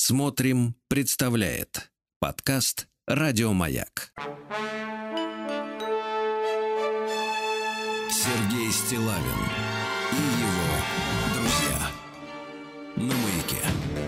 Смотрим, представляет подкаст «Радиомаяк». Сергей Стиллавин и его друзья на Маяке.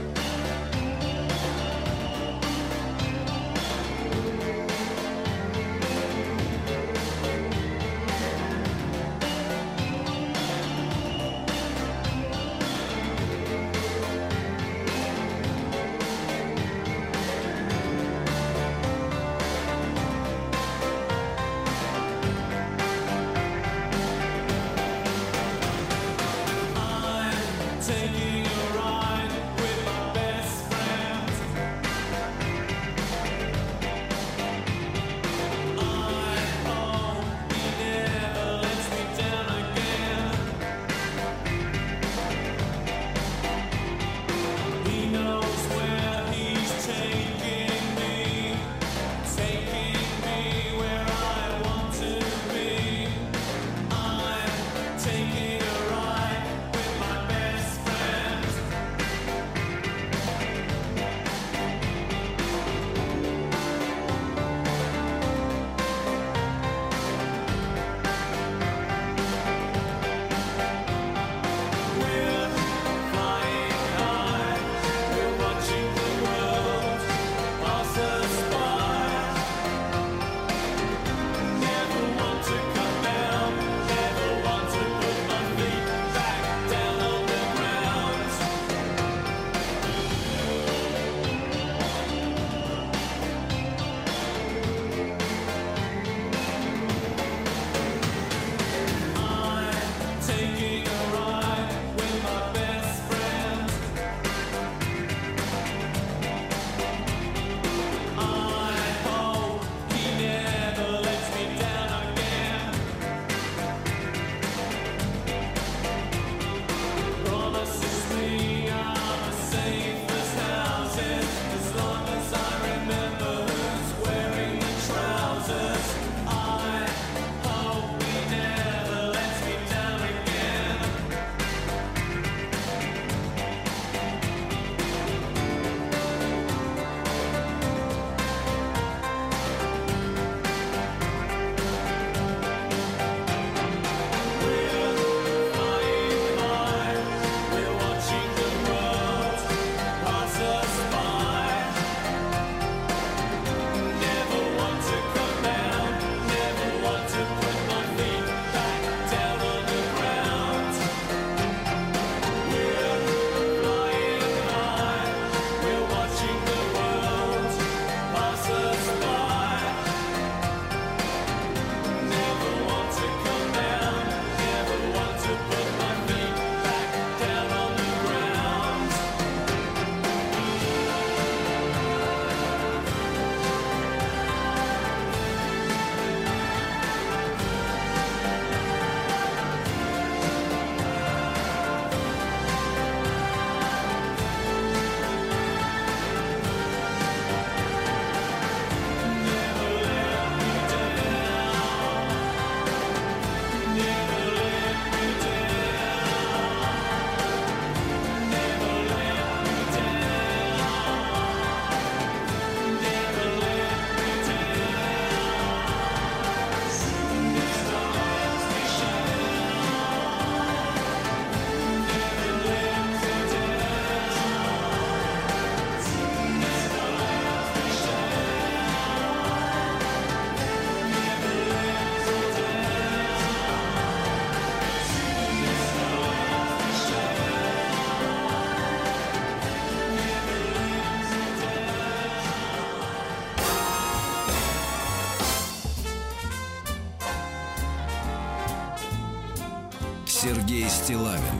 Сергей Стиллавин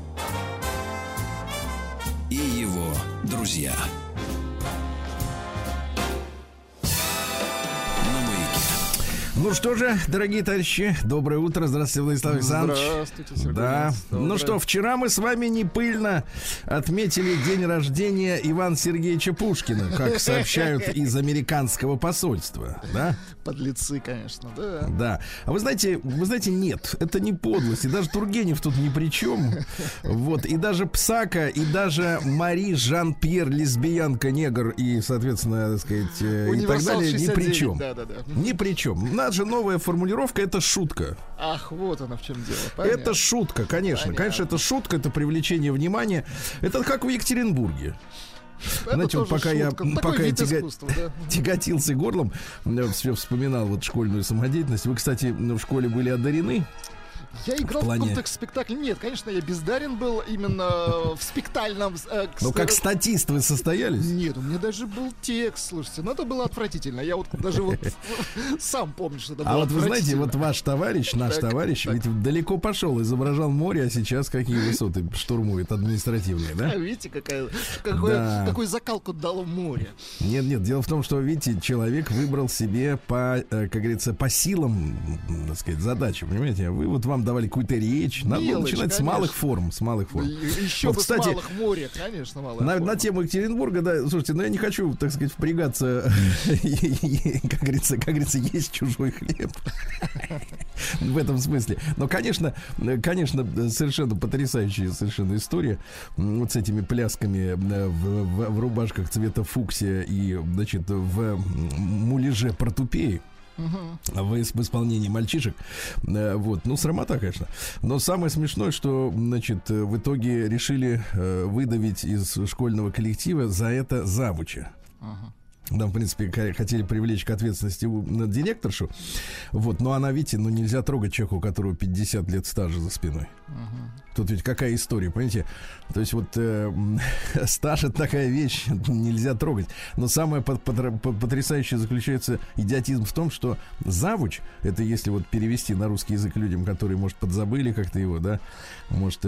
и его друзья на Маяке. Ну что же, дорогие товарищи, доброе утро. Здравствуйте, Владислав Александрович. Здравствуйте, Сергей. Да. Доброе. Ну что, вчера мы с вами не пыльно отметили день рождения Ивана Сергеевича Пушкина, как сообщают из американского посольства, да? Подлецы, конечно, да. Да. А вы знаете, нет, это не подлость. И даже Тургенев тут ни при чем. Вот. И даже Псака, и даже Мари Жан-Пьер, лесбиянка, негр и, соответственно, так сказать, и так далее, ни при чем. Да. Ни при чем. У нас же новая формулировка — это шутка. Ах, вот оно в чем дело. Понятно. Это шутка, конечно. Понятно. Конечно, это шутка, это привлечение внимания. Это как в Екатеринбурге. Это Знаете, вот тоже шутка. Такой вид искусства, да. тяготился горлом, все вспоминал вот школьную самодеятельность. Вы, кстати, в школе были одарены? Я играл в плане... каком-то спектакле. Нет, конечно, я бездарен был именно в спектальном. Ну, как статист вы состоялись? Нет, у меня даже был текст, слушайте, но это было отвратительно. Я вот даже вот сам помню, что это было. А вот вы знаете, отвратительно. вот ваш товарищ, наш товарищ, ведь далеко пошел, изображал море, а сейчас какие высоты штурмует административные, да? А видите, Да. какую закалку дало море. Нет, дело в том, что, видите, человек выбрал себе по, как говорится, по силам, так сказать, задачу, понимаете? Вы вот вам давали какую-то речь, надо было Мелочь, начинать с конечно. малых форм, Еще Вот, бы кстати, с малых море, конечно, малых на тему Екатеринбурга, да, слушайте, я не хочу, так сказать, впрягаться, как говорится, есть чужой хлеб. В этом смысле. Но, конечно, совершенно потрясающая совершенно история. Вот с этими плясками в рубашках цвета фуксия и, значит, в муляже портупеи. В исполнении мальчишек. Вот. Ну, срамота, конечно. Но самое смешное, что, значит, в итоге решили выдавить из школьного коллектива за это завуча. Там, в принципе, хотели привлечь к ответственности директоршу. Вот, но она, видите, нельзя трогать человека, у которого 50 лет стажа за спиной. Тут ведь какая история, понимаете? То есть вот стаж — это такая вещь, нельзя трогать. Но самое потрясающее заключается идиотизм в том, что завуч, это если вот перевести на русский язык людям, которые, может, подзабыли как-то его, да, может,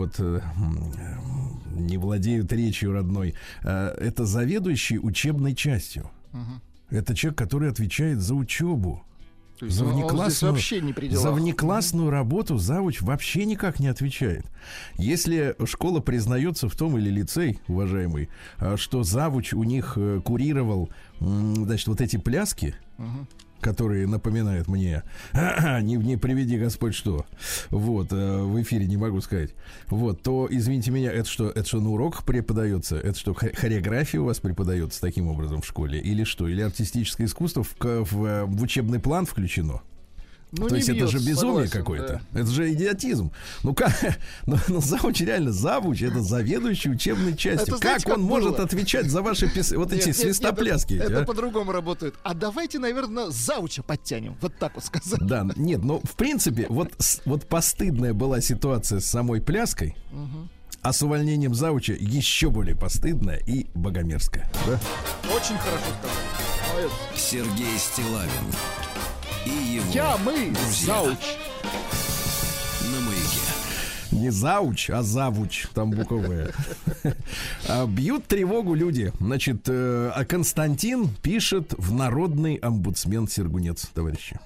не владеют речью родной, это заведующий учебной частью. Это человек, который отвечает за учебу. За внеклассную работу завуч вообще никак не отвечает. Если школа признается в том, или лицей, уважаемый, что завуч у них курировал, значит, вот эти пляски, которые напоминают мне, не приведи Господь что, вот, в эфире не могу сказать, вот, то, извините меня, это что на уроках преподается? Это что, хореография у вас преподается таким образом в школе? Или что? Или артистическое искусство в учебный план включено? Ну, то есть это же безумие согласен, какое-то. Да. Это же идиотизм. Ну как? Ну завуч, реально, завуч — это заведующий учебной частью. Это, знаете, как он может было? отвечать за ваши эти свистопляски? Это по-другому работает. А давайте, наверное, завуча подтянем. Вот так вот сказать. Да, нет, но в принципе, вот постыдная была ситуация с самой пляской, а с увольнением завуча еще более постыдная и богомерзкая. Да? Очень хорошо сказал. Молодец. Сергей Стиллавин и его друзья зауч. на Маяке. Не зауч, а завуч. Там буквы. Бьют тревогу люди. Значит, а Константин пишет в народный омбудсмен Сергунец, товарищи.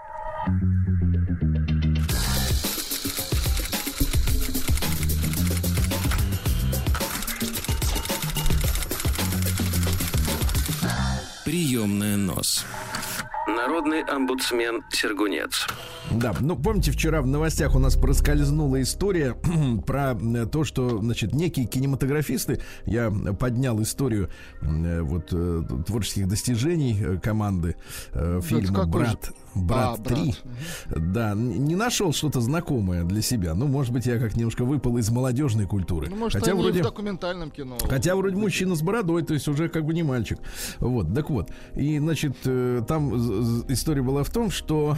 Приемная нос. Народный омбудсмен Сергунец. Да, ну помните, вчера в новостях у нас проскользнула история про то, что, значит, некие кинематографисты, я поднял историю творческих достижений команды фильма «Брат 3». Да, не нашел что-то знакомое для себя. Ну, может быть, я как немножко выпал из молодежной культуры. Ну, может, хотя вроде в документальном кино. Хотя вроде мужчина с бородой, то есть уже как бы не мальчик. Вот, так вот. И, значит, там история была в том, что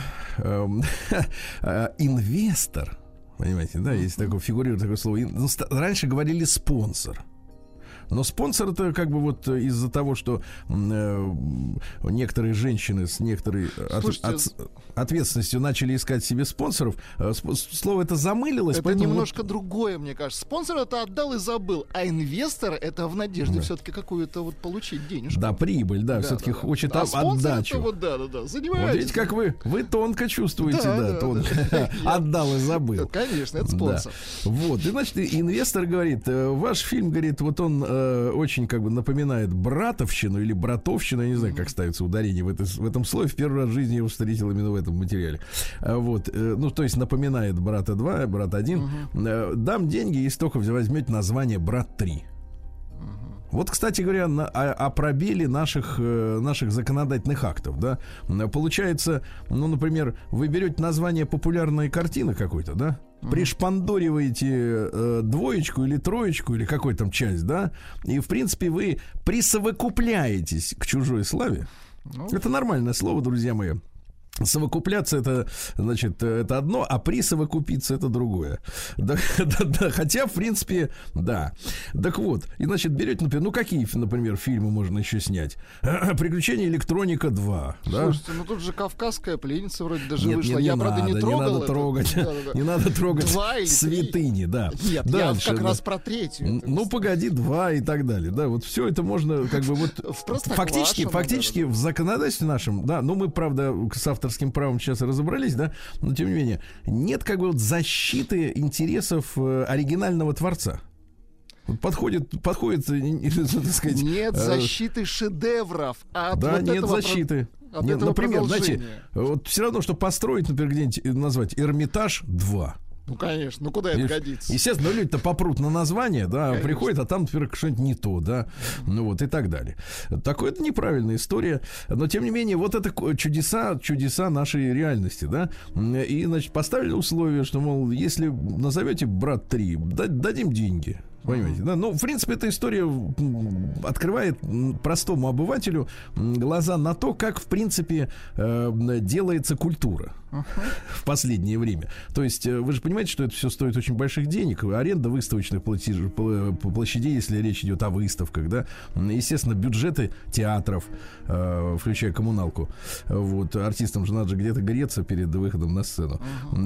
инвестор, понимаете, да, есть такое, фигурирует такое слово. Раньше говорили спонсор. Но спонсор это как бы вот из-за того, что некоторые женщины с некоторой ответственностью начали искать себе спонсоров, слово это замылилось. Это немножко другое, мне кажется. Спонсор это отдал и забыл, а инвестор это в надежде все-таки какую-то вот получить денежку. Да, прибыль, да, все-таки хочет отдачу. Вот, да, занимается. Вот видите, как вы тонко чувствуете, тонко. Отдал и забыл. Конечно, это спонсор. Вот, и значит, инвестор говорит, ваш фильм, говорит, вот он очень как бы напоминает братовщину или братовщину, я не знаю, как ставится ударение в этом слове, в первый раз в жизни я его встретил именно в этом материале. Вот, ну, то есть напоминает «Брата 2», «Брат 1». Дам деньги, если только возьмете название «Брат 3». Вот, кстати говоря, о пробеле наших законодательных актов, да, получается, ну, например, вы берете название популярной картины какой-то, да, пришпандориваете двоечку или троечку или какой там часть, да, и, в принципе, вы присовокупляетесь к чужой славе. Это нормальное слово, друзья мои. Совокупляться это, значит, это одно, а присовокупиться это другое. Да, хотя, в принципе, да. Так вот, и, значит, берете, например, ну какие, например, фильмы можно еще снять? «Приключения электроника 2». Да? Слушайте, ну тут же «Кавказская пленница» вроде даже вышла. Я, правда, не трогал. Не надо трогать святыни, да. Нет, дальше, я как раз про третью. Ну, погоди, 2 и так далее. Да, вот все это можно как бы вот фактически в законодательстве нашем, да, ну мы, правда, с авторским правом сейчас разобрались, да, но тем не менее нет как бы вот защиты интересов оригинального творца. Подходит, так сказать... Нет защиты шедевров. Да, нет защиты. Нет, например, знаете, вот все равно, что построить, например, где-нибудь назвать «Эрмитаж 2». Ну, конечно, ну куда это годится? Естественно, люди-то попрут на название, да, конечно. Приходят, а там, например, что-нибудь не то, да, ну вот и так далее. Такое это неправильная история, но тем не менее, вот это чудеса нашей реальности, да, и, значит, поставили условие, что, мол, если назовете «Брат 3», дадим деньги. Понимаете, да? Ну, в принципе, эта история открывает простому обывателю глаза на то, как, в принципе, делается культура в последнее время. То есть, вы же понимаете, что это все стоит очень больших денег. Аренда выставочных площадей, если речь идет о выставках, да. Естественно, бюджеты театров, включая коммуналку. Вот, артистам же надо же где-то греться перед выходом на сцену.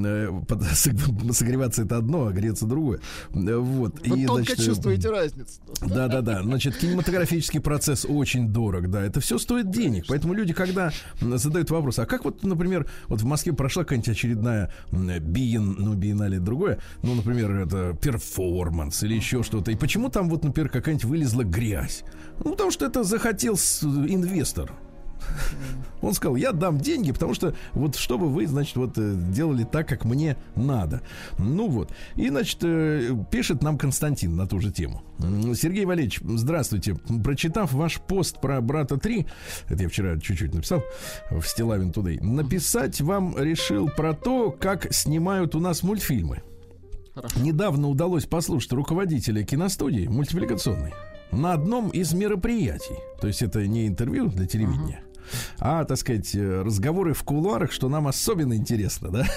Согреваться это одно, а греться другое. Вот. И, значит, чувствуете разницу. Да. Значит, кинематографический процесс очень дорог, да. Это все стоит денег. Поэтому люди, когда задают вопрос, а как вот, например, вот в Москве прошла какая-нибудь очередная биеннале другое, ну, например, это перформанс или еще что-то. И почему там вот, например, какая-нибудь вылезла грязь? Ну, потому что это захотел инвестор. Он сказал, я дам деньги, потому что вот чтобы вы, значит, вот делали так, как мне надо. Ну вот. И, значит, пишет нам Константин на ту же тему. Сергей Валерьевич, здравствуйте. Прочитав ваш пост про «Брата 3», это я вчера чуть-чуть написал в Стилавин Today, написать вам решил про то, как снимают у нас мультфильмы. Хорошо. Недавно удалось послушать руководителя киностудии мультипликационной на одном из мероприятий. То есть это не интервью для телевидения, а, так сказать, разговоры в кулуарах, что нам особенно интересно, да?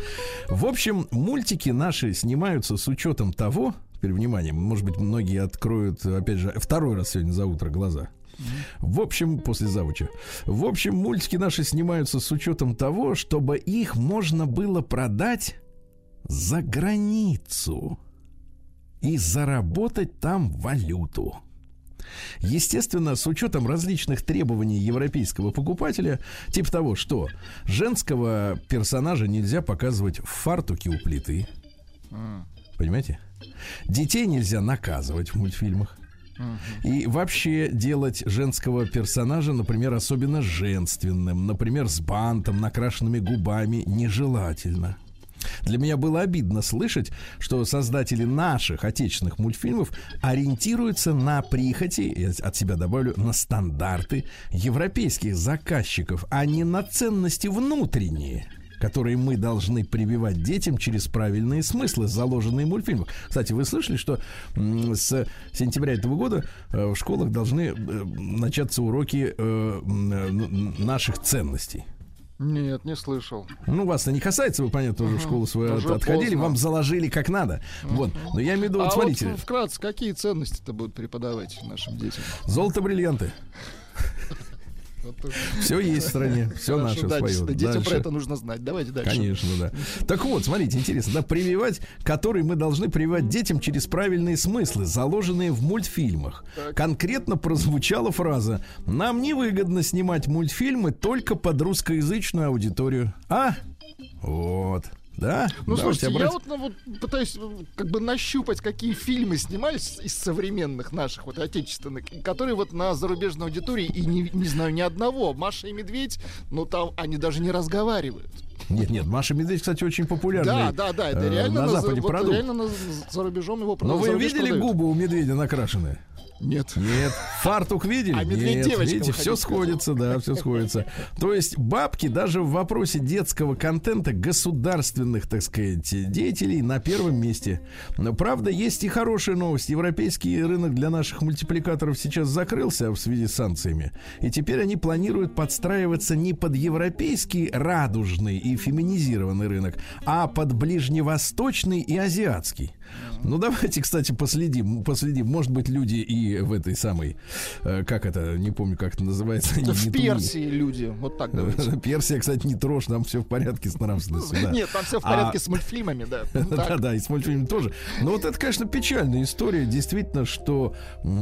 В общем, мультики наши снимаются с учетом того, теперь внимание, может быть, многие откроют, опять же, второй раз сегодня за утро глаза. В общем, после завуча. В общем, мультики наши снимаются с учетом того, чтобы их можно было продать за границу и заработать там валюту. Естественно, с учетом различных требований европейского покупателя, типа того, что женского персонажа нельзя показывать в фартуке у плиты. Понимаете? Детей нельзя наказывать в мультфильмах. И вообще делать женского персонажа, например, особенно женственным, например, с бантом, накрашенными губами, нежелательно. Для меня было обидно слышать, что создатели наших отечественных мультфильмов ориентируются на прихоти, я от себя добавлю, на стандарты европейских заказчиков, а не на ценности внутренние, которые мы должны прививать детям через правильные смыслы, заложенные в мультфильмах. Кстати, вы слышали, что с сентября этого года в школах должны начаться уроки наших ценностей? Нет, не слышал. Ну, вас-то не касается, вы, понятно, уже в школу свою отходили, вам заложили как надо. Вот. Но я имею в виду, вот смотрите. Вот вкратце, какие ценности-то будут преподавать нашим детям? Золото, бриллианты. Все есть в стране, все наше свое. Детям про это нужно знать. Давайте дальше. Конечно, да. Так вот, смотрите, интересно, да, прививать, который мы должны прививать детям через правильные смыслы, заложенные в мультфильмах. Конкретно прозвучала фраза: нам невыгодно снимать мультфильмы только под русскоязычную аудиторию. Вот. Да? Ну, слушайте, я вот пытаюсь как бы нащупать, какие фильмы снимались из современных наших, вот отечественных, которые вот на зарубежной аудитории, и не знаю ни одного. Маша и Медведь, но там они даже не разговаривают. Нет, Маша и Медведь, кстати, очень популярный. Да, это реально на Западе продукт. Реально за рубежом его продают. Но вы видели губы у медведя накрашенные? Нет. Фартук видели? Нет. Видите, все сходится, да, все сходится. То есть бабки даже в вопросе детского контента государственных, так сказать, деятелей на первом месте. Но, правда, есть и хорошая новость. Европейский рынок для наших мультипликаторов сейчас закрылся в связи с санкциями. И теперь они планируют подстраиваться не под европейский радужный и феминизированный рынок, а под ближневосточный и азиатский. Ну, давайте, кстати, последим. Может быть, люди и в этой самой, как это, не помню, как это называется. В Персии люди, вот так давайте. Персия, кстати, не трожь, там все в порядке с нравственностью. Нет, там все в порядке с мультфильмами, да. Да, и с мультфильмами тоже. Но вот это, конечно, печальная история, действительно, что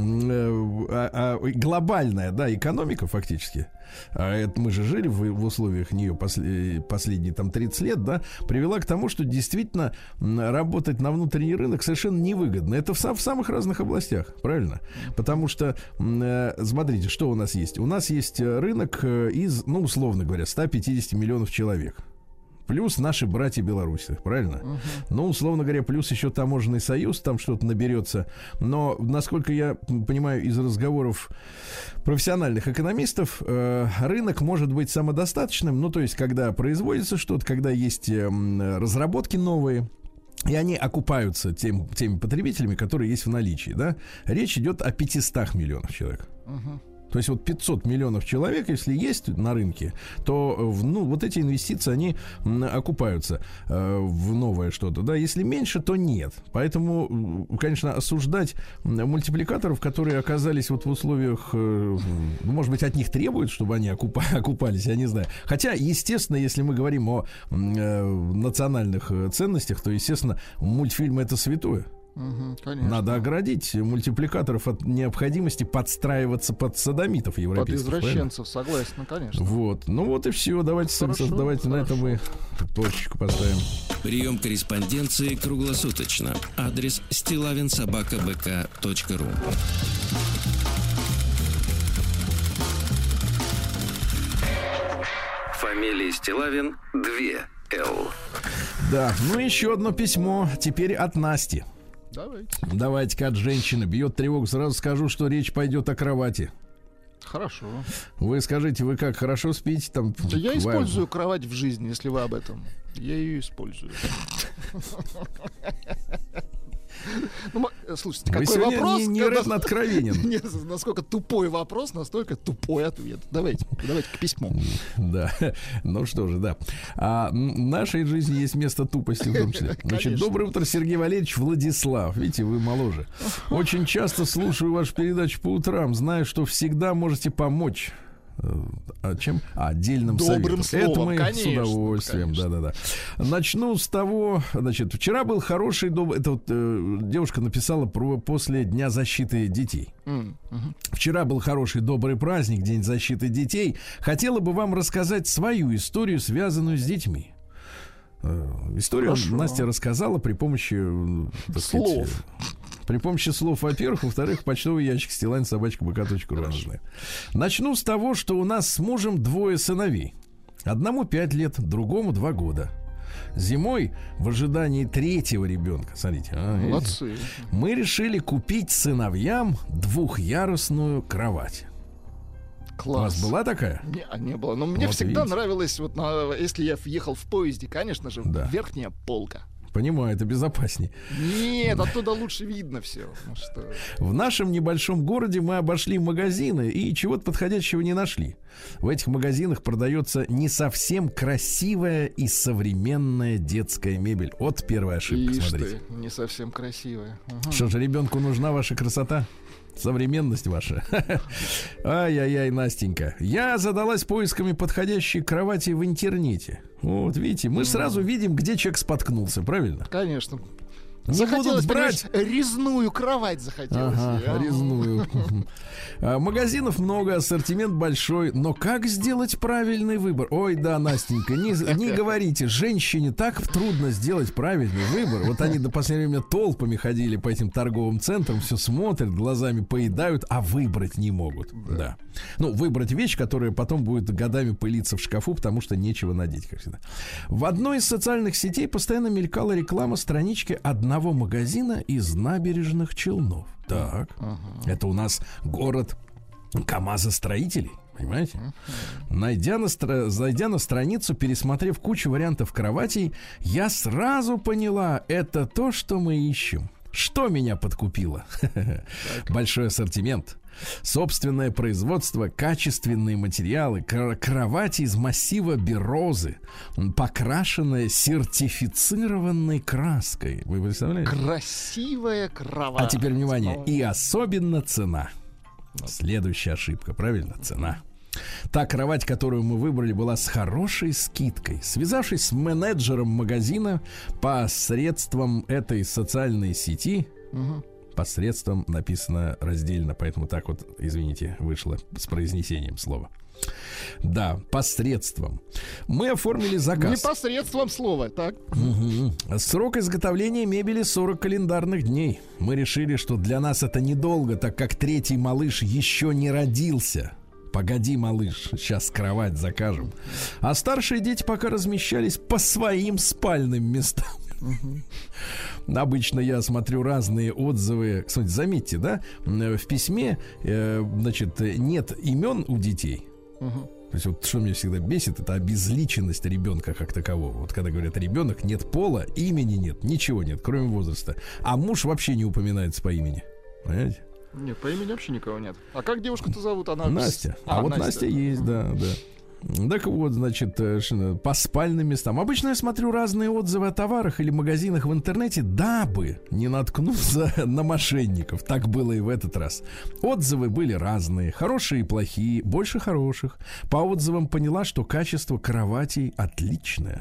глобальная, да, экономика фактически, а это мы же жили в условиях нее последние там 30 лет, да, привела к тому, что действительно работать на внутренний рынок совершенно невыгодно. Это в самых разных областях, правильно? Потому что, смотрите, что у нас есть? У нас есть рынок из, ну, условно говоря, 150 миллионов человек. Плюс наши братья белорусы, правильно? Ну, условно говоря, плюс еще таможенный союз, там что-то наберется. Но, насколько я понимаю из разговоров профессиональных экономистов, рынок может быть самодостаточным. Ну, то есть, когда производится что-то, когда есть разработки новые, и они окупаются теми потребителями, которые есть в наличии, да? Речь идет о 500 миллионах человек. То есть вот 500 миллионов человек, если есть на рынке, то вот эти инвестиции, они окупаются в новое что-то. Да? Если меньше, то нет. Поэтому, конечно, осуждать мультипликаторов, которые оказались вот в условиях, может быть, от них требуют, чтобы они окупались, я не знаю. Хотя, естественно, если мы говорим о национальных ценностях, то, естественно, мультфильм — это святое. Надо оградить мультипликаторов от необходимости подстраиваться под содомитов европейских. Под извращенцев, согласен, конечно. Вот. Ну вот и все. Давайте на этом мы точечку поставим. Прием корреспонденции круглосуточно. Адрес stilavinsobakabk.ru. Фамилия Стилавин 2 Л. Да, ну еще одно письмо. Теперь от Насти. Давайте-ка от женщины. Бьет тревогу. Сразу скажу, что речь пойдет о кровати. Хорошо. Вы скажите, вы как, хорошо спите там? Да я использую кровать в жизни, если вы об этом. Я ее использую. Ну, слушайте, вы какой вопрос? Невероятно откровенен. Насколько тупой вопрос, настолько тупой ответ. Давайте к письму. Да, ну что же, да. В нашей жизни есть место тупости в том числе. Значит, доброе утро, Сергей Валерьевич. Владислав. Видите, вы моложе. Очень часто слушаю вашу передачу по утрам, знаю, что всегда можете помочь. Чем? Отдельным добрым советом. словом, Это мы конечно, с удовольствием. Да. Начну с того, значит, вчера был хороший это вот девушка написала после Дня защиты детей. Вчера был хороший добрый праздник, День защиты детей. Хотела бы вам рассказать свою историю, связанную с детьми. Историю Настя рассказала при помощи слов. При помощи слов, во-первых. Во-вторых, почтовый ящик stilavinsobakabk.ru. Начну с того, что у нас с мужем 2 сыновей. Одному 5 лет, другому 2 года. Зимой, в ожидании 3-го ребенка, смотрите, молодцы, мы решили купить сыновьям 2-ярусную кровать. Класс. У вас была такая? Не было. Но мне всегда нравилось, если я ехал в поезде, конечно же, верхняя полка. Понимаю, это безопаснее. Нет, оттуда лучше видно все. Ну, что... В нашем небольшом городе мы обошли магазины и чего-то подходящего не нашли. В этих магазинах продается не совсем красивая и современная детская мебель. Вот первая ошибка, Ишь смотрите. ты, не совсем красивая. Ага. Что же, ребенку нужна ваша красота? Современность ваша. Ай-яй-яй, Настенька. Я задалась поисками подходящей кровати в интернете. Вот, видите, мы сразу видим, где человек споткнулся, правильно? Конечно. Не Захотелось, будут брать. понимаешь, резную кровать захотелось. Ага, резную. Магазинов много, ассортимент большой. Но как сделать правильный выбор? Ой, да, Настенька, не говорите. Женщине так трудно сделать правильный выбор. Вот они до последнего времени толпами ходили по этим торговым центрам, все смотрят, глазами поедают, а выбрать не могут. Да. Ну, выбрать вещь, которая потом будет годами пылиться в шкафу, потому что нечего надеть, как всегда. В одной из социальных сетей постоянно мелькала реклама странички одного магазина из Набережных Челнов. Так, это у нас город КамАЗостроителей, понимаете? Зайдя на страницу, пересмотрев кучу вариантов кроватей, я сразу поняла, это то, что мы ищем. Что меня подкупило? Большой ассортимент, собственное производство, качественные материалы, кровати из массива берозы, покрашенная сертифицированной краской. Вы представляете? Красивая кровать. А теперь внимание, и особенно цена. Следующая ошибка, правильно? Цена. Та кровать, которую мы выбрали, была с хорошей скидкой. Связавшись с менеджером магазина посредством этой социальной сети, посредством написано раздельно, поэтому так вот, извините, вышло с произнесением слова. Да, посредством. Мы оформили заказ. Непосредством слова, так? Срок изготовления мебели 40 календарных дней. Мы решили, что для нас это недолго, так как третий малыш еще не родился. Погоди, малыш, сейчас кровать закажем. А старшие дети пока размещались по своим спальным местам. Обычно я смотрю разные отзывы. Кстати, заметьте, да, в письме, значит, нет имен у детей. То есть вот что меня всегда бесит, это обезличенность ребенка как такового. Вот когда говорят ребенок, нет пола, имени нет, ничего нет, кроме возраста. А муж вообще не упоминается по имени. Понимаете? Нет, по имени вообще никого нет. А как девушку-то зовут? Она... Настя. Вот Настя есть, да. Так вот, значит, по спальным местам. Обычно я смотрю разные отзывы о товарах или магазинах в интернете, дабы не наткнуться на мошенников. Так было и в этот раз. Отзывы были разные, хорошие и плохие, больше хороших. По отзывам поняла, что качество кроватей отличное.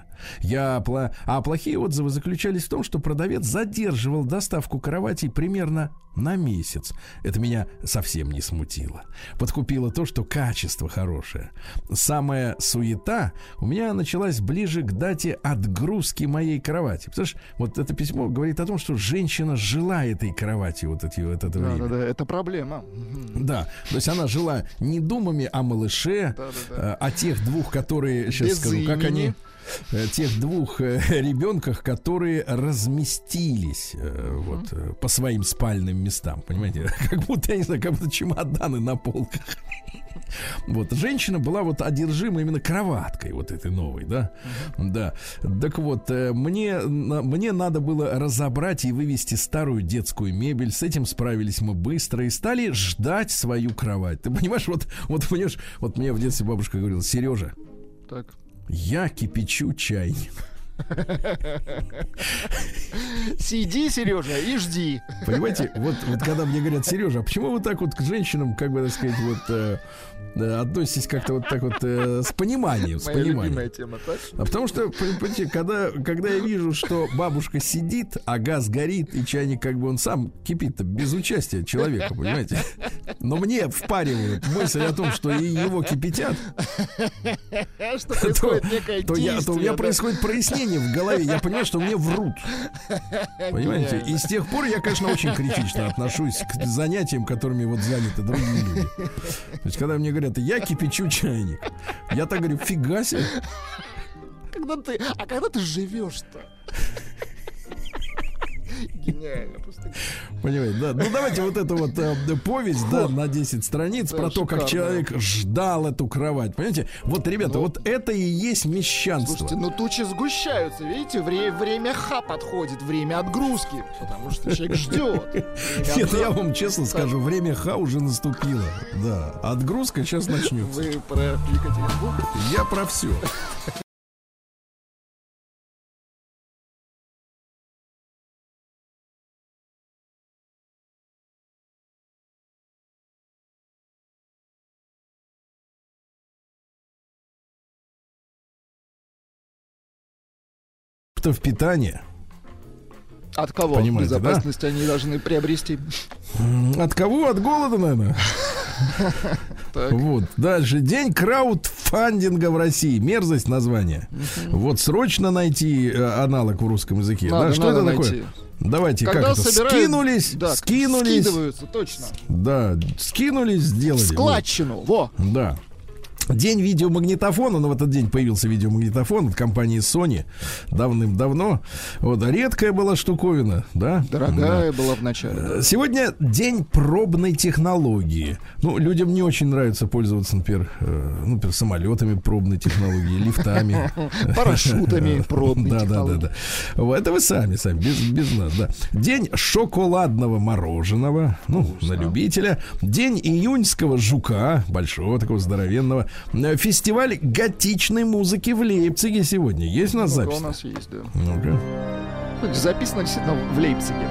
А плохие отзывы заключались в том, что продавец задерживал доставку кроватей примерно на месяц. Это меня совсем не смутило. Подкупило то, что качество хорошее. Самая суета у меня началась ближе к дате отгрузки моей кровати. Потому что вот это письмо говорит о том, что женщина жила этой кровати вот это время. Да, это проблема. Да, то есть она жила не думами о малыше, о тех двух, которые, сейчас без скажу, имени. как они... тех двух ребенках, которые разместились по своим спальным местам, понимаете, как будто, я не знаю, как будто чемоданы на полках. Вот, женщина была вот одержима именно кроваткой вот этой новой, да? Да. Так вот, мне надо было разобрать и вывести старую детскую мебель. С этим справились мы быстро и стали ждать свою кровать. Ты понимаешь, вот понимаешь, вот мне в детстве бабушка говорила: Сережа, Так. я кипячу чайник. Сиди, Сережа, и жди. Понимаете, вот когда мне говорят: Сережа, а почему вы так вот к женщинам, как бы, так сказать, вот относитесь как-то вот так вот с пониманием, Моя любимая тема, так? А потому что, понимаете, когда я вижу, что бабушка сидит, а газ горит, и чайник как бы он сам кипит без участия человека, понимаете? Но мне впаривают мысль о том, что и его кипятят, Что происходит некое то у меня происходит прояснение в голове. Я понимаю, что мне врут. Понимаете? И с тех пор я, конечно, очень критично отношусь к занятиям, которыми вот заняты другие люди. То есть, когда мне говорят: я кипячу чайник, я так говорю: фига себе. Когда ты живешь-то? Гениально просто. Понимаете, да. Ну, давайте вот эту вот повесть, да, на 10 страниц про то, как человек ждал эту кровать. Понимаете? Вот, ребята, вот это и есть мещанство. Слушайте, ну тучи сгущаются, видите? Время Х подходит, время отгрузки, потому что человек ждет. Нет, я вам честно скажу, время Х уже наступило. Да, отгрузка сейчас начнется. Вы про Екатеринбург? Я про все. В питание. От кого? Понимаете, Безопасность они должны приобрести. От кого? От голода, наверное. Вот. Дальше. День краудфандинга в России. Мерзость название. Вот срочно найти аналог в русском языке. Надо, да, что это найти. такое? Давайте, когда как это? Скинулись, да, скинулись. Скидываются, точно. Да, скинулись, сделали. Складчину, во. Да. День видеомагнитофона, но в этот день появился видеомагнитофон от компании Sony давным-давно. Вот, редкая была штуковина, да? Дорогая была в начале. Сегодня день пробной технологии. Ну, людям не очень нравится пользоваться, например, самолетами пробной технологии, лифтами. Парашютами пробной технологии. Да. Это вы сами, без нас, да. День шоколадного мороженого, на любителя. День июньского жука, большого такого здоровенного. Фестиваль готичной музыки в Лейпциге сегодня. Есть у нас запись? У нас есть, да. Ну-ка. Записано действительно в Лейпциге.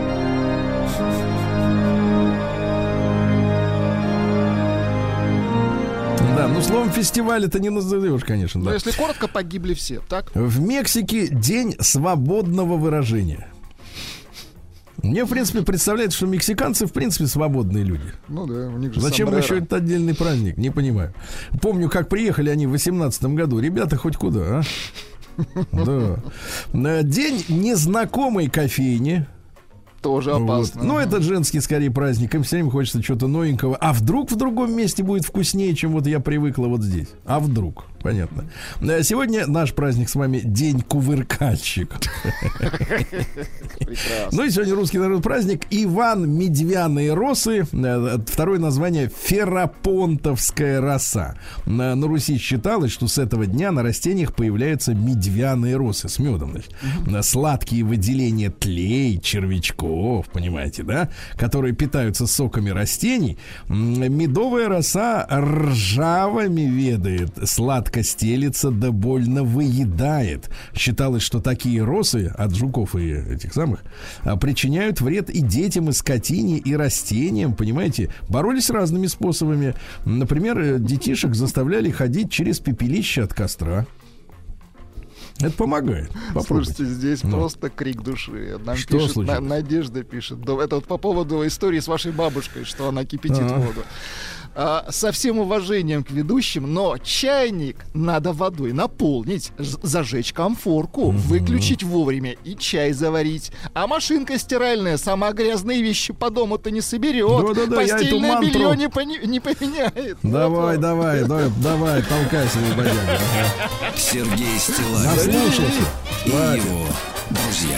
Да, словом фестиваль это не назовешь, конечно. Но да. если коротко, погибли все, так? В Мексике день свободного выражения. Мне, в принципе, представляется, что мексиканцы, в принципе, свободные люди. Ну да, у них же зачем им еще этот отдельный праздник? Не понимаю. Помню, как приехали они в 2018 году. Ребята, хоть куда, а? Да. День незнакомой кофейни. Тоже опасно. Вот. Это женский, скорее, праздник. Им все время хочется чего-то новенького. А вдруг в другом месте будет вкуснее, чем вот я привыкла вот здесь? А вдруг? Понятно. Сегодня наш праздник с вами День кувыркальщика. Прекрасно. И сегодня русский народный праздник Иван Медвяные росы. Второе название Ферапонтовская роса. На Руси считалось, что с этого дня на растениях появляются медвяные росы с медом. Сладкие выделения тлей, червячков, понимаете, да? Которые питаются соками растений. Медовая роса ржавыми ведает, сладко стелится да больно выедает. Считалось, что такие росы от жуков и этих самых причиняют вред и детям, и скотине, и растениям, понимаете? Боролись разными способами. Например, детишек заставляли ходить через пепелище от костра. Это помогает. Попробуйте. Слушайте, здесь просто крик души. Нам что пишет, случилось? Надежда пишет. Это вот по поводу истории с вашей бабушкой, что она кипятит воду. Со всем уважением к ведущим, но чайник надо водой наполнить, зажечь конфорку, выключить вовремя и чай заварить. А машинка стиральная сама грязные вещи по дому-то не соберет. Да-да-да, постельное белье не поменяет. Давай, толкайся, бодяга. Сергей Стиллавин Наслушался. и его друзья.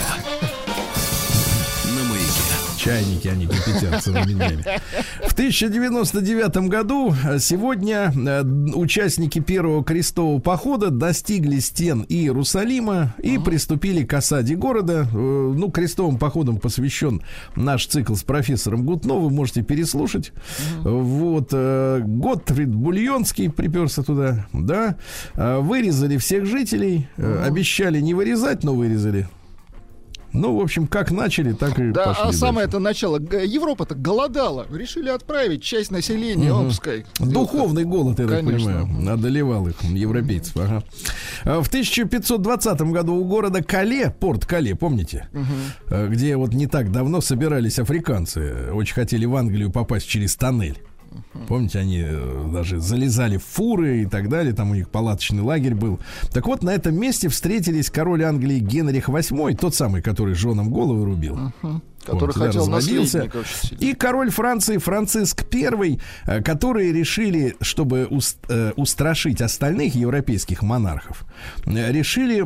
На маяке. Чайники, они кипятят целыми днями. В 1099 году сегодня участники первого крестового похода достигли стен Иерусалима и приступили к осаде города. Крестовым походом посвящен наш цикл с профессором Гутно. Вы можете переслушать. Вот. Готфрид Бульонский приперся туда. Да. Вырезали всех жителей. Обещали не вырезать, но вырезали. В общем, как начали, так и пошли. А самое это начало. Европа-то голодала. Решили отправить часть населения, пускай. Духовный голод, я так Конечно. понимаю, одолевал их, европейцев. Ага. В 1520 году у города Кале, порт Кале, помните? Где вот не так давно собирались африканцы. Очень хотели в Англию попасть через тоннель. Помните, они даже залезали в фуры и так далее. Там у них палаточный лагерь был. Так вот, на этом месте встретились король Англии Генрих VIII, тот самый, который женам головы рубил. который хотел наследника очень сильно. И король Франции Франциск I, которые решили, чтобы устрашить остальных европейских монархов, решили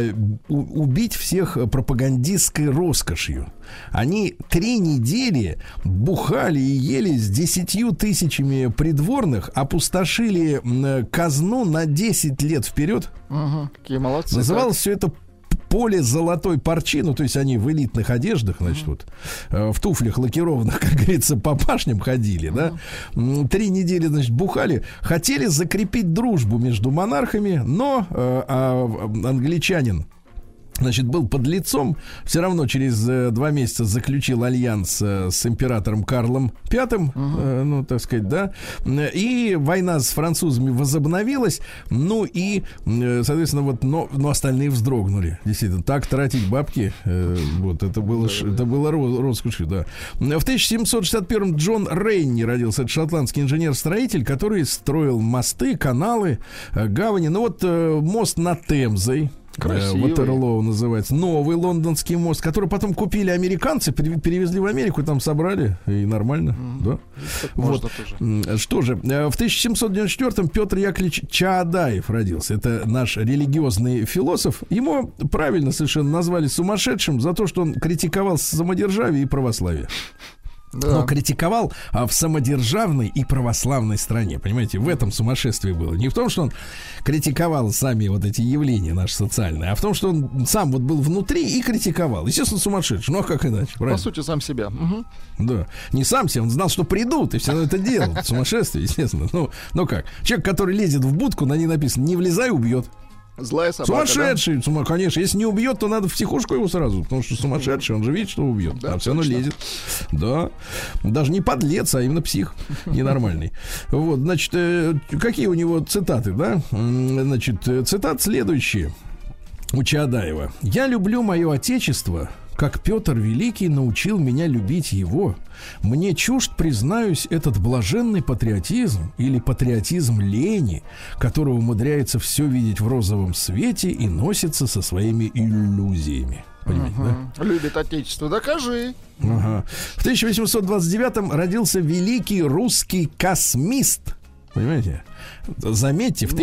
убить всех пропагандистской роскошью. Они 3 недели бухали и ели с 10 тысячами придворных, опустошили казну на 10 лет вперед. Какие молодцы. Называлось все это поле золотой парчи, ну, то есть они в элитных одеждах, значит, вот, в туфлях лакированных, как говорится, по пашням ходили, да. 3 недели, значит, бухали. Хотели закрепить дружбу между монархами, но англичанин, значит, был подлецом, все равно через 2 месяца заключил альянс с императором Карлом V, ну, так сказать, да, и война с французами возобновилась, ну, и, соответственно, вот, но остальные вздрогнули, действительно, так тратить бабки, вот, это было роскошью, да. В 1761-м Джон Рейни родился, это шотландский инженер-строитель, который строил мосты, каналы, гавани, ну, вот, мост над Темзой, Ватерлоу называется. Новый лондонский мост, который потом купили американцы, перевезли в Америку, там собрали, и нормально. Да? Вот. Что же, в 1794-м Петр Яковлевич Чаадаев родился. Это наш религиозный философ. Ему правильно совершенно назвали сумасшедшим за то, что он критиковал самодержавие и православие. Да. Но критиковал в самодержавной и православной стране. Понимаете, в этом сумасшествие было. Не в том, что он критиковал сами вот эти явления наши социальные, а в том, что он сам вот был внутри и критиковал. Естественно, сумасшедший. Ну, а как иначе? Правильно? По сути, сам себя. Да. Не сам себя, он знал, что придут, и все равно это делал. Сумасшествие, естественно. Ну как? Человек, который лезет в будку, на ней написано: не влезай, убьет. Злая собака, сумасшедший, да? Конечно. Если не убьет, то надо в психушку его сразу, потому что сумасшедший, он же видит, что убьет, да, а все равно лезет. Да. Даже не подлец, а именно псих ненормальный. Вот, значит, какие у него цитаты, да? Значит, цитаты следующие у Чаадаева. «Я люблю мое отечество, как Петр Великий научил меня любить его. Мне чужд, признаюсь, этот блаженный патриотизм или патриотизм лени, который умудряется все видеть в розовом свете и носится со своими иллюзиями». Понимаете, да? Любит отечество, докажи. В 1829-м родился великий русский космист. Понимаете? Заметьте, в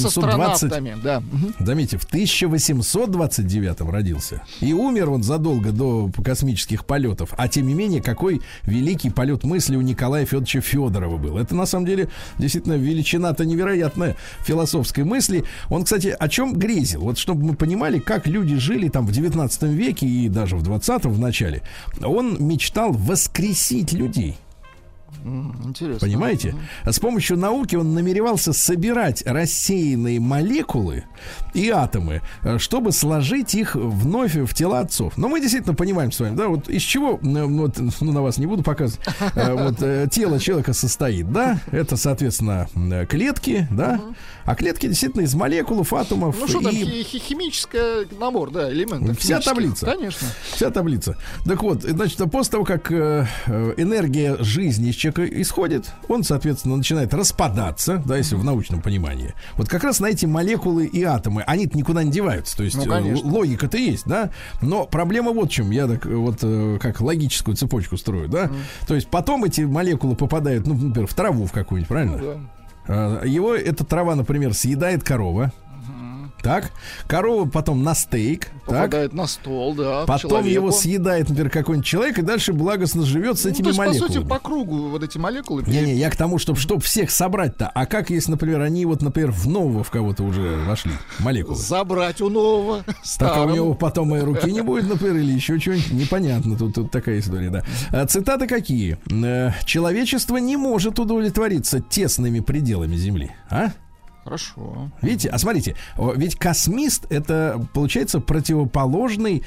1829 родился. И умер он задолго до космических полетов. А тем не менее, какой великий полет мысли у Николая Федоровича Федорова был. Это, на самом деле, действительно величина-то невероятная философской мысли. Он, кстати, о чем грезил? Вот чтобы мы понимали, как люди жили там в 19 веке и даже в 20-м в начале. Он мечтал воскресить людей. Интересно. Понимаете? С помощью науки он намеревался собирать рассеянные молекулы и атомы, чтобы сложить их вновь в тела отцов. Но мы действительно понимаем с вами, да, вот из чего, вот, ну, на вас не буду показывать, вот тело человека состоит, да, это, соответственно, клетки, да, а клетки действительно из молекул, атомов. Ну, что там, химический набор, да, элементов. Вся таблица. Конечно. Вся таблица. Так вот, значит, после того, как энергия жизни из человека исходит, он, соответственно, начинает распадаться, да, если в научном понимании. Вот как раз на эти молекулы и атомы, они-то никуда не деваются. То есть логика-то есть, да. Но проблема вот в чем. Я так вот как логическую цепочку строю, да. То есть потом эти молекулы попадают, ну, например, в траву в какую-нибудь, правильно? Да. Его эта трава, например, съедает корова. Так, корова потом на стейк. Попадает так, на стол, да. Потом его съедает, например, какой-нибудь человек, и дальше благостно живет с этими молекулами. По сути, по кругу вот эти молекулы. Не, я к тому, чтобы всех собрать-то. А как, если, например, они вот, например, в нового в кого-то уже вошли молекулы? Забрать у нового. Так, а у него потом и руки не будет, например, или еще что-нибудь. Непонятно. Тут такая история, да. Цитаты какие? Человечество не может удовлетвориться тесными пределами Земли. А? Хорошо. Видите, а смотрите, ведь космист — это, получается, противоположное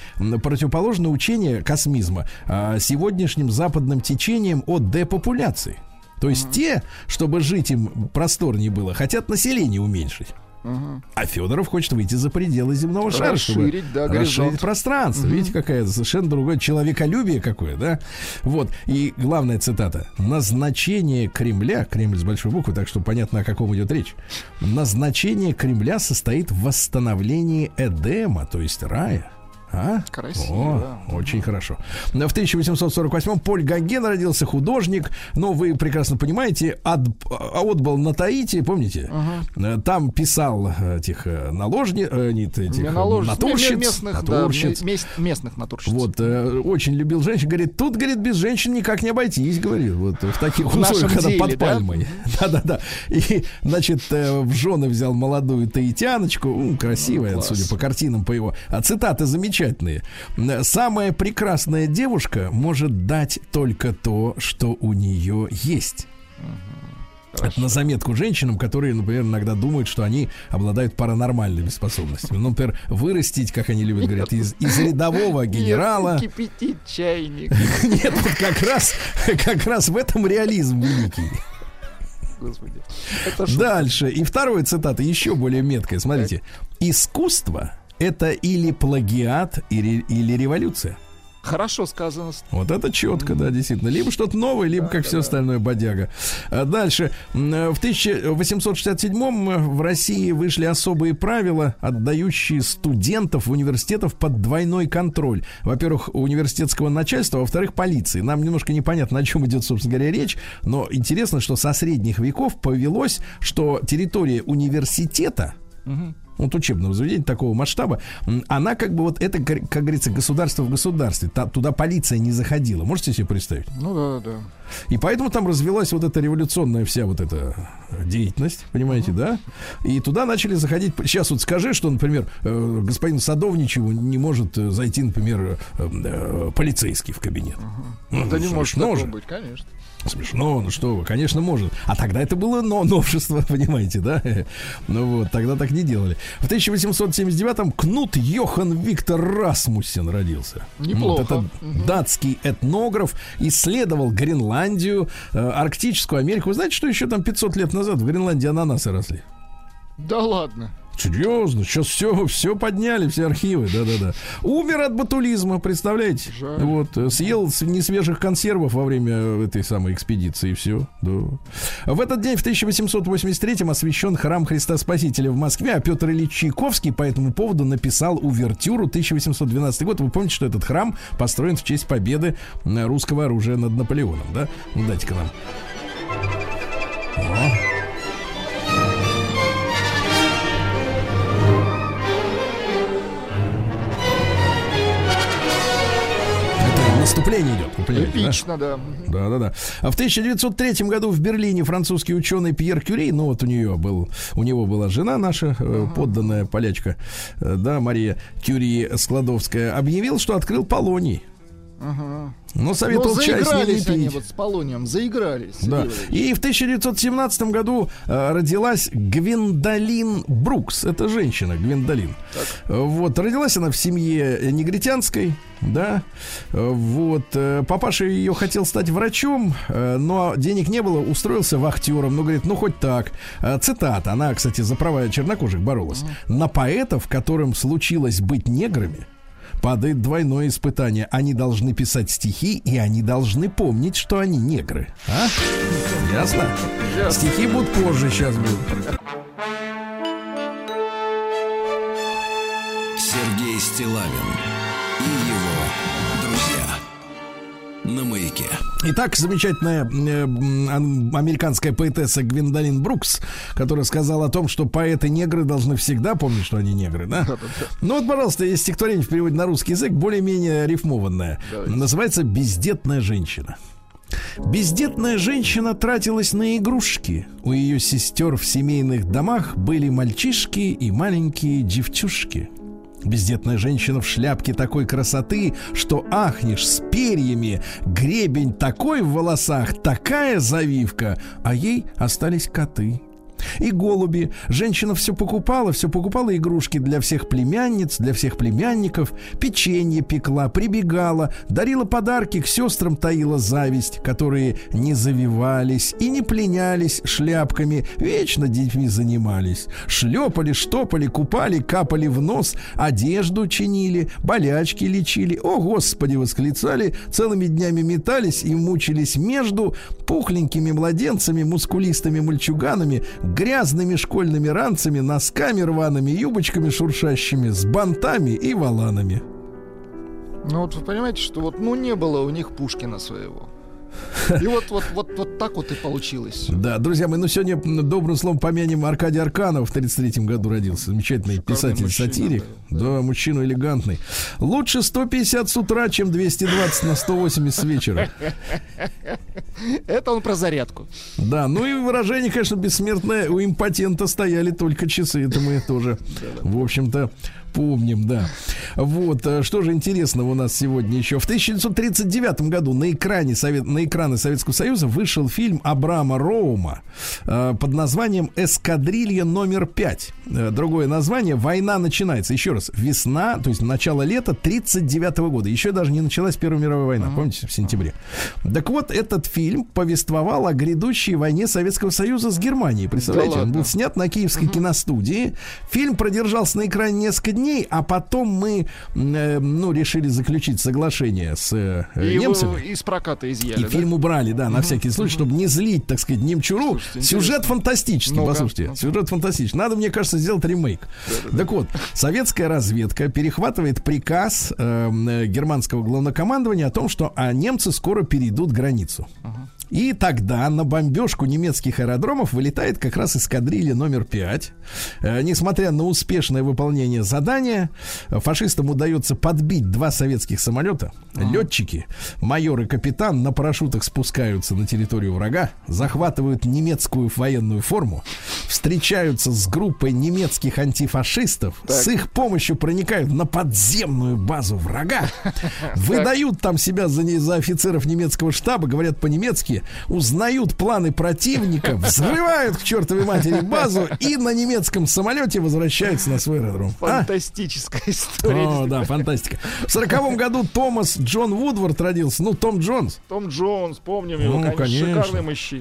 учение космизма сегодняшним западным течением о депопуляции. То есть те, чтобы жить им просторнее было, хотят население уменьшить. А Федоров хочет выйти за пределы земного шара, чтобы расширить пространство. Видите, какая совершенно другое человеколюбие какое, да? Вот. И главная цитата. Назначение Кремля, Кремль с большой буквы, так что понятно, о каком идет речь. Назначение Кремля состоит в восстановлении Эдема, то есть рая. А? Красиво. Очень хорошо. В 1848-м Поль Гоген родился, художник. Но вы прекрасно понимаете, отбыл на Таити, помните? Там писал этих натурщиц. Местных натурщиц. Вот, очень любил женщин. Говорит, тут, говорит, без женщин никак не обойтись, говорит. Вот в таких условиях, когда под пальмой. Да-да-да. И, значит, в жены взял молодую таитяночку. Красивая, судя по картинам, по его. А цитаты замечательные. Самая прекрасная девушка может дать только то, что у нее есть. Это на заметку женщинам, которые, например, иногда думают, что они обладают паранормальными способностями. Ну, например, вырастить, как они любят, говорят, из рядового генерала. Кипятить чайник. Нет, вот как раз в этом реализм великий. Господи. Дальше. И вторая цитата еще более меткая. Смотрите. Искусство — это или плагиат, или революция. Хорошо сказано. Вот это четко, да, действительно. Либо что-то новое, либо, как все остальное, бодяга. Дальше. В 1867-м в России вышли особые правила, отдающие студентов университетов под двойной контроль. Во-первых, университетского начальства, а во-вторых, полиции. Нам немножко непонятно, о чем идет, собственно говоря, речь. Но интересно, что со средних веков повелось, что территория университета... Вот учебного заведения такого масштаба, она как бы вот это, как говорится, государство в государстве. Туда полиция не заходила. Можете себе представить? Ну да. И поэтому там развилась вот эта революционная вся вот эта деятельность, понимаете, да? И туда начали заходить. Сейчас вот скажи, что, например, господин Садовничеву не может зайти, например, полицейский в кабинет. Это не может такого быть, конечно. Смешно, ну что вы, конечно, может. А тогда это было новшество, понимаете, да? Ну вот, тогда так не делали. В 1879-м Кнут Йохан Виктор Расмуссен родился. Неплохо. Вот, это датский этнограф, исследовал Гренландию, Арктическую Америку. Вы знаете, что еще там 500 лет назад в Гренландии ананасы росли? Да ладно. Серьезно, сейчас все подняли, все архивы, да-да-да. Умер от ботулизма, представляете? Жаль. Вот, съел несвежих консервов во время этой самой экспедиции, и все. Да. В этот день, в 1883-м, освящен храм Христа Спасителя в Москве, а Петр Ильич Чайковский по этому поводу написал увертюру, 1812 год. Вы помните, что этот храм построен в честь победы русского оружия над Наполеоном, да? Ну, дайте-ка нам. Наступление идет. Эпично, да. Да. А в 1903 году в Берлине французский ученый Пьер Кюри, ну вот у него была жена наша, подданная полячка, да, Мария Кюри Складовская, объявил, что открыл полоний. Но советовал чай с ним не пить. Они вот с полонием, заигрались. Да. И в 1917 году родилась Гвендолин Брукс. Это женщина, Гвендолин. Вот, родилась она в семье негритянской, да. Вот, папаша ее хотел стать врачом, но денег не было, устроился вахтером. Ну, говорит, ну хоть так. Цитата, она, кстати, за права чернокожих боролась. На поэтов, которым случилось быть неграми, падает двойное испытание. Они должны писать стихи, и они должны помнить, что они негры. А? Ясно? Стихи будут позже, сейчас будут. Сергей Стиллавин и его друзья на Маяке. Итак, замечательная американская поэтесса Гвендолин Брукс, которая сказала о том, что поэты-негры должны всегда помнить, что они негры, да? Ну вот, пожалуйста, есть стихотворение в переводе на русский язык, более-менее рифмованное. Называется «Бездетная женщина». Бездетная женщина тратилась на игрушки. У ее сестер в семейных домах были мальчишки и маленькие девчушки. Бездетная женщина в шляпке такой красоты, что ахнешь, с перьями, гребень такой в волосах, такая завивка, а ей остались коты. И голуби. Женщина все покупала игрушки для всех племянниц, для всех племянников, печенье пекла, прибегала, дарила подарки, к сестрам таила зависть, которые не завивались и не пленялись шляпками, вечно детьми занимались. Шлепали, штопали, купали, капали в нос, одежду чинили, болячки лечили. О, Господи, восклицали, целыми днями метались и мучились между пухленькими младенцами, мускулистыми мальчуганами, грязными школьными ранцами, носками рваными, юбочками шуршащими, с бантами и воланами. Ну вот вы понимаете, что вот не было у них Пушкина своего. И вот так вот и получилось. Да, друзья мои, сегодня добрым словом помянем Аркадия Арканова. В 1933 году родился. Замечательный писатель-сатирик. Да, мужчина элегантный. Лучше 150 с утра, чем 220 на 180 с вечера. Это он про зарядку. Да, и выражение, конечно, бессмертное. У импотента стояли только часы. Это мы тоже, в общем-то, помним, да. Вот, что же интересного у нас сегодня еще. В 1939 году на экраны Советского Союза вышел фильм Абрама Роума под названием «Эскадрилья номер 5». Другое название «Война начинается». Еще раз, весна, то есть начало лета 1939 года. Еще даже не началась Первая мировая война, помните, в сентябре. Так вот, этот фильм повествовал о гредущей войне Советского Союза с Германией. Представляете, Да, он был снят на Киевской киностудии. Фильм продержался на экране несколько дней, а потом мы решили заключить соглашение с немцами. Его из проката изъяли. И фильм убрали, да, на всякий случай, чтобы не злить, так сказать, немчуру. Слушайте, сюжет фантастический, Ну-ка. послушайте. Сюжет фантастический. Надо, мне кажется, сделать ремейк. Так вот, советская разведка перехватывает приказ германского главнокомандования о том, что немцы скоро перейдут границу. И тогда на бомбежку немецких аэродромов вылетает как раз эскадрилья номер 5. Несмотря на успешное выполнение задания, фашистам удается подбить 2 советских самолета. Летчики, майор и капитан на парашютах спускаются на территорию врага, захватывают немецкую военную форму, встречаются с группой немецких антифашистов, с их помощью проникают на подземную базу врага, выдают там себя за офицеров немецкого штаба, говорят по-немецки, узнают планы противника, взрывают к чертовой матери базу и на немецком самолете возвращаются на свой аэродром. Фантастическая история. О, да, фантастика. В 40-м году Томас Джон Вудвард родился. Том Джонс. Том Джонс, помним его, конечно. Шикарный мужчина.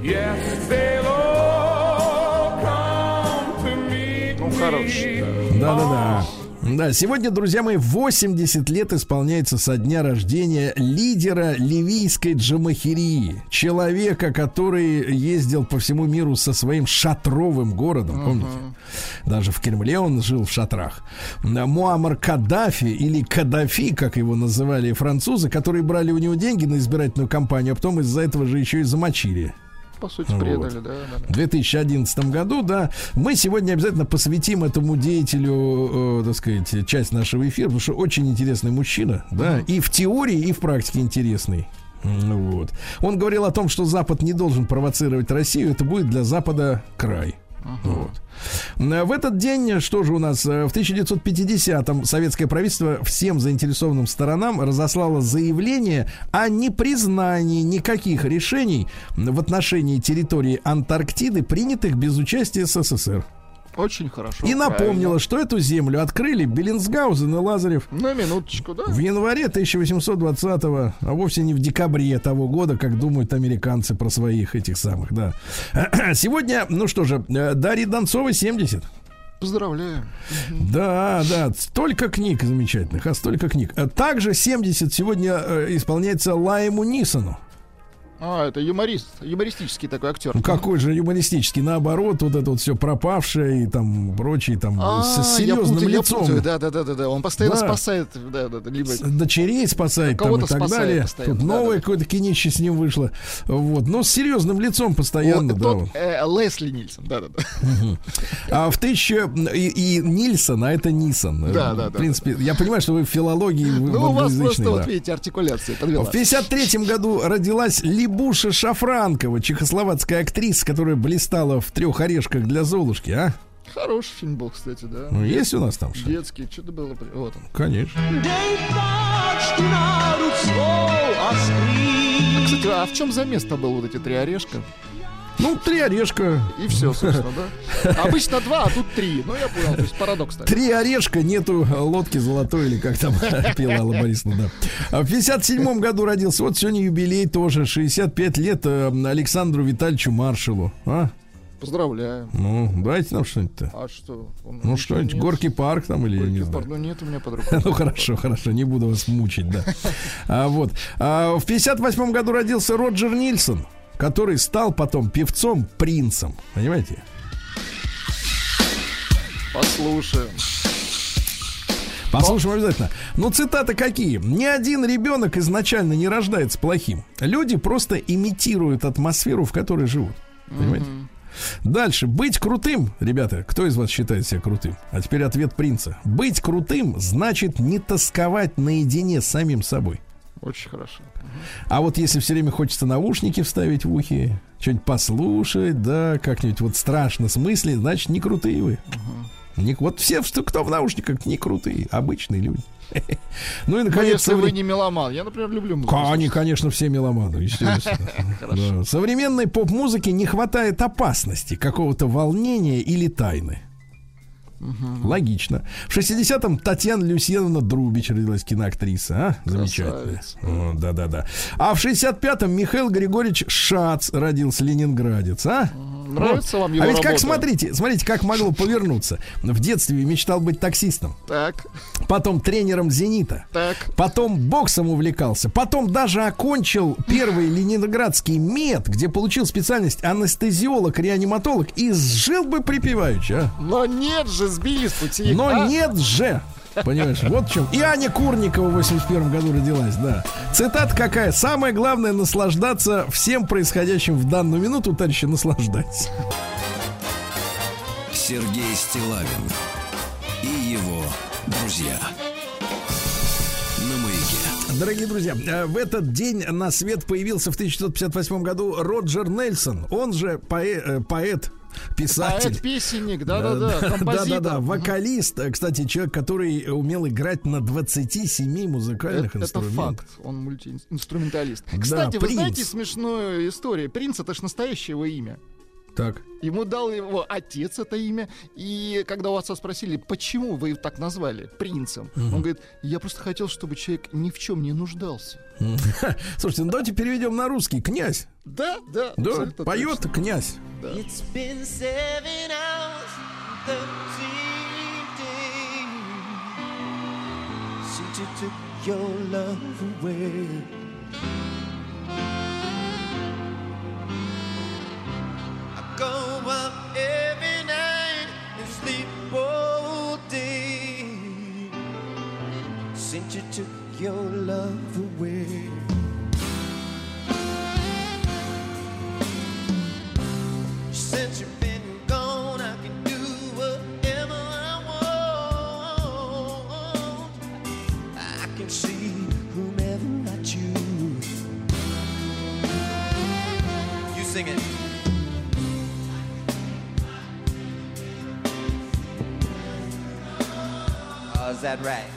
Хороший. Да. Да, сегодня, друзья мои, 80 лет исполняется со дня рождения лидера ливийской джамахирии. Человека, который ездил по всему миру со своим шатровым городом, помните? Даже в Кремле он жил в шатрах. Муаммар Каддафи, или Каддафи, как его называли французы, которые брали у него деньги на избирательную кампанию, а потом из-за этого же еще и замочили. По сути, предали, да. В 2011 году, да. Мы сегодня обязательно посвятим этому деятелю, так сказать, часть нашего эфира, потому что очень интересный мужчина, да, и в теории, и в практике интересный. Вот. Он говорил о том, что Запад не должен провоцировать Россию, это будет для Запада край. Вот. В этот день, что же у нас, в 1950-м советское правительство всем заинтересованным сторонам разослало заявление о непризнании никаких решений в отношении территории Антарктиды, принятых без участия СССР. Очень хорошо. И напомнила, что эту землю открыли Беллинсгаузен и Лазарев на минуточку, да? в январе 1820-го, а вовсе не в декабре того года, как думают американцы про своих этих самых, да. Сегодня, Дарье Донцовой 70. Поздравляю. Да, столько книг замечательных, столько книг. Также 70 сегодня исполняется Лайму Нисону. Это юмористический такой актер. Какой же юмористический, наоборот, вот это вот все пропавшее и там прочие там с серьезным лицом. Да. Он постоянно спасает, либо дочерей спасает там и так далее. Тут новое какое-то кинище с ним вышло. Вот, но с серьезным лицом постоянно, Лесли Нильсон, да. А в и Нильсон, а это Нисон. Да. В принципе, я понимаю, что вы в филологии. У вас просто, вот видите, артикуляция подвела. В 1953 году родилась Либуша Шафранкова, чехословацкая актриса, которая блистала в «Трех орешках для Золушки», а? Хороший фильм был, кстати, да. Есть у нас там что? Детский, что-то было. Вот он. Конечно. Кстати, а в чем замес-то был вот эти 3 орешка? 3 орешка. И все, собственно, да? Обычно 2, а тут 3. Я понял, то есть парадокс. 3 орешка, нету лодки золотой, или как там пела Алла Борисовна, да. В 57 году родился, вот сегодня юбилей тоже, 65 лет Александру Витальевичу Маршалу, Поздравляю. Дайте нам что-нибудь-то. А что? Что-нибудь, Горький парк там или не знаю. Нет у меня под рукой. Хорошо, не буду вас мучить, да. Вот. В 58 году родился Роджер Нильсон, который стал потом певцом Принцем. Понимаете? Послушаем. Послушаем обязательно. Ну, цитаты какие? Ни один ребенок изначально не рождается плохим. Люди просто имитируют атмосферу, в которой живут. Понимаете? Дальше. Быть крутым, ребята, кто из вас считает себя крутым? А теперь ответ принца. Быть крутым значит не тосковать наедине с самим собой. Очень хорошо. А вот если все время хочется наушники вставить в ухи, что-нибудь послушать, да, как-нибудь вот страшно смыслить, значит, не крутые вы. Вот все, кто в наушниках, не крутые, обычные люди. Ну и наконец, если вы не меломан, я, например, люблю музыку. Конечно, все меломаны, естественно. В современной поп-музыке не хватает опасности, какого-то волнения или тайны. Логично. В 60-м Татьяна Люсьеновна Друбич родилась, киноактриса. Замечательно. Да. А в 65-м Михаил Григорьевич Шац родился, ленинградец. Нравится вам его А ведь работа? как, смотрите, как могло повернуться. В детстве мечтал быть таксистом. Так. Потом тренером «Зенита». Так. Потом боксом увлекался. Потом даже окончил первый ленинградский мед, где получил специальность анестезиолог-реаниматолог и жил бы припеваючи, Но нет же, сбили с пути. нет же. Понимаешь, вот в чем. И Аня Курникова в 81 году родилась, да. Цитата какая? Самое главное — наслаждаться всем происходящим в данную минуту, товарищи, наслаждайтесь. Сергей Стиллавин и его друзья. На маяке. Дорогие друзья, в этот день на свет появился в 1958 году Роджер Нельсон, он же поэт, писатель. Поэт-песенник, да-да-да, композитор. Да-да-да, вокалист, кстати, человек, который умел играть на 27 музыкальных инструментах. Это факт, он мультиинструменталист. Да, Кстати, вы Принц. знаете смешную историю? Принц — это ж настоящее его имя. Так. Ему дал его отец это имя, и когда у отца спросили, почему вы его так назвали принцем, он говорит: я просто хотел, чтобы человек ни в чем не нуждался. Слушайте, ну давайте переведем на русский. Князь. Да, Да, абсолютно поет точно. князь. Да. It's been 7 hours and 13 days since you took your love away. I go up every night and sleep all day since you took your love away. Since you've been gone, I can do whatever I want. I can see whomever I choose. You sing it. Oh, is that right?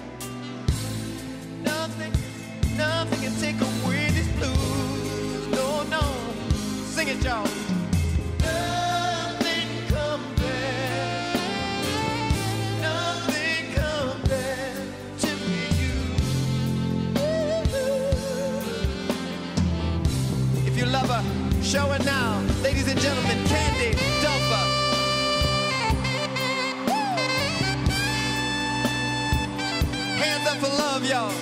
Nothing can take away these blues. No, no. Sing it, y'all. Nothing compares. Nothing compares to you. If you love her, show her now. Ladies and gentlemen, Candy Dulfer. Hands up for love, y'all.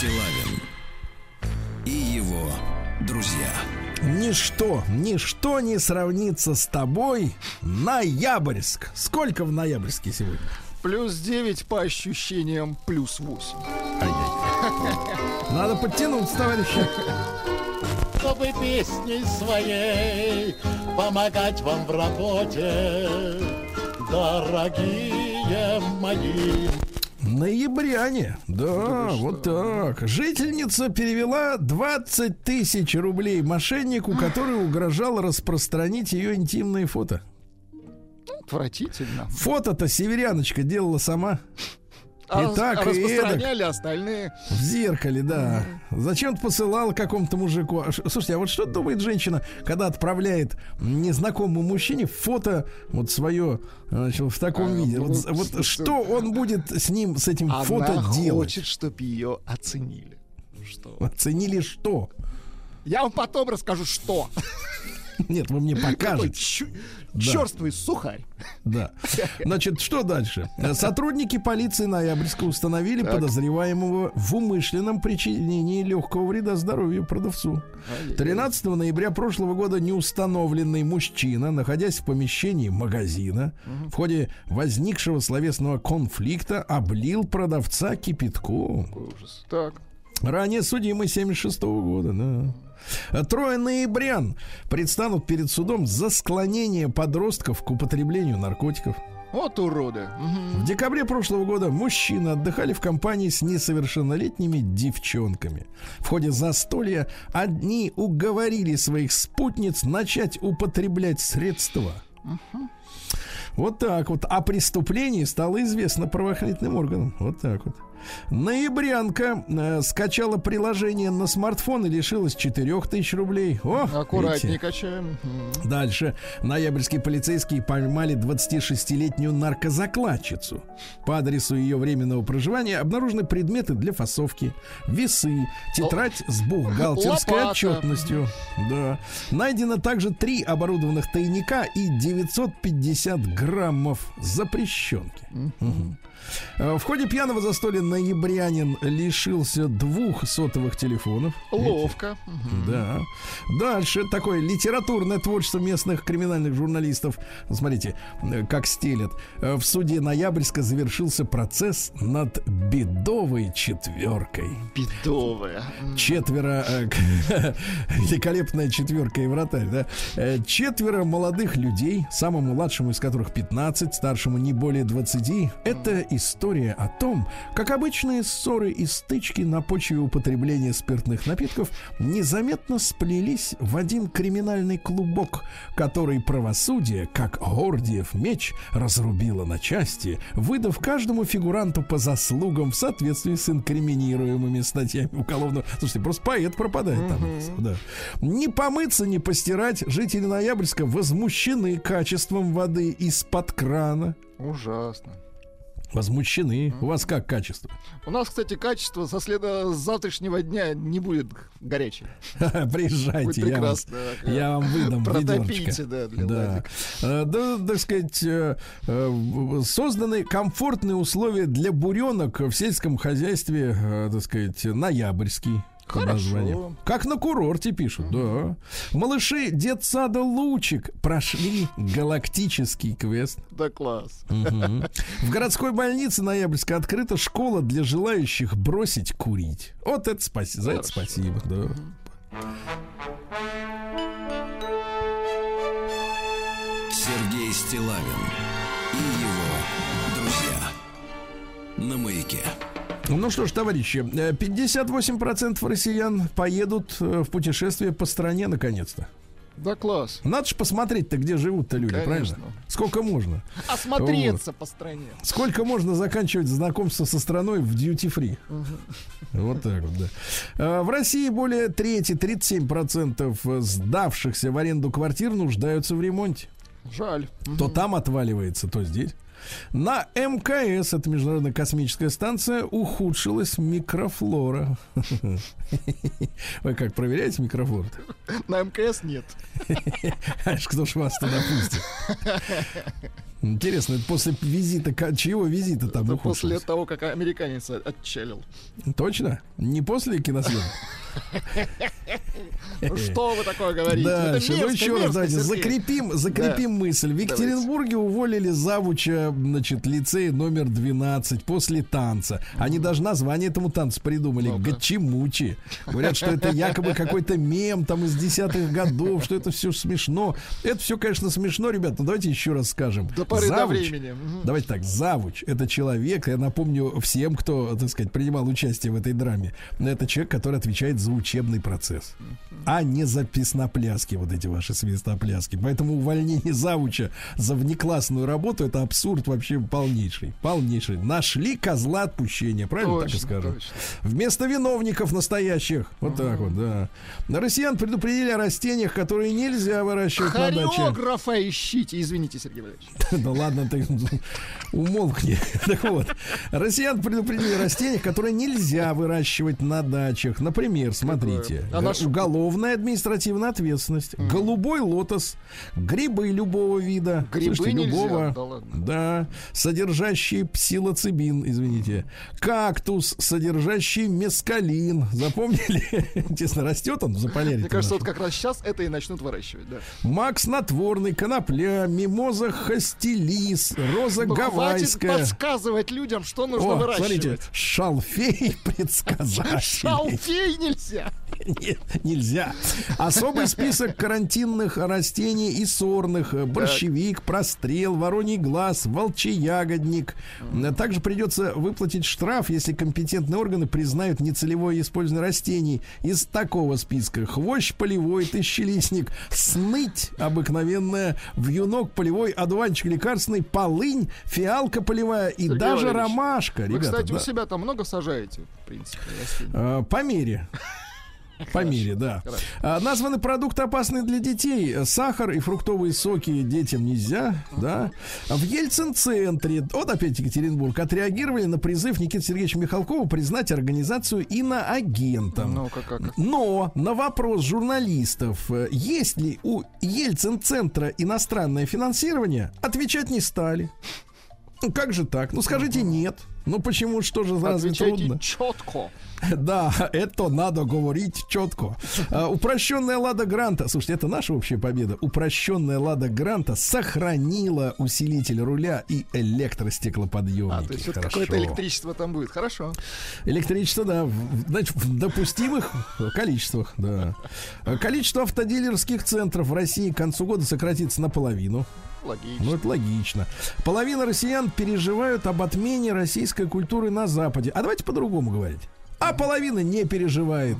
Стиллавин и его друзья. Ничто не сравнится с тобой. Ноябрьск. Сколько в ноябрьске сегодня? +9 по ощущениям, +8. Надо подтянуться, товарищи. Чтобы песней своей помогать вам в работе, дорогие мои. Ноябряне, да, вот так. Жительница перевела 20 тысяч рублей мошеннику, который угрожал распространить ее интимные фото. Отвратительно. Фото-то северяночка делала сама. И так, и распространяли остальные. В зеркале, да. Зачем-то посылала какому-то мужику. Слушайте, а вот что думает женщина, когда отправляет незнакомому мужчине фото вот свое, значит, в таком виде? Вот что он будет с ним, с этим фото делать? Она хочет, чтобы ее оценили. Что? Оценили что? Я вам потом расскажу, что. Нет, вы мне покажете. Черствый сухарь. Да. Значит, что дальше? Сотрудники полиции Ноябрьска установили подозреваемого в умышленном причинении легкого вреда здоровью продавцу. 13 ноября прошлого года неустановленный мужчина, находясь в помещении магазина, в ходе возникшего словесного конфликта облил продавца кипятком. Ужас. Так. Ранее судимый 76-го года, да. 3 ноябрян предстанут перед судом за склонение подростков к употреблению наркотиков. Вот уроды. В декабре прошлого года мужчины отдыхали в компании с несовершеннолетними девчонками. В ходе застолья одни уговорили своих спутниц начать употреблять средства. Вот так вот. О преступлении стало известно правоохранительным органам. Вот так вот. Ноябрянка скачала приложение на смартфон и лишилась 4000 рублей. О, аккуратнее видите? качаем. Дальше. Ноябрьские полицейские поймали 26-летнюю наркозакладчицу. По адресу ее временного проживания обнаружены предметы для фасовки, весы, тетрадь с бухгалтерской Лопата. отчетностью. Да. Найдено также 3 оборудованных тайника и 950 граммов запрещенки. В ходе пьяного застолья ноябрянин лишился 2 сотовых телефонов. Ловко. Да. Дальше такое литературное творчество местных криминальных журналистов. Смотрите, как стелят. В суде Ноябрьска завершился процесс над бедовой четверкой. Бедовая. 4 великолепная четверка и вратарь, да? 4 молодых людей, самому младшему из которых 15, старшему не более 20. Это история о том, как обычные ссоры и стычки на почве употребления спиртных напитков незаметно сплелись в один криминальный клубок, который правосудие, как Гордиев меч, разрубило на части, выдав каждому фигуранту по заслугам в соответствии с инкриминируемыми статьями уголовного. Слушайте, просто поэт пропадает там. Да. Не помыться, не постирать. Жители Ноябрьска возмущены качеством воды из-под крана. Ужасно. Возмущены. У вас как качество? У нас, кстати, качество с завтрашнего дня не будет горячее. Приезжайте, Будет прекрасно. я вам выдам Протопите, ведерочко. да, для Да. Да, так сказать, созданы комфортные условия для буренок в сельском хозяйстве, так сказать, ноябрьский. Хорошо. Как на курорте пишут, да. Малыши детсада «Лучик» прошли галактический квест. Да класс. В городской больнице Ноябрьска открыта школа для желающих бросить курить. Вот это спасибо. За это спасибо, да. Сергей Стиллавин и его друзья на Маяке. Ну что ж, товарищи, 58% россиян поедут в путешествие по стране наконец-то. Да класс. Надо же посмотреть-то, где живут-то люди, Конечно. правильно? Сколько можно? Осмотреться по стране. Сколько можно заканчивать знакомство со страной в дьюти-фри? Вот так вот, да. В России более трети, 37% сдавшихся в аренду квартир нуждаются в ремонте. Жаль. То там отваливается, то здесь. На МКС, это Международная космическая станция, ухудшилась микрофлора. Вы как, проверяете микрофлору? На МКС нет. Аж кто ж вас туда пустит? Интересно, это после визита, чьего визита там Это ухудшилось? после того, как американец отчалил. Точно? Не после киносъемок? Ну что вы такое говорите? Дальше, Это ну мерзко, еще раз, мерзко, давайте Сергей. закрепим мысль. В Екатеринбурге уволили завуча, значит, лицея номер 12 после танца. Они даже название этому танцу придумали. Ну-ка. Гачимучи. Говорят, что это якобы какой-то мем там из 10-х годов, что это все смешно. Это все, конечно, смешно, ребята, но давайте еще раз скажем. До поры до Завуч, времени. Мгм. давайте так, завуч — это человек, я напомню всем, кто, так сказать, принимал участие в этой драме, это человек, который отвечает за учебный процесс, а не за песнопляски, вот эти ваши свистопляски. Поэтому увольнение завуча за внеклассную работу — это абсурд вообще полнейший. Полнейший. Нашли козла отпущения, правильно так и Точно, скажем? точно. Вместо виновников настоящих. Вот так вот, да. Россиян предупредили о растениях, которые нельзя выращивать на даче. Хореографа ищите. Извините, Сергей Валерьевич. Да ладно, ты умолкни. Так вот, россиян предупредили о растениях, которые нельзя выращивать на дачах. Например, смотрите, А наш- уголовная административная ответственность, голубой лотос, грибы любого вида. Грибы Слушайте, нельзя? любого, Да ладно. да, содержащий псилоцибин, извините, кактус, содержащий мескалин. Запомнили? Интересно, растет он в Заполярье? Мне кажется, вот как раз сейчас это и начнут выращивать, да. Мак снотворный, конопля, мимоза хастелис, роза Ну, хватит гавайская. подсказывать людям, что нужно О, выращивать. смотрите, шалфей предсказатель. Шалфей нельзя. Нет, нельзя. Особый список карантинных растений и сорных. Борщевик, прострел, вороний глаз, волчий-ягодник. Также придется выплатить штраф, если компетентные органы признают нецелевое использование растений. Из такого списка: хвощ полевой, тысячелистник, сныть обыкновенная, вьюнок полевой, одуванчик лекарственный, полынь, фиалка полевая и Сергей даже Валерьевич, ромашка. Вы, Ребята, кстати, да. у себя там много сажаете, в принципе, растений? По мере. По мере, да. Названы продукты, опасные для детей. Сахар и фруктовые соки детям нельзя, да. В Ельцин-центре, вот опять Екатеринбург, отреагировали на призыв Никиты Сергеевича Михалкова признать организацию иноагентом. Ну-ка, как? Но на вопрос журналистов, есть ли у Ельцин-центра иностранное финансирование, отвечать не стали. Ну, как же так? Ну, скажите нет. Ну, почему? Что же разве Отвечайте трудно? четко. Да, это надо говорить четко. Упрощенная Лада Гранта, слушайте, это наша общая победа. Упрощенная Лада Гранта сохранила усилитель руля и электростеклоподъемники. То есть вот Хорошо. какое-то электричество там будет. Хорошо. Электричество, да, значит, в допустимых количествах, да. Количество автодилерских центров в России к концу года сократится наполовину. Логично. Ну, это логично. Половина россиян переживают об отмене российской культуры на Западе. А давайте по-другому говорить. А половина не переживает.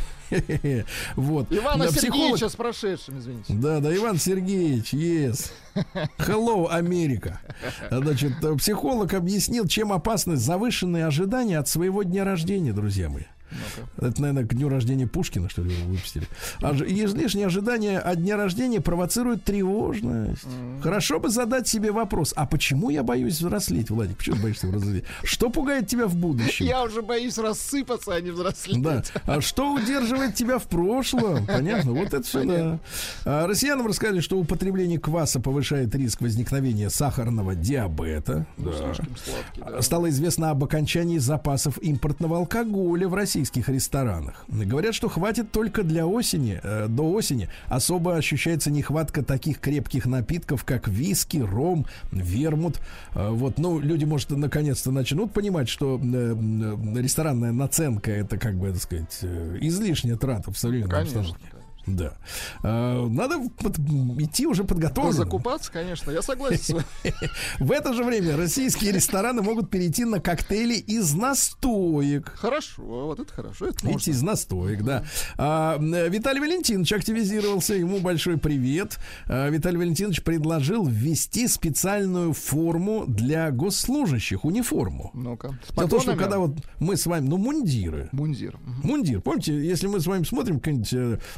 Вот. Ивана Да, Сергеевича с прошедшим, извините. Да, Иван Сергеевич, yes. Hello, Америка. Значит, психолог объяснил, чем опасны завышенные ожидания от своего дня рождения, друзья мои. Это, наверное, к дню рождения Пушкина, что ли, выпустили. Излишние ожидания от дня рождения провоцируют тревожность. Хорошо бы задать себе вопрос: а почему я боюсь взрослеть, Владик? Почему ты боишься взрослеть? Что пугает тебя в будущем? Я уже боюсь рассыпаться, а не взрослеть. Да. А что удерживает тебя в прошлом? Понятно? Вот это все, да. Россиянам рассказали, что употребление кваса повышает риск возникновения сахарного диабета. Да. Слишком сладкий, да. Стало известно об окончании запасов импортного алкоголя в российских ресторанах. Говорят, что хватит только для осени. До осени особо ощущается нехватка таких крепких напитков, как виски, ром, вермут. Вот, ну, люди, может, наконец-то начнут понимать, что ресторанная наценка — это, как бы, так сказать, излишняя трата в современной Конечно. обстановке. Да. Надо идти уже подготовленным. Закупаться, конечно, я согласен с вами. В это же время российские рестораны могут перейти на коктейли из настоек. Хорошо, вот это хорошо. Это Видите, можно. из настоек, да. Виталий Валентинович активизировался, ему большой привет. Виталий Валентинович предложил ввести специальную форму для госслужащих, униформу. Ну-ка. С Для того, что погонами? когда вот мы с вами, ну, мундиры. Мундир. Мундир. Помните, если мы с вами смотрим какой-нибудь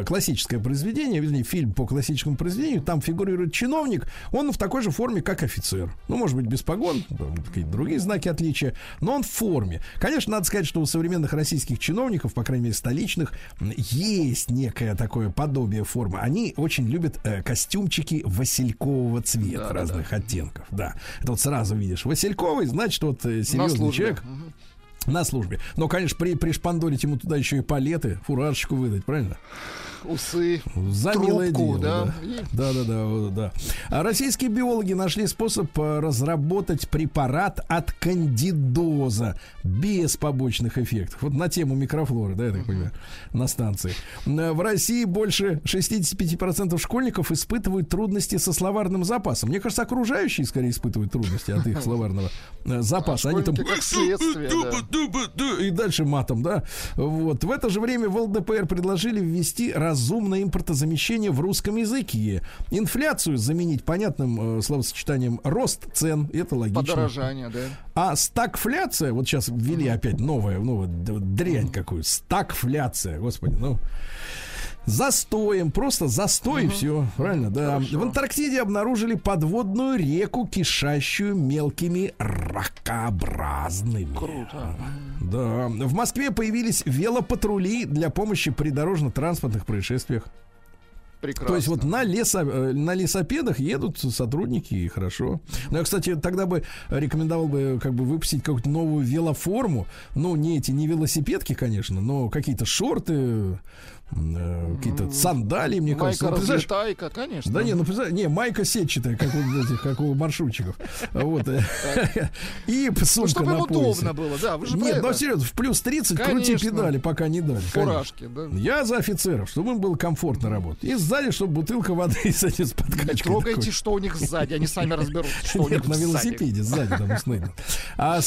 классическое произведение, вернее, фильм по классическому произведению, там фигурирует чиновник, он в такой же форме, как офицер. Ну, может быть, без погон, какие-то другие знаки отличия, но он в форме. Конечно, надо сказать, что у современных российских чиновников, по крайней мере, столичных, есть некое такое подобие формы. Они очень любят костюмчики василькового цвета, разных оттенков. Да, это вот сразу видишь. Васильковый, значит, вот серьезный человек. На службе. Но, конечно, пришпандорить ему туда еще и палеты, фуражечку выдать, правильно? Усы, за трубку, милое дело, да? Да. А российские биологи нашли способ разработать препарат от кандидоза без побочных эффектов. Вот на тему микрофлоры, да, я так понимаю, на станции. В России больше 65% школьников испытывают трудности со словарным запасом. Мне кажется, окружающие скорее испытывают трудности от их словарного запаса. Они там как следствие, да. и дальше матом, да. Вот. В это же время в ЛДПР предложили ввести разумное импортозамещение в русском языке. Инфляцию заменить понятным словосочетанием рост цен. Это логично. Подорожание, да. А стагфляция, вот сейчас ввели опять новую дрянь какую. Стагфляция, господи, ну... Застоем, просто застой и все, правильно, да. Хорошо. В Антарктиде обнаружили подводную реку, кишащую мелкими ракообразными. Круто. Да. В Москве появились велопатрули для помощи при дорожно-транспортных происшествиях. Прекрасно. То есть вот на лесопедах едут сотрудники, и хорошо. Но я, кстати, тогда бы рекомендовал бы как бы выпустить какую-то новую велоформу. Ну, не велосипедки, конечно, но какие-то шорты, какие-то сандалии, мне кажется. Майка разлетайка, конечно. Да не, майка сетчатая, как у маршрутчиков. Вот. И сумка чтобы на им поясе. удобно было, да. Вы же Нет, ну серьезно, в плюс 30 крути педали, пока не дали. Фуражки, да. Я за офицеров, чтобы им было комфортно работать. И сзади, чтобы бутылка воды с подкачкой. Не трогайте, что у них сзади, они сами разберутся, что у них на сзади. велосипеде сзади там уснуть. А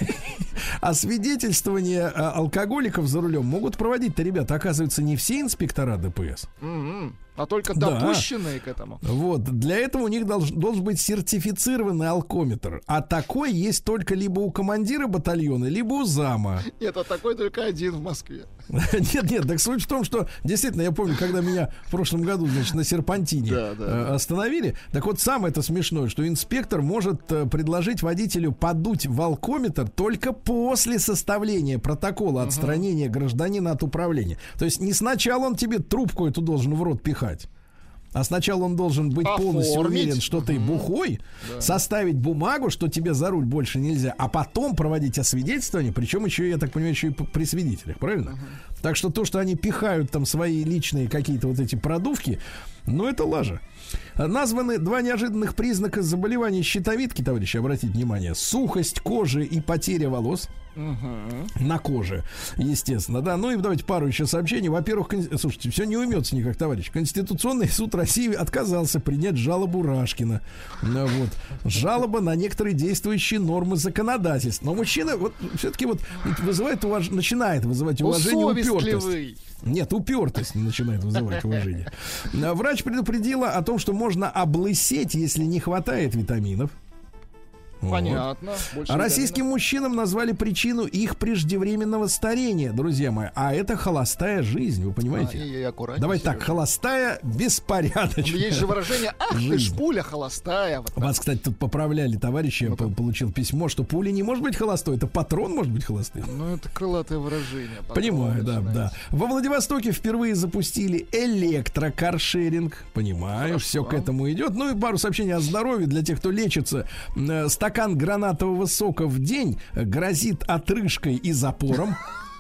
свидетельствование алкоголиков за рулем могут проводить-то, ребята, оказывается, не все инспектора ДПС. А только Да. допущенные к этому. Вот. Для этого у них должен быть сертифицированный алкометр. А такой есть только либо у командира батальона, либо у зама. Это такой только один в Москве. Нет, так суть в том, что действительно, я помню, когда меня в прошлом году, значит, на серпантине остановили, так вот самое это смешное, что инспектор может предложить водителю подуть в алкометр только после составления протокола отстранения гражданина от управления. То есть не сначала он тебе трубку эту должен в рот пихать, а сначала он должен быть полностью уверен, что ты бухой, составить бумагу, что тебе за руль больше нельзя, а потом проводить освидетельствование, причем еще, я так понимаю, еще и при свидетелях, правильно? Так что то, что они пихают там свои личные какие-то вот эти продувки, ну это лажа. Названы два неожиданных признака заболевания щитовидки, товарищи, обратите внимание: сухость кожи и потеря волос. На коже, естественно, да. Ну и давайте пару еще сообщений. Во-первых, слушайте, все не уймется никак, товарищ. Конституционный суд России отказался принять жалобу Рашкина. Вот. Жалоба на некоторые действующие нормы законодательства. Но мужчина вот все-таки вот начинает вызывать уважение, упертость. Нет, упертость начинает вызывать уважение. Врач предупредила о том, что можно облысеть, если не хватает витаминов. Понятно. Вот. А российским мужчинам назвали причину их преждевременного старения, друзья мои. А это холостая жизнь, вы понимаете? Давай так, холостая, беспорядочная. Есть же выражение: ах ты ж пуля холостая. Вот вас, кстати, тут поправляли, товарищи, я получил письмо, что пуля не может быть холостой, это патрон может быть холостым. Ну, это крылатое выражение. Понимаю, да. Во Владивостоке впервые запустили электрокаршеринг. Понимаю, все к этому идет. Ну и пару сообщений о здоровье для тех, кто лечится. Стакан гранатового сока в день грозит отрыжкой и запором.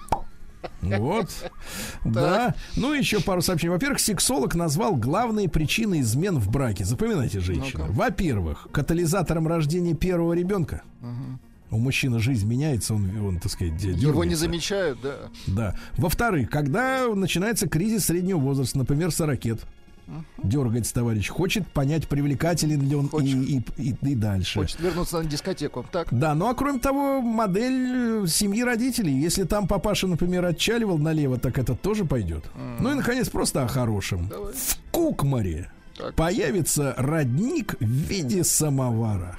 Вот. Да. Ну, еще пару сообщений. Во-первых, сексолог назвал главные причины измен в браке. Запоминайте, женщины. Во-первых, катализатором рождения первого ребенка. У мужчины жизнь меняется, он, так сказать, дергается. Его не замечают, да. Да. Во-вторых, когда начинается кризис среднего возраста, например, 40 лет. Дергается товарищ, хочет понять, привлекателен ли он и дальше. Хочет вернуться на дискотеку. Так. Да, ну а кроме того, модель семьи родителей. Если там папаша, например, отчаливал налево, так это тоже пойдет. Ну и, наконец, просто о хорошем. Давай. В Кукмаре появится родник в виде самовара.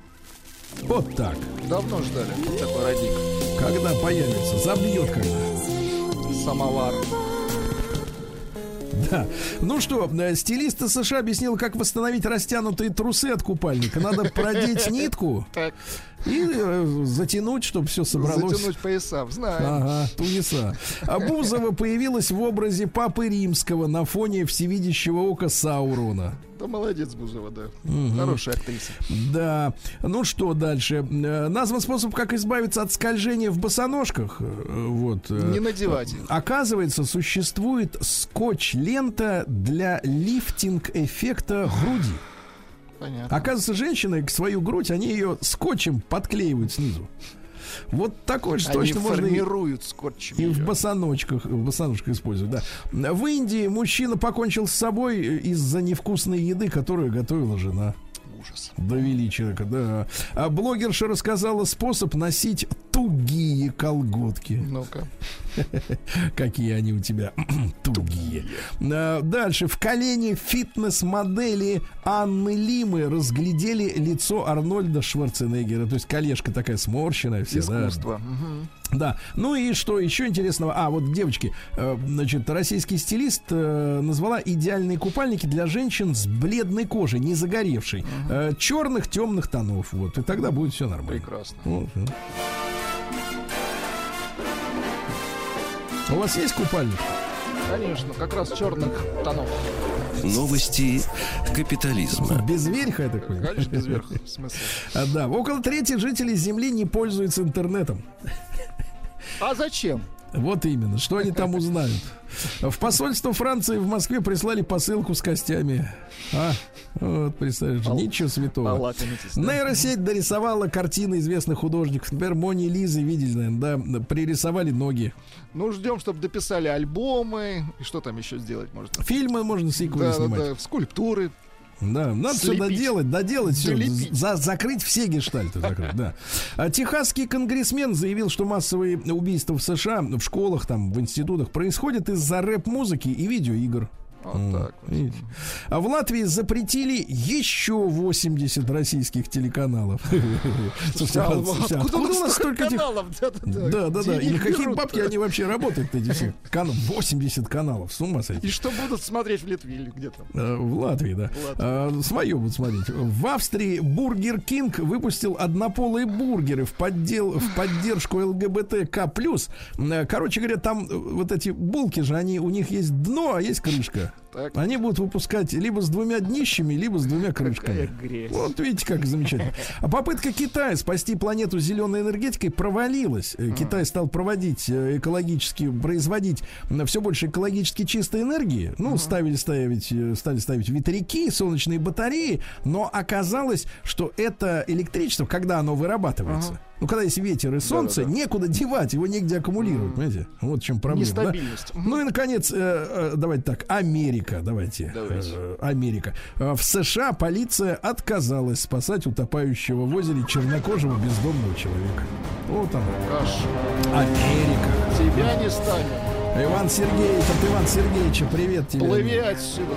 Вот так. Давно ждали такой родник. Когда появится? Забьет когда? Самовар. Да. Ну что, стилист США объяснил, как восстановить растянутые трусы от купальника. Надо продеть нитку Так, и затянуть, чтобы все собралось. затянуть пояса, знаем. Ага, туниса. А Бузова появилась в образе Папы Римского на фоне всевидящего ока Саурона. Да молодец Бузова, да. Хорошая актриса. Да. Ну что дальше? Назван способ, как избавиться от скольжения в босоножках. Вот. Не надевать их. Оказывается, существует скотч-лента для лифтинг-эффекта груди. Понятно. Оказывается, женщины свою грудь, они ее скотчем подклеивают снизу. Вот такой же Они точно можно и формируют скотчем. в её. босоножках используют, да. В Индии мужчина покончил с собой из-за невкусной еды, которую готовила жена. Ужас. Довели человека, да. А блогерша рассказала способ носить тугие колготки. Ну-ка. Какие они у тебя тугие. Дальше. В колене фитнес-модели Анны Лимы разглядели лицо Арнольда Шварценеггера. То есть колешка такая сморщенная. Вся, Искусство. да. Ну и что еще интересного? А, вот, девочки, значит, российский стилист назвала идеальные купальники для женщин с бледной кожей, не загоревшей. Черных, темных тонов. Вот. И тогда будет все нормально. Прекрасно. Вот. У вас есть купальник? Конечно, как раз черных тонов. Новости капитализма. Без верха, я так понимаю. Конечно, без верха. В смысле? Да, около трети жителей Земли не пользуются интернетом. А зачем? Вот именно, что они там узнают. В посольство Франции в Москве прислали посылку с костями. Вот, представляешь, ничего святого. Полакомитесь, да? Нейросеть дорисовала картины известных художников. Например, Мони Лизы, видели, наверное, да, пририсовали ноги. Ну, ждем, чтобы дописали альбомы. И что там еще сделать можно? Фильмы можно сиквелы снимать. Да, скульптуры. Да, надо все Слепить. доделать все, Долепить. закрыть все гештальты. Да. А техасский конгрессмен заявил, что массовые убийства в США, в школах, там, в институтах происходят из-за рэп-музыки и видеоигр. Вот так вот. Видите? А в Латвии запретили еще 80 российских телеканалов. Слушайте, откуда у нас столько этих... каналов? Да. Где И на их какие берут? бабки они вообще работают, эти все? 80 каналов, с ума сойти. И что будут смотреть в Литве или где там? В Латвии, да. Свое будут смотреть. В Австрии Бургер Кинг выпустил однополые бургеры в поддержку ЛГБТК+. Короче говоря, там вот эти булки же, у них есть дно, а есть крышка. Так. Они будут выпускать либо с двумя днищами, либо с двумя крышками. Какая грязь. Вот видите, как замечательно. А попытка Китая спасти планету зеленой энергетикой провалилась. Китай стал производить все больше экологически чистой энергии. Ну, стали ставить ветряки, солнечные батареи. Но оказалось, что это электричество, когда оно вырабатывается, ну, когда есть ветер и солнце, некуда девать, его негде аккумулировать, понимаете? Вот в чем проблема. Нестабильность. Да? Ну и, наконец, давайте так, Америка, давайте. Америка. В США полиция отказалась спасать утопающего в озере чернокожего бездомного человека. Вот он. Америка. Тебя не станет. Иван Сергеевич, от Ивана Сергеевича, привет тебе. Плыви отсюда.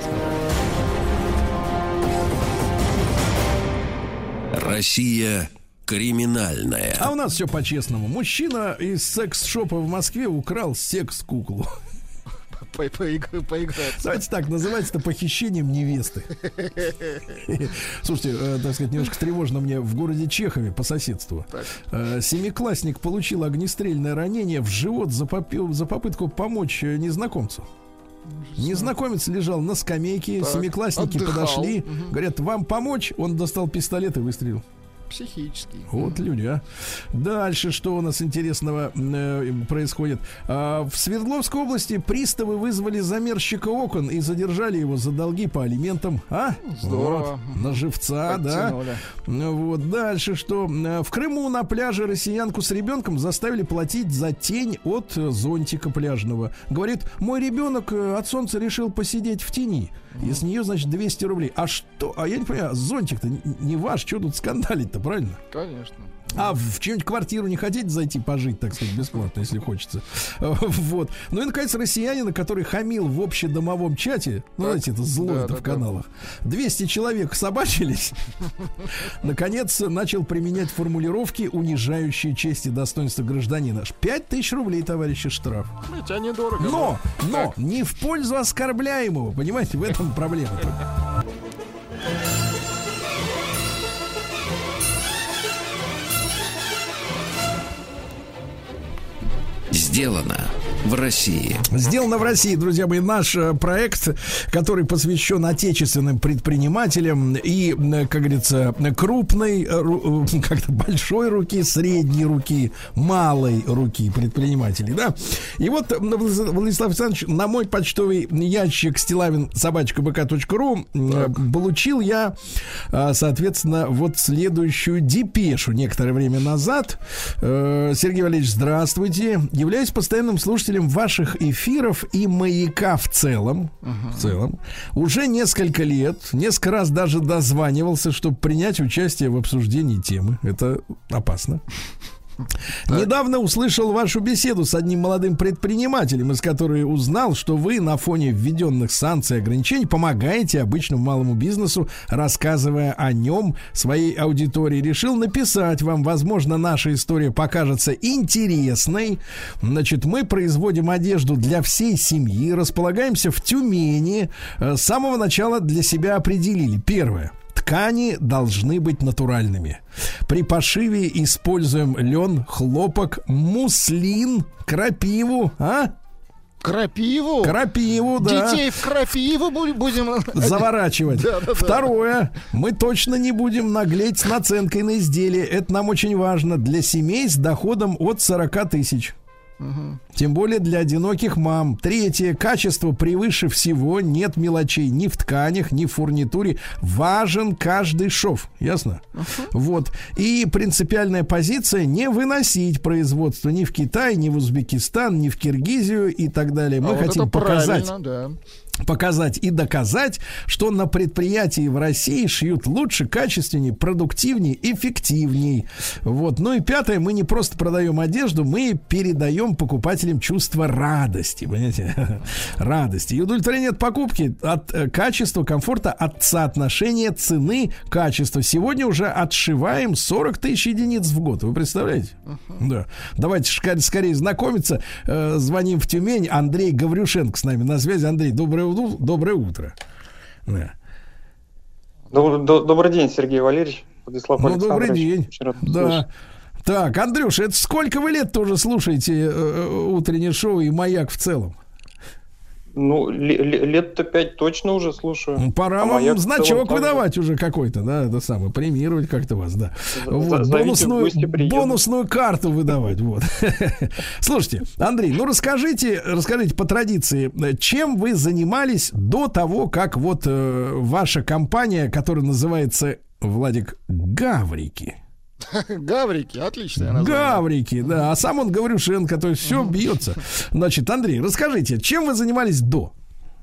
Россия криминальная. А у нас все по-честному. Мужчина из секс-шопа в Москве украл секс-куклу. Поиграться. Давайте так, называется это похищением невесты. Слушайте, так сказать, немножко тревожно мне в городе Чехове по соседству. Семиклассник получил огнестрельное ранение в живот за попытку помочь незнакомцу. Незнакомец лежал на скамейке, так, семиклассники подошли, говорят, вам помочь? Он достал пистолет и выстрелил. Психический. Вот люди, а. Дальше, что у нас интересного происходит? В Свердловской области приставы вызвали замерщика окон и задержали его за долги по алиментам. Здорово. Вот, на живца, подтянули. Да. Вот. Дальше, что в Крыму на пляже россиянку с ребенком заставили платить за тень от зонтика пляжного. Говорит, мой ребенок от солнца решил посидеть в тени. И с нее, значит, 200 рублей. А что? А я не понимаю, зонтик-то не ваш, что тут скандалить-то, правильно? Конечно. А в чью-нибудь квартиру не хотите зайти пожить, так сказать, бесплатно, если хочется? Вот. Ну и, наконец, россиянина, который хамил в общедомовом чате, ну, знаете, это зло, это в каналах. 200 человек собачились. Наконец, начал применять формулировки, унижающие честь и достоинство гражданина. 5000 рублей, товарищи, штраф. Ведь они дорого. Но не в пользу оскорбляемого, понимаете, в этом проблема. Сделано в России. Сделано в России, друзья мои, наш проект, который посвящен отечественным предпринимателям и, как говорится, крупной, как-то большой руки, средней руки, малой руки предпринимателей, да. И вот, Владислав Александрович, на мой почтовый ящик stilavin@bk.ru получил я, соответственно, вот следующую депешу некоторое время назад. Сергей Валерьевич, здравствуйте. Являюсь постоянным слушателем ваших эфиров и «Маяка» в целом. Уже несколько лет, несколько раз даже дозванивался, чтобы принять участие в обсуждении темы. Это опасно. Недавно услышал вашу беседу с одним молодым предпринимателем, из которой узнал, что вы на фоне введенных санкций и ограничений помогаете обычному малому бизнесу, рассказывая о нем своей аудитории. Решил написать вам, возможно, наша история покажется интересной. Значит, мы производим одежду для всей семьи, располагаемся в Тюмени. С самого начала для себя определили. Первое. Ткани должны быть натуральными. При пошиве используем лен, хлопок, муслин, крапиву. Крапиву? Крапиву, да. Детей в крапиву будем заворачивать. Да. Второе. Мы точно не будем наглеть с наценкой на изделие. Это нам очень важно. Для семей с доходом от 40 тысяч. Тем более для одиноких мам. Третье. Качество превыше всего. Нет мелочей ни в тканях, ни в фурнитуре. Важен каждый шов. Ясно? Вот. И принципиальная позиция: не выносить производство ни в Китай, ни в Узбекистан, ни в Киргизию и так далее. Мы хотим показать и доказать, что на предприятии в России шьют лучше, качественнее, продуктивнее, эффективнее. Вот. Ну и пятое, мы не просто продаем одежду, мы передаем покупателям чувство радости, понимаете? Радости и удовлетворения от покупки, от качества, комфорта, от соотношения цены, качества. Сегодня уже отшиваем 40 тысяч единиц в год, вы представляете? Да. Давайте скорее знакомиться. Звоним в Тюмень. Андрей Гаврюшенко с нами на связи. Андрей, доброе утро. Да. Добрый день, Сергей Валерьевич. Владислав Добрый день. Да. Так, Андрюша, это сколько вы лет тоже слушаете утреннее шоу и «Маяк» в целом? Ну, лет-то 5 точно уже слушаю. Пора вам значок выдавать уже какой-то, да, это самое, премировать как-то вас, да. Вот, бонусную карту выдавать, вот. Слушайте, Андрей, ну расскажите по традиции, чем вы занимались до того, как вот ваша компания, которая называется, Владик, «Гаврики». Гаврики, отличное название. Гаврики, да. А сам он Гаврюшенко, то есть все бьется. Значит, Андрей, расскажите, чем вы занимались до?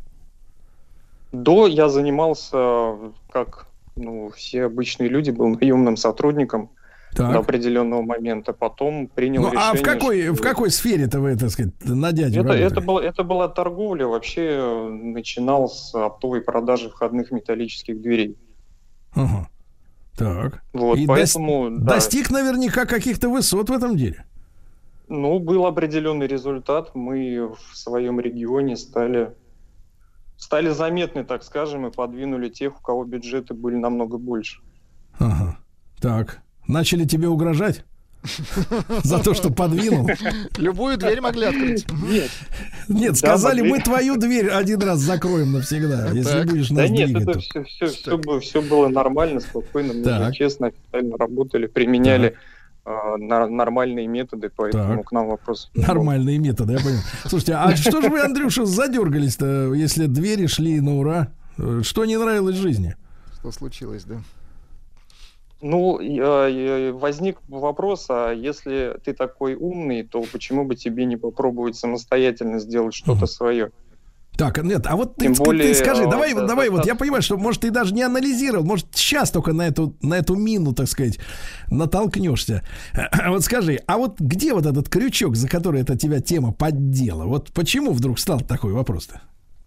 До я занимался, как все обычные люди, был наемным сотрудником до определенного момента. Потом принял решение. А в какой сфере-то вы, так сказать, на дядю работали? Это была торговля. Вообще начинал с оптовой продажи входных металлических дверей. Ага. Так. Вот, и поэтому, достиг наверняка каких-то высот в этом деле. Ну, был определенный результат. Мы в своем регионе стали заметны, так скажем, и подвинули тех, у кого бюджеты были намного больше. Ага. Так. Начали тебе угрожать? За то, что подвинул? Любую дверь могли открыть. Нет, сказали, мы твою дверь один раз закроем навсегда, если будешь нас двигать. Да нет, все было нормально, спокойно, мы честно, официально работали, применяли нормальные методы, поэтому к нам вопрос... Нормальные методы, я понял. Слушайте, а что же вы, Андрюша, задергались-то, если двери шли на ура? Что не нравилось в жизни? Что случилось, да? Ну, возник вопрос, а если ты такой умный, то почему бы тебе не попробовать самостоятельно сделать что-то свое? Так, нет, а вот Тем ты более, скажи, давай, да, вот да. я понимаю, что, может, ты даже не анализировал, может, сейчас только на эту мину, так сказать, натолкнешься. Вот скажи, а вот где вот этот крючок, за который эта тебя тема поддела? Вот почему вдруг стал такой вопрос-то?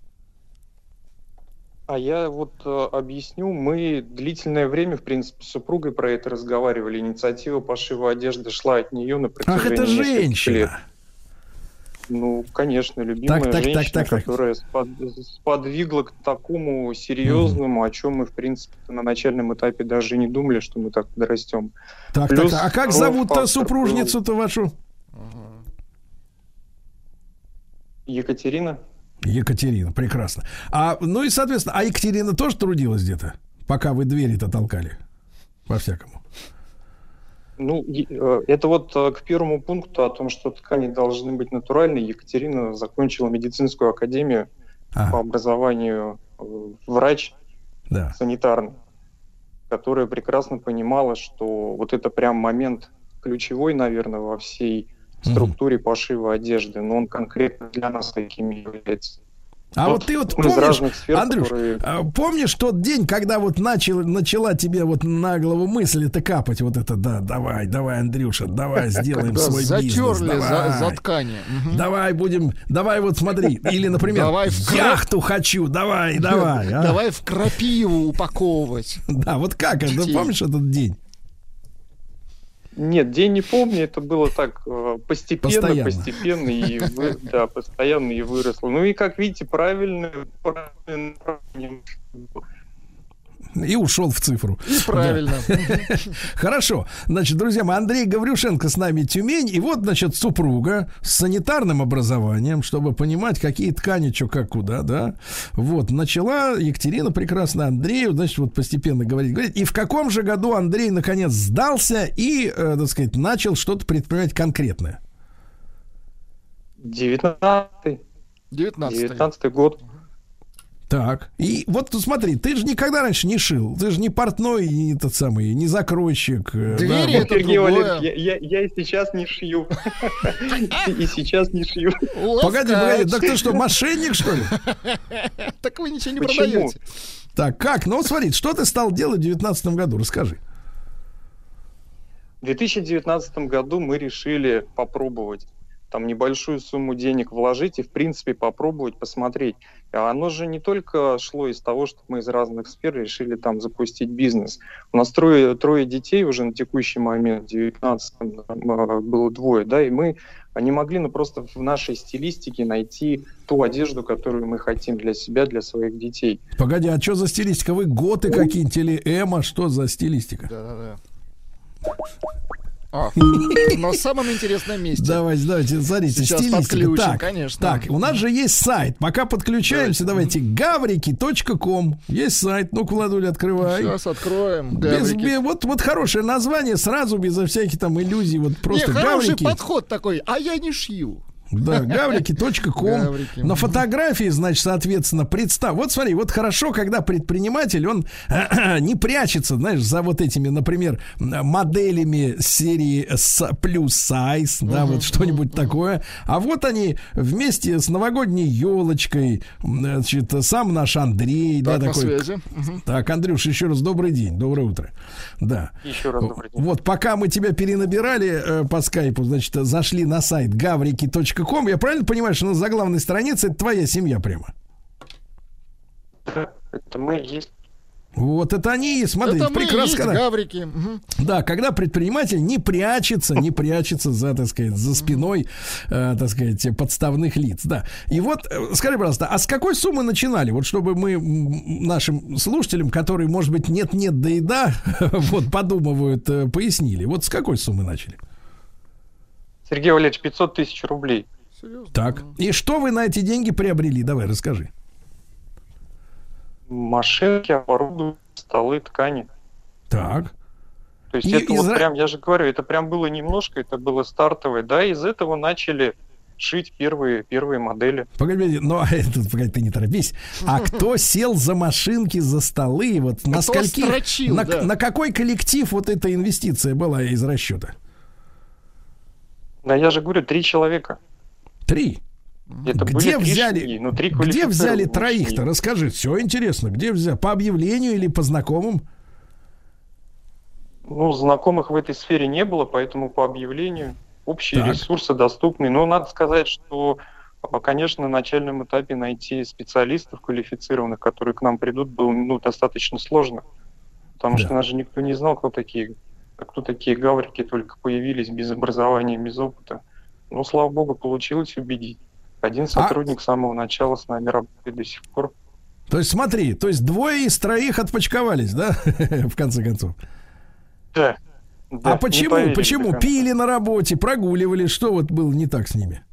А я вот объясню. Мы длительное время, в принципе, с супругой про это разговаривали. Инициатива пошива одежды шла от нее на протяжении Ах, это нескольких лет. женщина! Ну, конечно, любимая женщина, которая сподвигла к такому серьезному, о чем мы, в принципе, на начальном этапе даже не думали, что мы так дорастем. Так, Плюс а как зовут-то супружницу-то вашу? Екатерина. Екатерина, прекрасно. Ну и, соответственно, а Екатерина тоже трудилась где-то, пока вы двери-то толкали? По-всякому. Ну, это вот к первому пункту о том, что ткани должны быть натуральные. Екатерина закончила медицинскую академию по образованию врач санитарный, которая прекрасно понимала, что вот это прям момент ключевой, наверное, во всей структуре пошива одежды, но он конкретно для нас таким является. А вот ты вот помнишь, Андрюш, помнишь тот день, когда вот начала тебе вот на голову мысль это капать, вот это, да, давай, Андрюша, давай сделаем свой бизнес, давай. За ткани. Давай вот смотри, или, например, яхту хочу, давай. Давай в крапиву упаковывать. Да, вот как это, помнишь этот день? Нет, день не помню, это было так постепенно и постоянно и выросло. Ну и, как видите, правильно. И ушел в цифру. И правильно. Да. Хорошо. Значит, друзья мои, Андрей Гаврюшенко с нами, Тюмень. И вот, значит, супруга с санитарным образованием, чтобы понимать, какие ткани, что, как, куда, да. Вот, начала Екатерина прекрасно Андрею, значит, вот постепенно говорить. И в каком же году Андрей, наконец, сдался и, так сказать, начал что-то предпринимать конкретное? 19-й год. Так, и вот смотри, ты же никогда раньше не шил, ты же не портной, не тот самый, не закройщик. Двери это Сергей Валерьевич, я и сейчас не шью. И сейчас не шью. Погоди, так ты что, мошенник, что ли? Так вы ничего не продаете. Так, как? Ну, смотри, что ты стал делать в 2019 году, расскажи. В 2019 году мы решили попробовать там небольшую сумму денег вложить и, в принципе, попробовать, посмотреть. А оно же не только шло из того, что мы из разных сфер решили там запустить бизнес. У нас трое детей уже на текущий момент, в 19-м было 2, да, и мы не могли просто в нашей стилистике найти ту одежду, которую мы хотим для себя, для своих детей. Погоди, а что за стилистика? Вы готы какие-нибудь или эмо? Что за стилистика? Да. На самом интересном месте. Давайте, смотрите, сейчас стилистика. Так, конечно. Так, у нас же есть сайт. Пока подключаемся, давайте гаврики.ком. Есть сайт. Ну-ка, Владуля, открывай. Сейчас откроем. Вот хорошее название, сразу безо всяких там иллюзий. Вот просто хороший гаврики. Подход такой, а я не шью. Да, гаврики.ком. На фотографии, значит, соответственно, представь. Вот смотри, вот хорошо, когда предприниматель, он не прячется, знаешь, за вот этими, например, моделями серии плюс сайз, да, вот что-нибудь такое. А вот они вместе с новогодней елочкой, значит, сам наш Андрей, так, да, на такой. Связи. Так, Андрюш, еще раз добрый день, доброе утро. Да. Еще раз добрый день. Вот пока мы тебя перенабирали по скайпу, значит, зашли на сайт гаврики.ком. Я правильно понимаю, что на заглавной странице это твоя семья прямо? Это мы и есть. Вот это они, смотри, это прекрасно. Мы гаврики. Да, когда предприниматель не прячется за, так сказать, за спиной, так сказать, подставных лиц. Да. И вот, скажи, пожалуйста, а с какой суммы начинали? Вот чтобы мы нашим слушателям, которые, может быть, нет-нет, да и да, вот подумывают, пояснили. Вот с какой суммы начали? Сергей Валерьевич, 500 тысяч рублей. Серьезно? Так. И что вы на эти деньги приобрели? Давай, расскажи. Машинки, оборудование, столы, ткани. Так. То есть это вот прям, я же говорю, это прям было немножко, это было стартовое, да, из этого начали шить первые модели. Погоди, погоди, ты не торопись. А кто сел за машинки, за столы? Вот на скольких, строчил, на какой коллектив вот эта инвестиция была из расчета? Да, я же говорю, 3 человека. 3? Это Где были 3 взяли, швеи, но 3 где взяли квалифицированных троих-то? швей. Расскажи, все интересно. Где взяли? По объявлению или по знакомым? Ну, знакомых в этой сфере не было, поэтому по объявлению общие Так. ресурсы доступны. Но надо сказать, что, конечно, на начальном этапе найти специалистов квалифицированных, которые к нам придут, было достаточно сложно. Потому Да. что нас же никто не знал, кто такие гаврики, только появились без образования, без опыта. Но, слава богу, получилось убедить. Один сотрудник с самого начала с нами работает до сих пор. То есть смотри, то есть 2 из 3 отпочковались, да, в конце концов? Да. А почему? Почему? Пили на работе, прогуливали, что вот было не так с ними?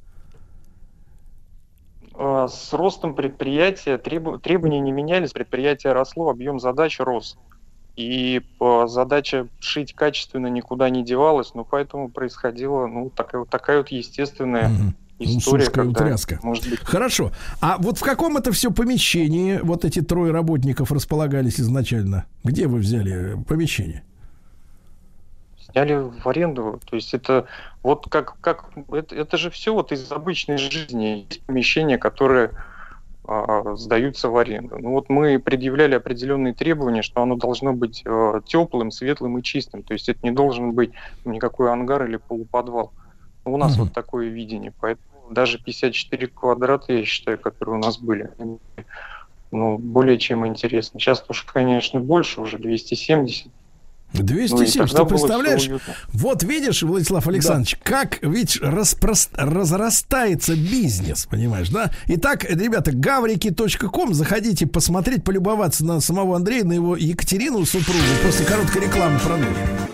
С ростом предприятия требования не менялись, предприятие росло, объем задач рос. И задача шить качественно никуда не девалась, но поэтому происходила такая вот естественная история, сушка и когда, утряска. может быть... Хорошо. А вот в каком это все помещении вот эти 3 работников располагались изначально? Где вы взяли помещение? Сняли в аренду. То есть это вот это же все вот из обычной жизни. Есть помещения, которые сдаются в аренду. Ну вот мы предъявляли определенные требования, что оно должно быть теплым, светлым и чистым. То есть это не должен быть никакой ангар или полуподвал. У нас вот такое видение. Поэтому даже 54 квадрата, я считаю, которые у нас были, более чем интересно. Сейчас уж, конечно, больше, уже 270. 270, ты представляешь? Вот видишь, Владислав Александрович, как ведь разрастается бизнес, понимаешь, да? Итак, ребята, гаврики.ком, заходите посмотреть, полюбоваться на самого Андрея, на его Екатерину, супругу. После короткой рекламы продолжим.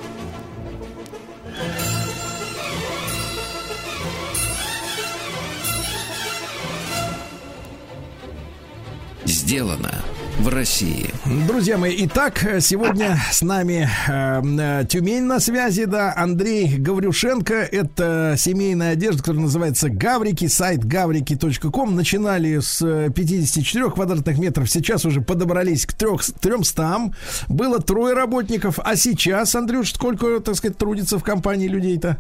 Сделано в России. Друзья мои, итак, сегодня с нами Тюмень на связи, да, Андрей Гаврюшенко. Это семейная одежда, которая называется Гаврики, сайт гаврики.ком. Начинали с 54 квадратных метров, сейчас уже подобрались к 300. Было 3 работников, а сейчас, Андрюш, сколько, так сказать, трудится в компании людей-то?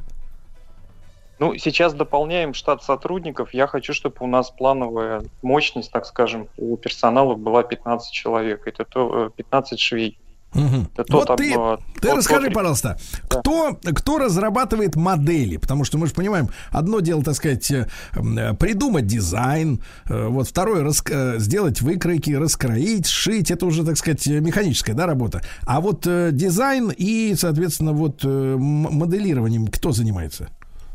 Сейчас дополняем штат сотрудников. Я хочу, чтобы у нас плановая мощность, так скажем, у персонала была 15 человек. Это 15 швей. Вот ты расскажи, пожалуйста, да. кто разрабатывает модели? Потому что мы же понимаем, одно дело, так сказать, придумать дизайн, вот второе сделать выкройки, раскроить, сшить, это уже, так сказать, механическая, да, работа. А вот дизайн и, соответственно, вот моделированием кто занимается?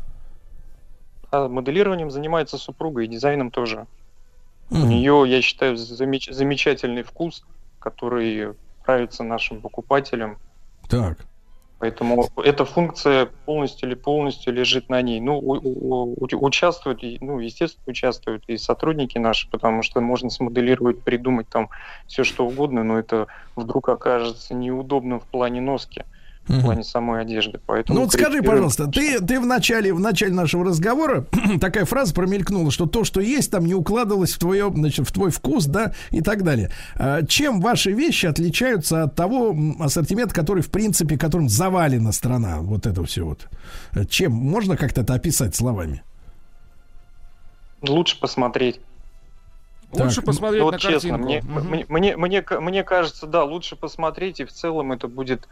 Моделированием занимается супруга и дизайном тоже. У нее, я считаю, замечательный вкус, который нравится нашим покупателям. Так. Поэтому эта функция полностью лежит на ней. Участвуют, естественно, участвуют и сотрудники наши, потому что можно смоделировать, придумать там все, что угодно, но это вдруг окажется неудобным в плане носки. В плане самой одежды. Поэтому вот скажи, пожалуйста, ты в начале нашего разговора такая фраза промелькнула, что то, что есть, там не укладывалось в твой вкус, да, и так далее. Чем ваши вещи отличаются от того ассортимента, который, в принципе, которым завалена страна, вот это все вот? Чем? Можно как-то это описать словами? Лучше посмотреть. Лучше посмотреть на честно, картинку. Мне кажется, да, лучше посмотреть, и в целом это будет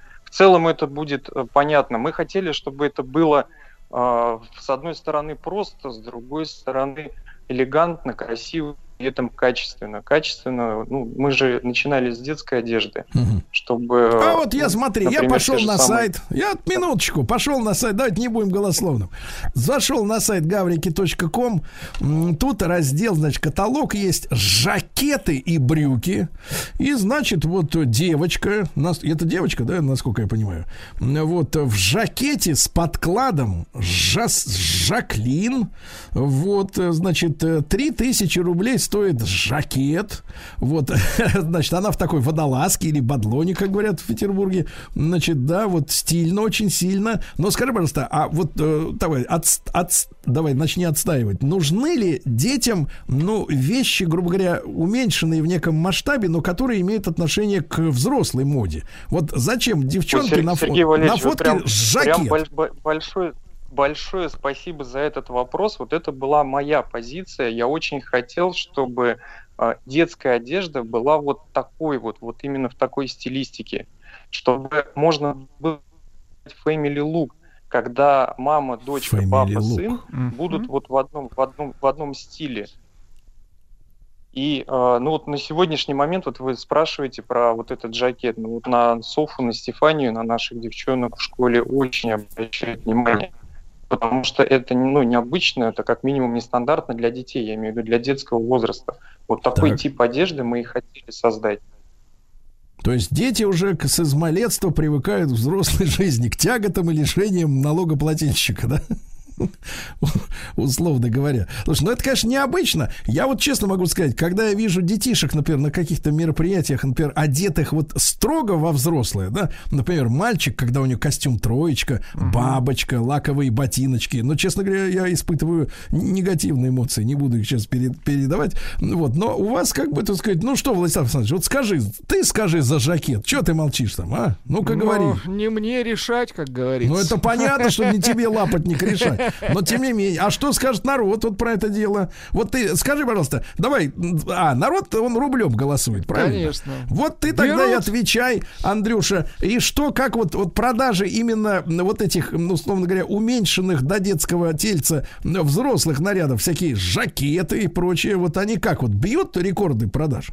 понятно. Мы хотели, чтобы это было с одной стороны просто, с другой стороны элегантно, красиво, при этом качественно. Мы же начинали с детской одежды, чтобы... А вот я, смотри, например, я пошел на сайт, минуточку, пошел на сайт, давайте не будем голословным. Зашел на сайт гаврики.ком, тут раздел, значит, каталог есть, жакеты и брюки, и, значит, вот девочка, это девочка, да, насколько я понимаю, вот в жакете с подкладом Жаклин, вот, значит, 3000 рублей стоит жакет. Вот, значит, она в такой водолазке или бадлоне, как говорят в Петербурге. Значит, да, вот стильно, очень сильно. Но скажи, пожалуйста, а вот давай, начни отстаивать. Нужны ли детям, вещи, грубо говоря, уменьшенные в неком масштабе, но которые имеют отношение к взрослой моде? Вот зачем девчонке на фотке жакет? Прям большое спасибо за этот вопрос. Вот это была моя позиция. Я очень хотел, чтобы детская одежда была вот такой вот именно в такой стилистике, чтобы можно было family look, когда мама, дочка, Family папа, look. сын будут вот в одном стиле. И ну вот на сегодняшний момент вот вы спрашиваете про вот этот жакет. Ну вот на Софу, на Стефанию, на наших девчонок в школе очень обращают внимание. Потому что это необычно, это как минимум нестандартно для детей, я имею в виду для детского возраста. Вот такой тип одежды мы и хотели создать. То есть дети уже с измалетства привыкают к взрослой жизни, к тяготам и лишениям налогоплательщика, да? Условно говоря. Слушай, ну это, конечно, необычно. Я вот честно могу сказать, когда я вижу детишек, например, на каких-то мероприятиях, например, одетых вот строго во взрослое, да, например, мальчик, когда у него костюм троечка, бабочка, лаковые ботиночки, но, честно говоря, я испытываю негативные эмоции, не буду их сейчас передавать, вот, но у вас, как бы, так сказать, ну что, Владислав Александрович, вот скажи за жакет, что ты молчишь там, а? Ну-ка, говори. Не мне решать, как говорится. Ну это понятно, что не тебе, лапотник, решать. Но тем не менее, а что скажет народ вот про это дело? Вот ты скажи, пожалуйста, давай, народ, он рублем голосует, правильно? Конечно. Вот ты тогда и отвечай, Андрюша, и что, как вот продажи именно вот этих, ну, условно говоря, уменьшенных до детского тельца взрослых нарядов, всякие жакеты и прочее, вот они как вот бьют рекорды продаж?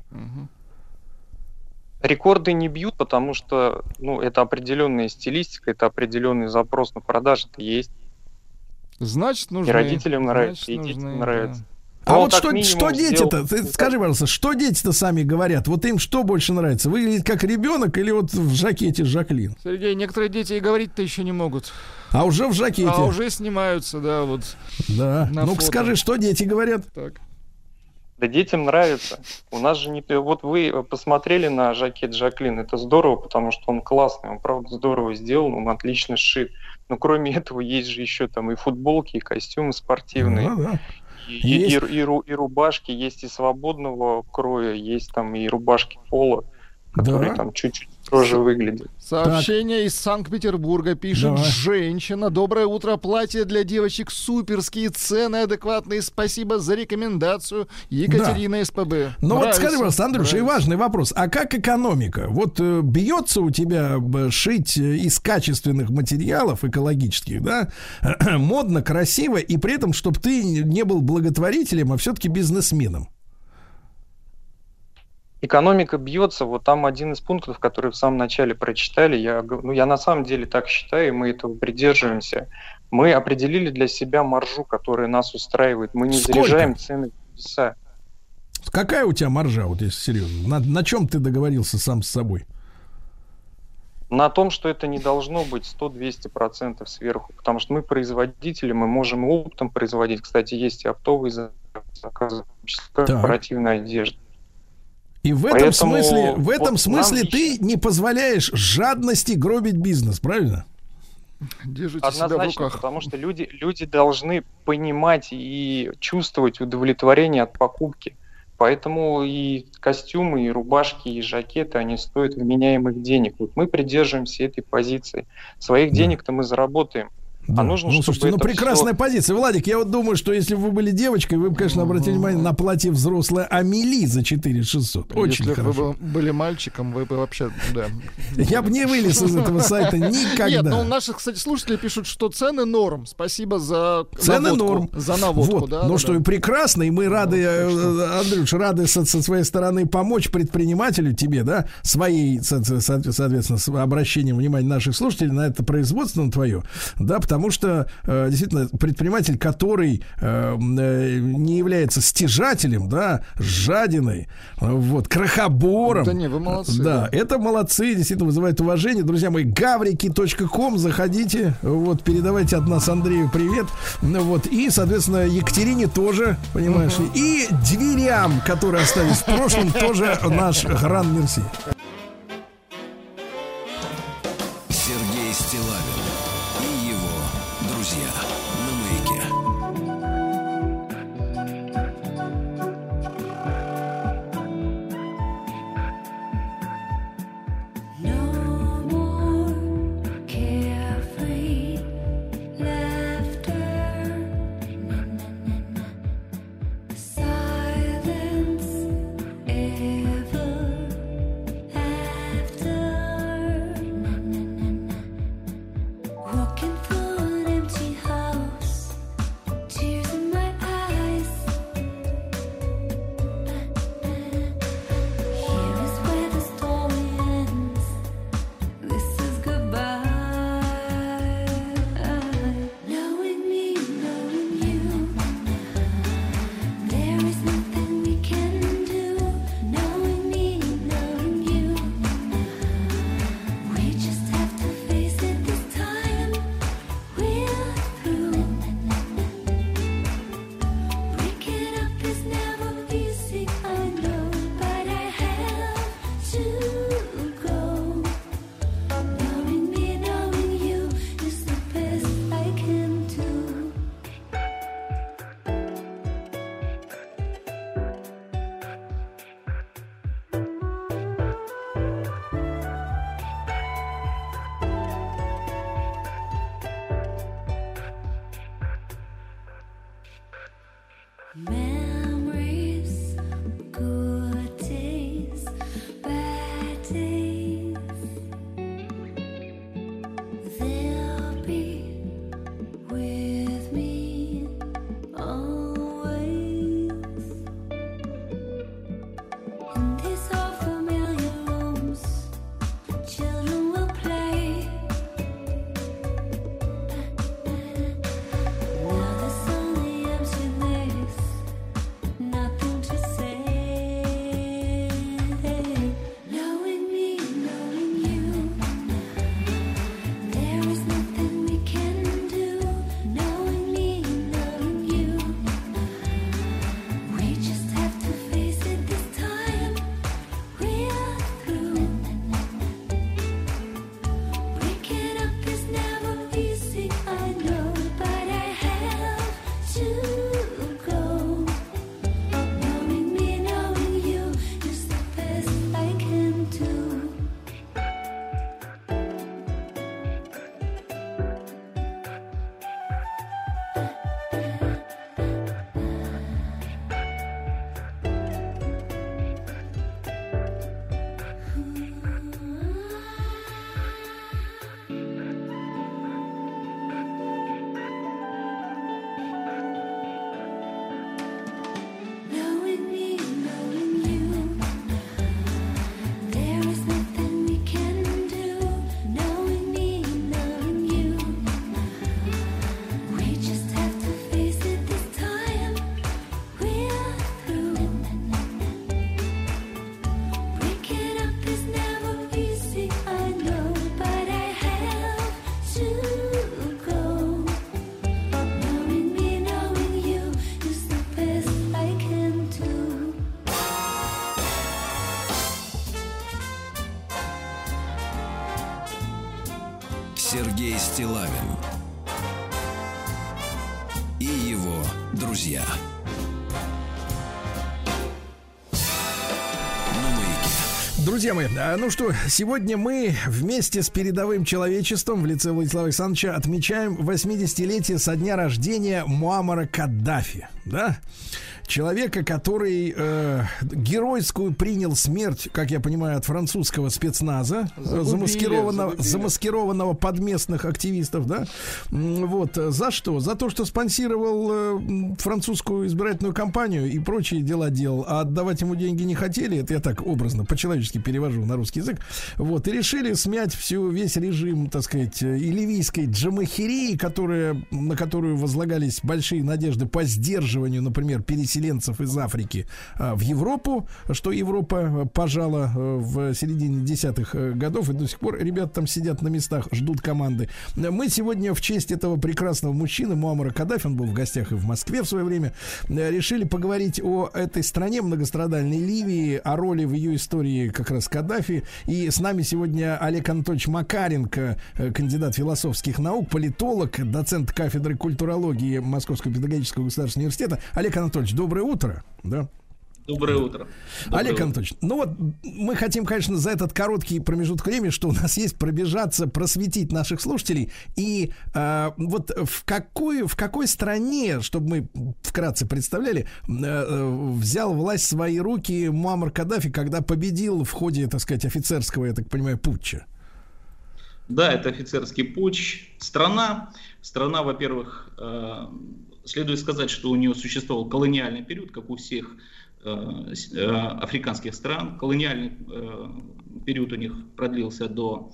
Рекорды не бьют, потому что, ну, это определенная стилистика, это определенный запрос на продажи-то есть. Значит, нужно. И родителям нравится, и детям нравится. А Но вот как что минимум дети-то, сделал- ты скажи, пожалуйста, что дети-то сами говорят? Вот им что больше нравится? Выглядеть как ребенок или вот в жакете Жаклин? Сергей, некоторые дети и говорить-то еще не могут. А уже в жакете. А уже снимаются, да, вот. Да. на Ну-ка фото. скажи, что дети говорят? Так. Да детям нравится. У нас же не... Вот вы посмотрели на жакет Жаклин, это здорово, потому что он классный, он правда здорово сделан, он отлично сшит. Но кроме этого есть же еще там и футболки, и костюмы спортивные, Да. и рубашки, есть и свободного кроя, есть там и рубашки поло, которые там чуть-чуть строже выглядят. Сообщение из Санкт-Петербурга пишет Давай. женщина. Доброе утро. Платье для девочек суперские, цены адекватные. Спасибо за рекомендацию. Екатерина СПБ. Ну вот Нравится, скажи, пожалуйста, Андрюша, и нравится. важный вопрос. А как экономика? Вот бьется у тебя шить из качественных материалов экологических, да? Модно, красиво, и при этом, чтобы ты не был благотворителем, а все-таки бизнесменом. Экономика бьется, вот там один из пунктов, который в самом начале прочитали, я на самом деле так считаю, и мы этого придерживаемся. Мы определили для себя маржу, которая нас устраивает. Мы не Сколько? заряжаем цены в веса. Какая у тебя маржа, вот если серьезно? На чем ты договорился сам с собой? На том, что это не должно быть 100-200% сверху, потому что мы производители, мы можем и оптом производить. Кстати, есть и оптовые заказы, в том числе корпоративная одежда. И в этом Поэтому смысле нам ты не позволяешь жадности гробить бизнес, правильно? Держите себя в Однозначно, руках. потому что люди должны понимать и чувствовать удовлетворение от покупки. Поэтому и костюмы, и рубашки, и жакеты, они стоят вменяемых денег. Вот мы придерживаемся этой позиции. Своих денег-то мы заработаем. Да. А нужно, чтобы слушайте, это прекрасная всё- позиция. Владик, я вот думаю, что если бы вы были девочкой, вы бы, конечно, обратили внимание на платье взрослое Амели за 4600. Очень Если бы хорошо. вы были мальчиком, вы бы вообще, да. Я бы не вылез из этого сайта никогда. Нет, но у наших, кстати, слушателей пишут, что цены норм. Спасибо за Цены наводку. норм. За наводку, Вот. да. Ну да, что, да. и прекрасно, и мы рады, Андрюш, рады со своей стороны помочь предпринимателю тебе, да, своей, соответственно, с обращением внимания наших слушателей на это производство на твое, да, потому что действительно предприниматель, который не является стяжателем, да, жадиной, вот, крохобором. Да не, вы молодцы. Да, это молодцы, действительно вызывает уважение. Друзья мои, гаврики.ком, заходите, вот, передавайте от нас Андрею привет, вот, и, соответственно, Екатерине тоже, понимаешь, ли, и дверям, которые остались в прошлом, тоже наш гран-мерси. Сергей Стиллавин и его друзья на Маяке. No more carefree, left they'll be with me always. In these old familiar rooms, children will play. Now there's only emptiness, nothing to say. Knowing me, knowing you, there is nothing we can do. Knowing me, knowing you, we just have to face it this time. We're through. Breaking up is never easy, I know, but I have to go. Knowing me, knowing you is the best I can do. Knowing me, knowing you, there is nothing we can do. Knowing me, knowing you, we just have to face it this time. We're through. Breaking up is never easy, I know, but I have to go. Knowing me, knowing you is the best I can do. Сергей Стиллавин и его друзья. На Маяке. Друзья мои, ну что, сегодня мы вместе с передовым человечеством в лице Владислава Александровича отмечаем 80-летие со дня рождения Муаммара Каддафи, да? Человека, который геройскую принял смерть, как я понимаю, от французского спецназа, замаскированного под местных активистов, да? Вот, за что? За то, что спонсировал французскую избирательную кампанию и прочие дела делал, а отдавать ему деньги не хотели, это я так образно, по-человечески перевожу на русский язык, вот, и решили смять весь режим, так сказать, и ливийской джамахирии, на которую возлагались большие надежды по сдерживанию, например, переселенцев из Африки в Европу, что Европа пожала в середине десятых годов, и до сих пор ребята там сидят на местах, ждут команды. Мы сегодня в честь этого прекрасного мужчины Муаммара Каддафи, он был в гостях и в Москве в свое время, решили поговорить о этой стране многострадальной Ливии, о роли в ее истории как раз Каддафи. И с нами сегодня Олег Анатольевич Макаренко, кандидат философских наук, политолог, доцент кафедры культурологии Московского педагогического государственного университета. Олег Анатольевич, доброе утро. Да. Доброе утро. Олег Анатольевич, ну вот мы хотим, конечно, за этот короткий промежуток времени, что у нас есть, пробежаться, просветить наших слушателей. И вот в какой стране, чтобы мы вкратце представляли, взял власть в свои руки Муаммар Каддафи, когда победил в ходе, так сказать, офицерского, я так понимаю, путча? Да, это офицерский путч. Страна, во-первых, следует сказать, что у нее существовал колониальный период, как у всех африканских стран. Колониальный период у них продлился до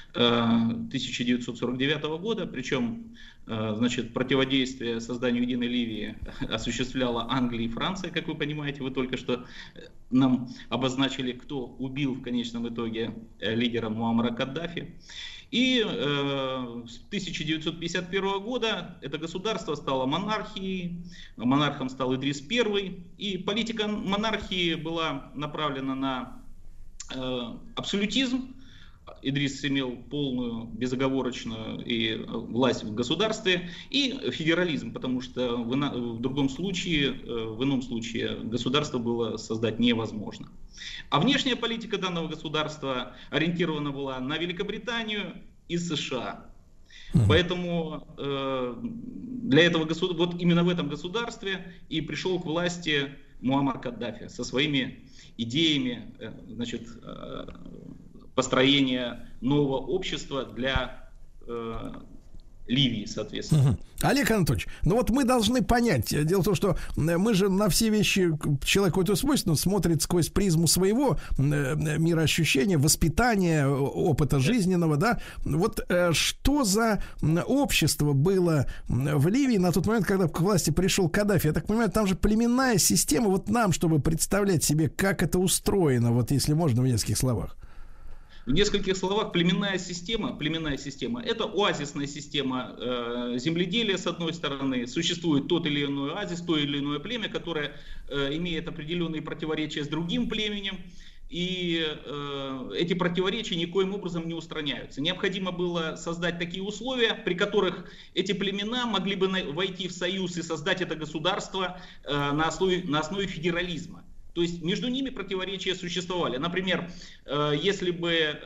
1949 года, причем, значит, противодействие созданию единой Ливии осуществляла Англия и Франция, как вы понимаете. Вы только что нам обозначили, кто убил в конечном итоге лидера Муаммара Каддафи. И с 1951 года это государство стало монархией, монархом стал Идрис I, и политика монархии была направлена на абсолютизм. Идрис имел полную, безоговорочную власть в государстве, и федерализм, потому что в ином случае государство было создать невозможно. А внешняя политика данного государства ориентирована была на Великобританию и США. Поэтому для этого вот именно в этом государстве и пришел к власти Муаммар Каддафи со своими идеями, значит, построения нового общества для Ливии, соответственно. Олег Анатольевич, ну вот мы должны понять, дело в том, что мы же на все вещи, человек какой-то свойственно смотрит сквозь призму своего мироощущения, воспитания, опыта жизненного, да. Вот что за общество было в Ливии на тот момент, когда к власти пришел Каддафи? Я так понимаю, там же племенная система, вот нам, чтобы представлять себе, как это устроено, вот если можно в нескольких словах. В нескольких словах, племенная система – это оазисная система земледелия, с одной стороны. Существует тот или иной оазис, то или иное племя, которое имеет определенные противоречия с другим племенем. И эти противоречия никоим образом не устраняются. Необходимо было создать такие условия, при которых эти племена могли бы войти в союз и создать это государство на основе федерализма. То есть между ними противоречия существовали. Например, если бы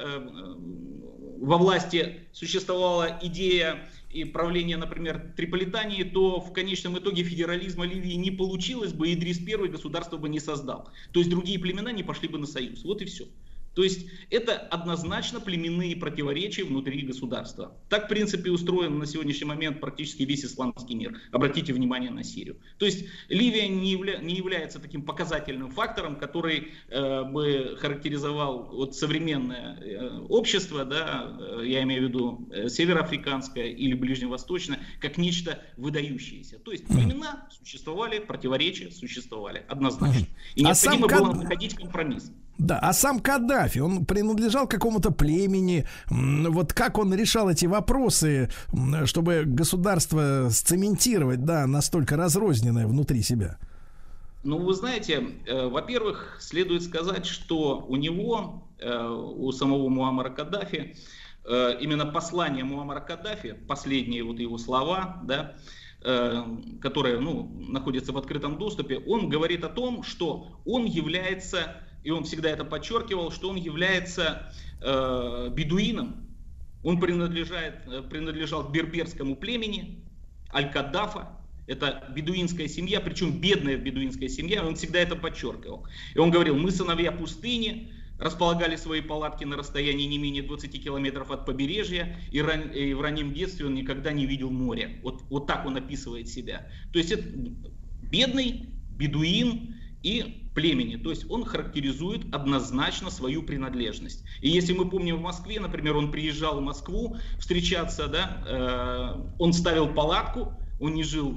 во власти существовала идея и правление, например, Триполитании, то в конечном итоге федерализма Ливии не получилось бы, и Идрис I государство бы не создал. То есть другие племена не пошли бы на союз. Вот и все. То есть это однозначно племенные противоречия внутри государства. Так, в принципе, устроен на сегодняшний момент практически весь исламский мир. Обратите внимание на Сирию. То есть Ливия не является таким показательным фактором, который бы характеризовал вот современное общество, да, я имею в виду североафриканское или ближневосточное, как нечто выдающееся. То есть племена существовали, противоречия существовали однозначно. И необходимо было находить компромисс. Да, а сам Каддафи, он принадлежал какому-то племени. Вот как он решал эти вопросы, чтобы государство сцементировать, да, настолько разрозненное внутри себя? Ну, вы знаете, во-первых, следует сказать, что у него, у самого Муаммара Каддафи, именно послание Муаммара Каддафи, последние вот его слова, да, которые, находятся в открытом доступе, он говорит о том, что он является... И он всегда это подчеркивал, что он является бедуином. Он принадлежал к берберскому племени Аль-Каддафа. Это бедуинская семья, причем бедная бедуинская семья. Он всегда это подчеркивал. И он говорил: мы сыновья пустыни, располагали свои палатки на расстоянии не менее 20 километров от побережья. И в раннем детстве он никогда не видел моря. Вот так он описывает себя. То есть это бедный бедуин и племени. То есть он характеризует однозначно свою принадлежность. И если мы помним, в Москве, например, он приезжал в Москву встречаться, да, он ставил палатку, он не жил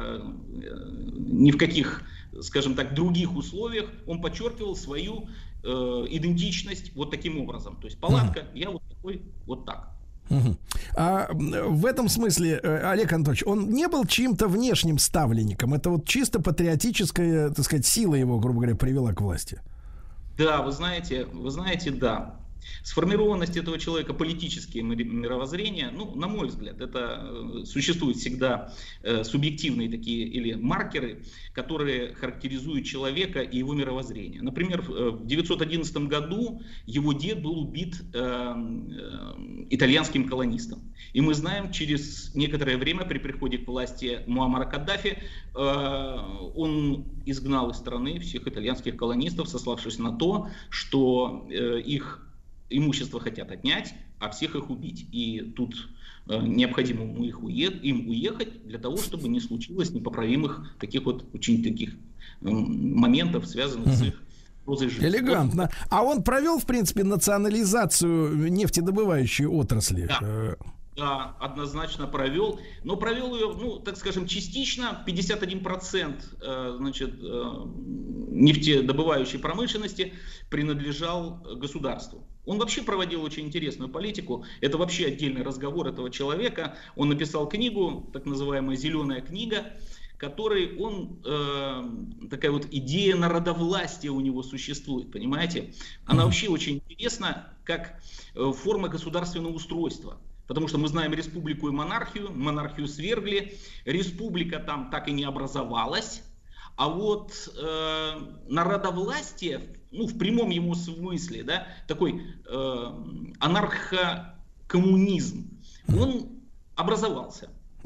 ни в каких, скажем так, других условиях, он подчеркивал свою идентичность вот таким образом. То есть палатка, я вот такой, вот так. А в этом смысле, Олег Анатольевич, он не был чьим-то внешним ставленником? Это вот чисто патриотическая, так сказать, сила его, грубо говоря, привела к власти? Да, вы знаете, да. Сформированность этого человека, политические мировоззрения, на мой взгляд, это существуют всегда субъективные такие или маркеры, которые характеризуют человека и его мировоззрение. Например, в 911 году его дед был убит итальянским колонистом. И мы знаем, через некоторое время при приходе к власти Муаммара Каддафи он изгнал из страны всех итальянских колонистов, сославшись на то, что их имущество хотят отнять, а всех их убить. И тут необходимо им уехать для того, чтобы не случилось непоправимых таких вот очень таких моментов, связанных с их прозой жизни. Элегантно. А он провел, в принципе, национализацию нефтедобывающей отрасли? Да. Да, однозначно провел, но провел ее, так скажем, частично. 51% нефтедобывающей промышленности принадлежал государству. Он вообще проводил очень интересную политику. Это вообще отдельный разговор этого человека. Он написал книгу, так называемая «Зеленая книга», который такая вот идея народовластия у него существует, понимаете? Она вообще очень интересна, как форма государственного устройства. Потому что мы знаем республику и монархию свергли, республика там так и не образовалась, а вот народовластие, в прямом ему смысле, да, такой анархокоммунизм, он образовался.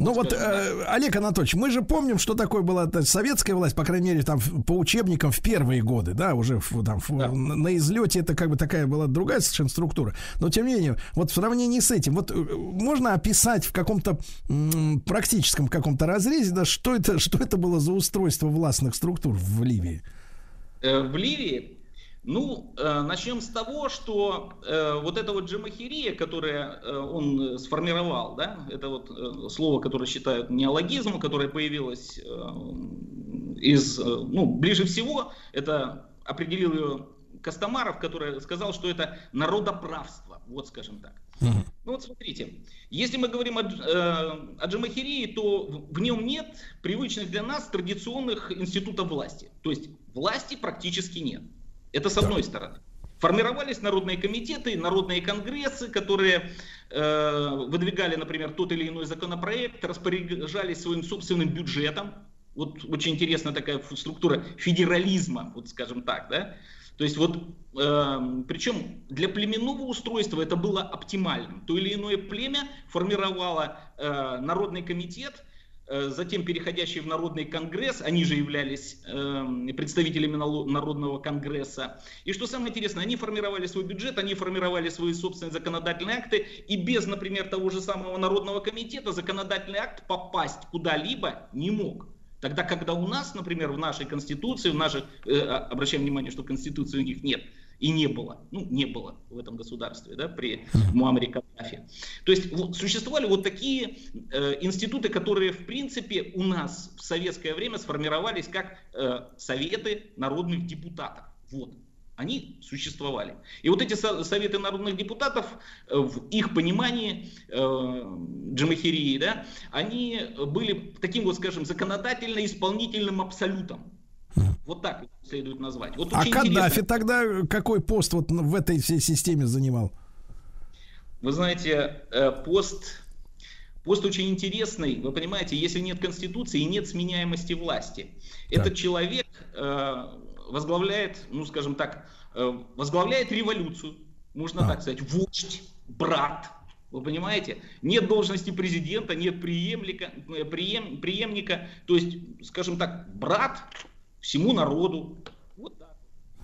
Ну вот, скажем так. Олег Анатольевич, мы же помним, что такое была советская власть, по крайней мере, там по учебникам в первые годы, да, уже на излете это как бы такая была другая совершенно структура. Но тем не менее, вот в сравнении с этим, вот можно описать в каком-то практическом каком-то разрезе, да, что это было за устройство властных структур в Ливии? В Ливии, начнем с того, что вот эта вот джамахирия, которое он сформировал, да, это вот слово, которое считают неологизмом, которое появилось ближе всего, это определил ее Костомаров, который сказал, что это народоправство, вот скажем так. Ну вот смотрите, если мы говорим о джамахирии, то в нем нет привычных для нас традиционных институтов власти. То есть власти практически нет. Это с одной стороны. Формировались народные комитеты, народные конгрессы, которые выдвигали, например, тот или иной законопроект, распоряжались своим собственным бюджетом. Вот очень интересная такая структура федерализма, вот скажем так, да. То есть вот, причем для племенного устройства это было оптимальным. То или иное племя формировало народный комитет, затем переходящий в Народный конгресс, они же являлись представителями Народного конгресса. И что самое интересное, они формировали свой бюджет, они формировали свои собственные законодательные акты, и без, например, того же самого Народного комитета законодательный акт попасть куда-либо не мог. Тогда, когда у нас, например, в нашей Конституции, обращаем внимание, что Конституции у них нет и не было, не было в этом государстве, да, при Муаммаре Каддафи. То есть существовали вот такие институты, которые, в принципе, у нас в советское время сформировались как советы народных депутатов. Вот. Они существовали. И вот эти советы народных депутатов, в их понимании джамахирии, да, они были таким вот, скажем, законодательно-исполнительным абсолютом. Вот так следует назвать. Вот а Каддафи тогда какой пост вот в этой всей системе занимал? Вы знаете, пост очень интересный. Вы понимаете, если нет конституции и нет сменяемости власти, этот человек возглавляет, скажем так, возглавляет революцию, можно так сказать, вождь, брат. Вы понимаете? Нет должности президента, нет преемника, то есть, скажем так, брат всему народу. Вот так.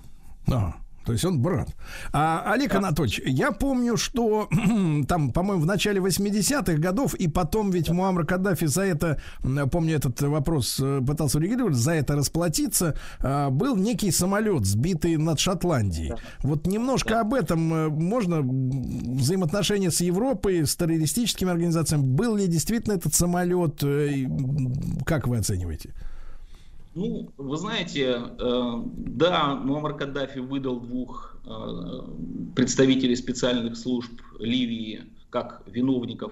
То есть он брат. Олег Анатольевич, я помню, что там, по-моему, в начале 80-х годов, и потом ведь Муаммар Каддафи за это, помню, этот вопрос пытался урегулировать, за это расплатиться, был некий самолет, сбитый над Шотландией. Вот немножко об этом можно, взаимоотношения с Европой, с террористическими организациями, был ли действительно этот самолет, как вы оцениваете? Вы знаете, да, Муаммар Каддафи выдал 2 представителей специальных служб Ливии как виновников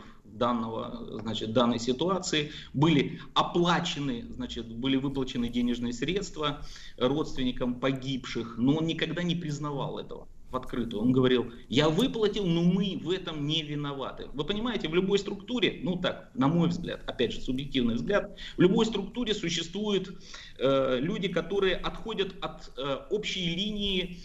данной ситуации. Были оплачены, были выплачены денежные средства родственникам погибших, но он никогда не признавал этого в открытую. Он говорил: я выплатил, но мы в этом не виноваты. Вы понимаете, в любой структуре, на мой взгляд, опять же, субъективный взгляд, в любой структуре существуют люди, которые отходят от общей линии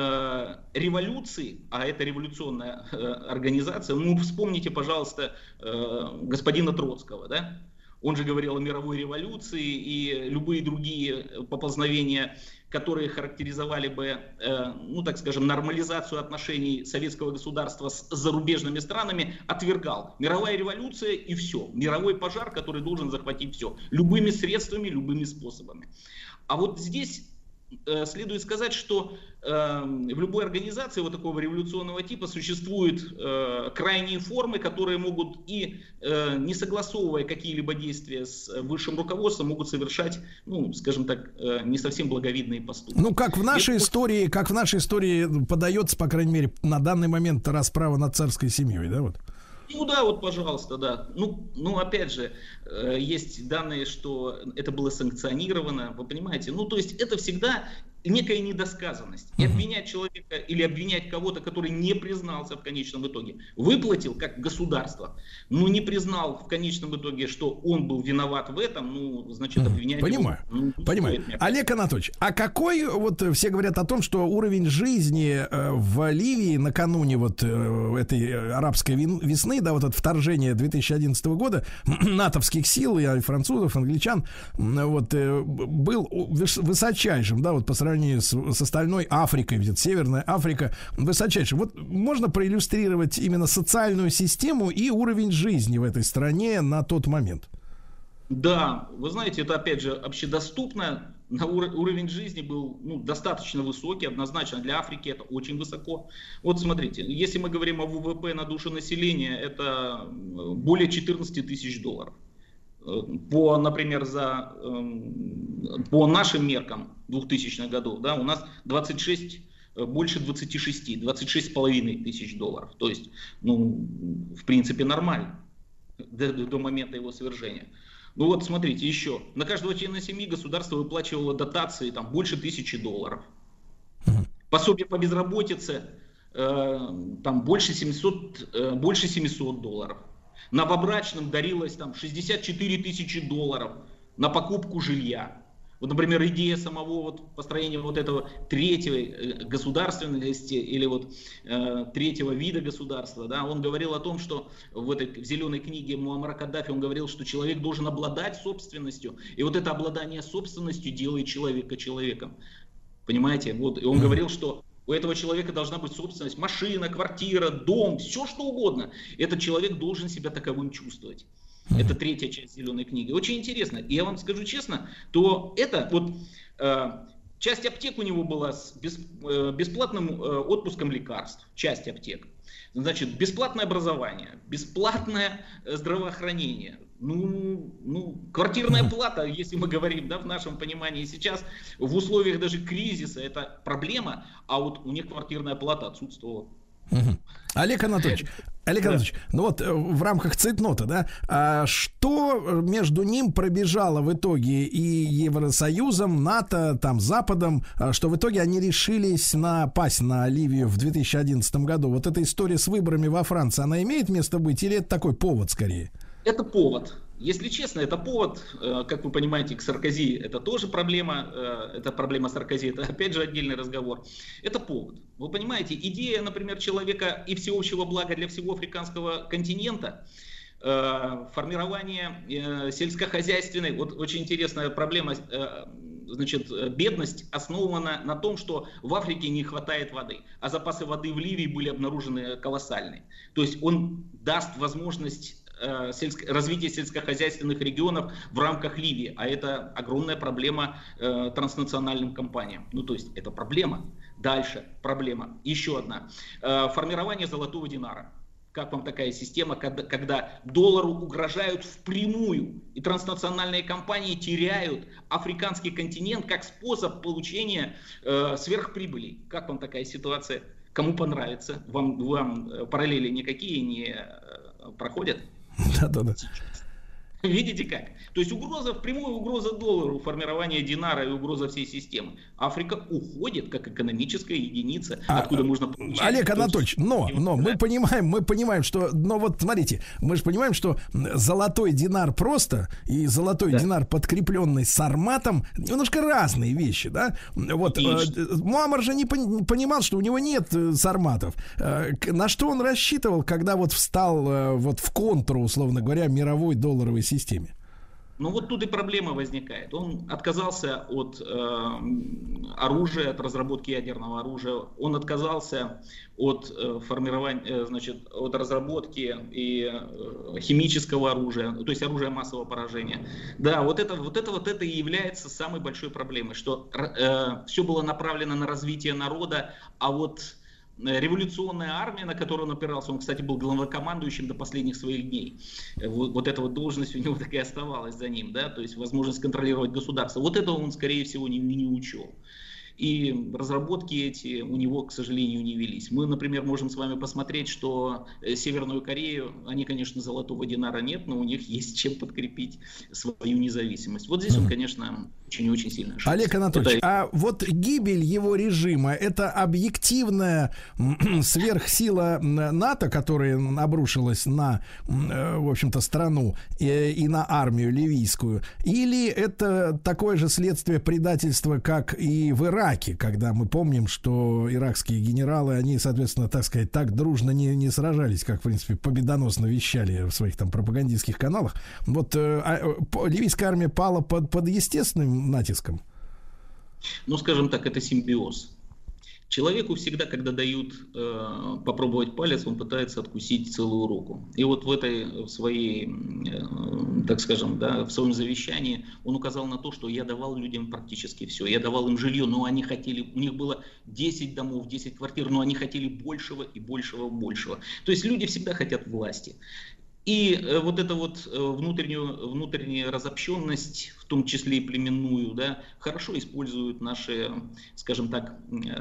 революции, а это революционная организация. Вспомните, пожалуйста, господина Троцкого, да? Он же говорил о мировой революции, и любые другие поползновения, которые характеризовали бы, так скажем, нормализацию отношений советского государства с зарубежными странами, отвергал. Мировая революция и все. Мировой пожар, который должен захватить все. Любыми средствами, любыми способами. А вот здесь следует сказать, что в любой организации вот такого революционного типа существуют крайние формы, которые могут и, не согласовывая какие-либо действия с высшим руководством, могут совершать, скажем так, не совсем благовидные поступки. Как в нашей истории подается, по крайней мере, на данный момент расправа над царской семьей, да, вот? Вот, пожалуйста, да. Опять же, есть данные, что это было санкционировано, вы понимаете. То есть это всегда некая недосказанность. И обвинять человека или обвинять кого-то, который не признался в конечном итоге, выплатил как государство, но не признал в конечном итоге, что он был виноват в этом, ну, значит, обвинять Понимаю, его, понимаю. Олег Анатольевич, а какой, вот все говорят о том, что уровень жизни в Ливии накануне вот этой арабской весны, да, вот это вторжение 2011 года натовских сил, и французов, англичан, вот, был высочайшим, да, вот по сравнению с остальной Африкой, ведь Северная Африка высочайшим. Вот можно проиллюстрировать именно социальную систему и уровень жизни в этой стране на тот момент? Да, вы знаете, это опять же общедоступно. Уровень жизни был достаточно высокий, однозначно для Африки это очень высоко. Вот смотрите, если мы говорим о ВВП на душу населения, это более 14 тысяч долларов. Например, по нашим меркам 2000-х годов, да, у нас 26, больше 26,5 тысяч долларов. То есть, в принципе, нормально до момента его свержения. Ну вот, смотрите, еще. На каждого члена семьи государство выплачивало дотации там, больше 1000 долларов. Пособие по безработице там, больше 700 долларов. Новобрачным дарилось там 64 тысячи долларов на покупку жилья. Вот, например, идея самого вот построения вот этого третьей государственности или вот третьего вида государства, да, он говорил о том, что в зеленой книге Муаммара Каддафи он говорил, что человек должен обладать собственностью, и вот это обладание собственностью делает человека человеком. Понимаете? Вот, и он говорил, что у этого человека должна быть собственность, машина, квартира, дом, все что угодно. Этот человек должен себя таковым чувствовать. Это третья часть зеленой книги. Очень интересно. И я вам скажу честно, то это вот часть аптек у него была с бесплатным отпуском лекарств. Часть аптек. Значит, бесплатное образование, бесплатное здравоохранение. Квартирная плата, если мы говорим, да, в нашем понимании сейчас, в условиях даже кризиса, это проблема, а вот у них квартирная плата отсутствовала. Олег Анатольевич, ну вот в рамках цейтнота, да, что между ним пробежало в итоге и Евросоюзом, НАТО, там, Западом, что в итоге они решились напасть на Ливию в 2011 году? Вот эта история с выборами во Франции, она имеет место быть или это такой повод скорее? Это повод. Если честно, это повод, как вы понимаете, к Саркози это тоже проблема, это проблема Саркози, это опять же отдельный разговор. Это повод. Вы понимаете, идея, например, человека и всеобщего блага для всего африканского континента, формирование сельскохозяйственной, вот очень интересная проблема, значит, бедность основана на том, что в Африке не хватает воды, а запасы воды в Ливии были обнаружены колоссальные. То есть он даст возможность развития сельскохозяйственных регионов в рамках Ливии, а это огромная проблема транснациональным компаниям. То есть это проблема. Дальше проблема. Еще одна. Формирование золотого динара. Как вам такая система, когда доллару угрожают впрямую, и транснациональные компании теряют африканский континент как способ получения сверхприбылей? Как вам такая ситуация? Кому понравится? Вам параллели никакие не проходят? Да. Видите как? То есть угроза, впрямую угроза доллару, формирование динара и угроза всей системы. Африка уходит как экономическая единица, откуда можно получать. Олег Анатольевич, но мы понимаем, что, но вот смотрите, мы же понимаем, что золотой динар просто и золотой динар, подкрепленный сарматом, немножко разные вещи, да? Вот Муаммар же не понимал, что у него нет сарматов. На что он рассчитывал, когда вот встал вот в контру, условно говоря, мировой долларовой системе? Ну вот тут и проблема возникает. Он отказался от оружия, от разработки ядерного оружия. Он отказался от формирования, значит, от разработки и химического оружия, то есть оружия массового поражения. Да, вот это и является самой большой проблемой, что все было направлено на развитие народа, а вот революционная армия, на которую он опирался, он, кстати, был главнокомандующим до последних своих дней. Вот эта вот должность у него так и оставалась за ним, да, то есть возможность контролировать государство. Вот этого он, скорее всего, не учел. И разработки эти у него, к сожалению, не велись. Мы, например, можем с вами посмотреть, что Северную Корею, они, конечно, золотого динара нет, но у них есть чем подкрепить свою независимость. Вот здесь он, конечно, очень-очень сильно ошибся. Олег Анатольевич, а вот гибель его режима — это объективная сверхсила НАТО, которая обрушилась на, в общем-то, страну и на армию ливийскую, или это такое же следствие предательства, как и в Ираке, когда мы помним, что иракские генералы, они, соответственно, так сказать, так дружно не сражались, как, в принципе, победоносно вещали в своих там пропагандистских каналах. Вот ливийская армия пала под естественным натиском? Ну, скажем так, это симбиоз. Человеку всегда, когда дают попробовать палец, он пытается откусить целую руку. И вот в своей, так скажем, да, в своем завещании он указал на то, что я давал людям практически все. Я давал им жилье, но они хотели, у них было 10 домов, 10 квартир, но они хотели большего и большего, большего. То есть люди всегда хотят власти. И вот эта вот внутренняя разобщенность, в том числе и племенную, да, хорошо используют наши, скажем так,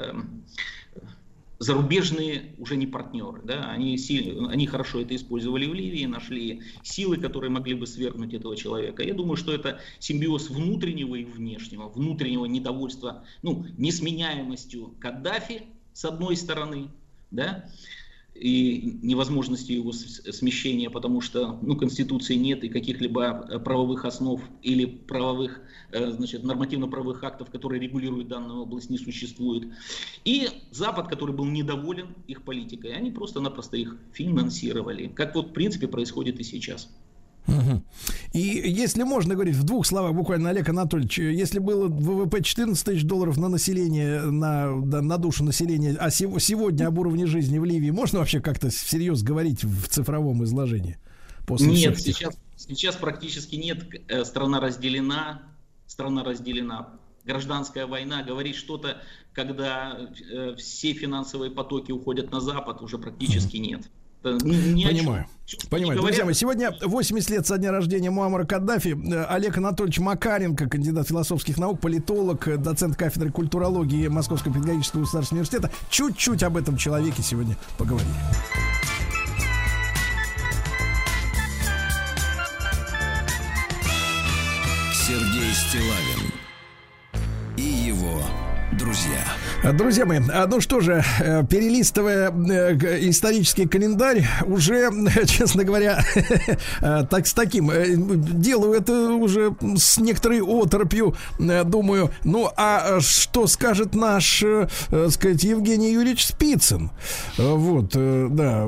зарубежные уже не партнеры. Да, они хорошо это использовали в Ливии, нашли силы, которые могли бы свергнуть этого человека. Я думаю, что это симбиоз внутреннего и внешнего, внутреннего недовольства, несменяемостью Каддафи, с одной стороны, да, и невозможностью его смещения, потому что Конституции нет и каких-либо правовых основ или правовых, нормативно-правовых актов, которые регулируют данную область, не существует. И Запад, который был недоволен их политикой, они просто-напросто их финансировали, как вот в принципе происходит и сейчас. Угу. И если можно говорить в двух словах буквально, Олег Анатольевич, если было ВВП 14 тысяч долларов на население, на душу населения, а сегодня об уровне жизни в Ливии можно вообще как-то всерьез говорить в цифровом изложении? Нет, сейчас практически нет. Страна разделена. Гражданская война. Говорить что-то, когда все финансовые потоки уходят на Запад, уже практически нет. Понимаю. Друзья мои, сегодня 80 лет со дня рождения Муаммара Каддафи. Олег Анатольевич Макаренко, кандидат философских наук, политолог, доцент кафедры культурологии Московского педагогического государственного университета. Чуть-чуть об этом человеке сегодня поговорили. Сергей Стиллавин и его друзья. Друзья мои, ну что же, перелистывая исторический календарь, уже, честно говоря, с таким, делаю это уже с некоторой оторопью, думаю, а что скажет наш, сказать, Евгений Юрьевич Спицын? Вот, да,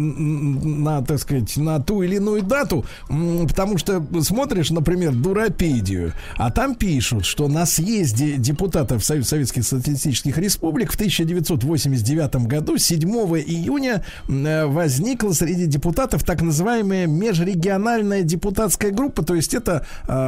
так сказать, на ту или иную дату, потому что смотришь, например, Дуропедию, а там пишут, что на съезде депутатов Союза Советских Социалистических Республик в 1989 году 7 июня возникла среди депутатов так называемая межрегиональная депутатская группа, то есть это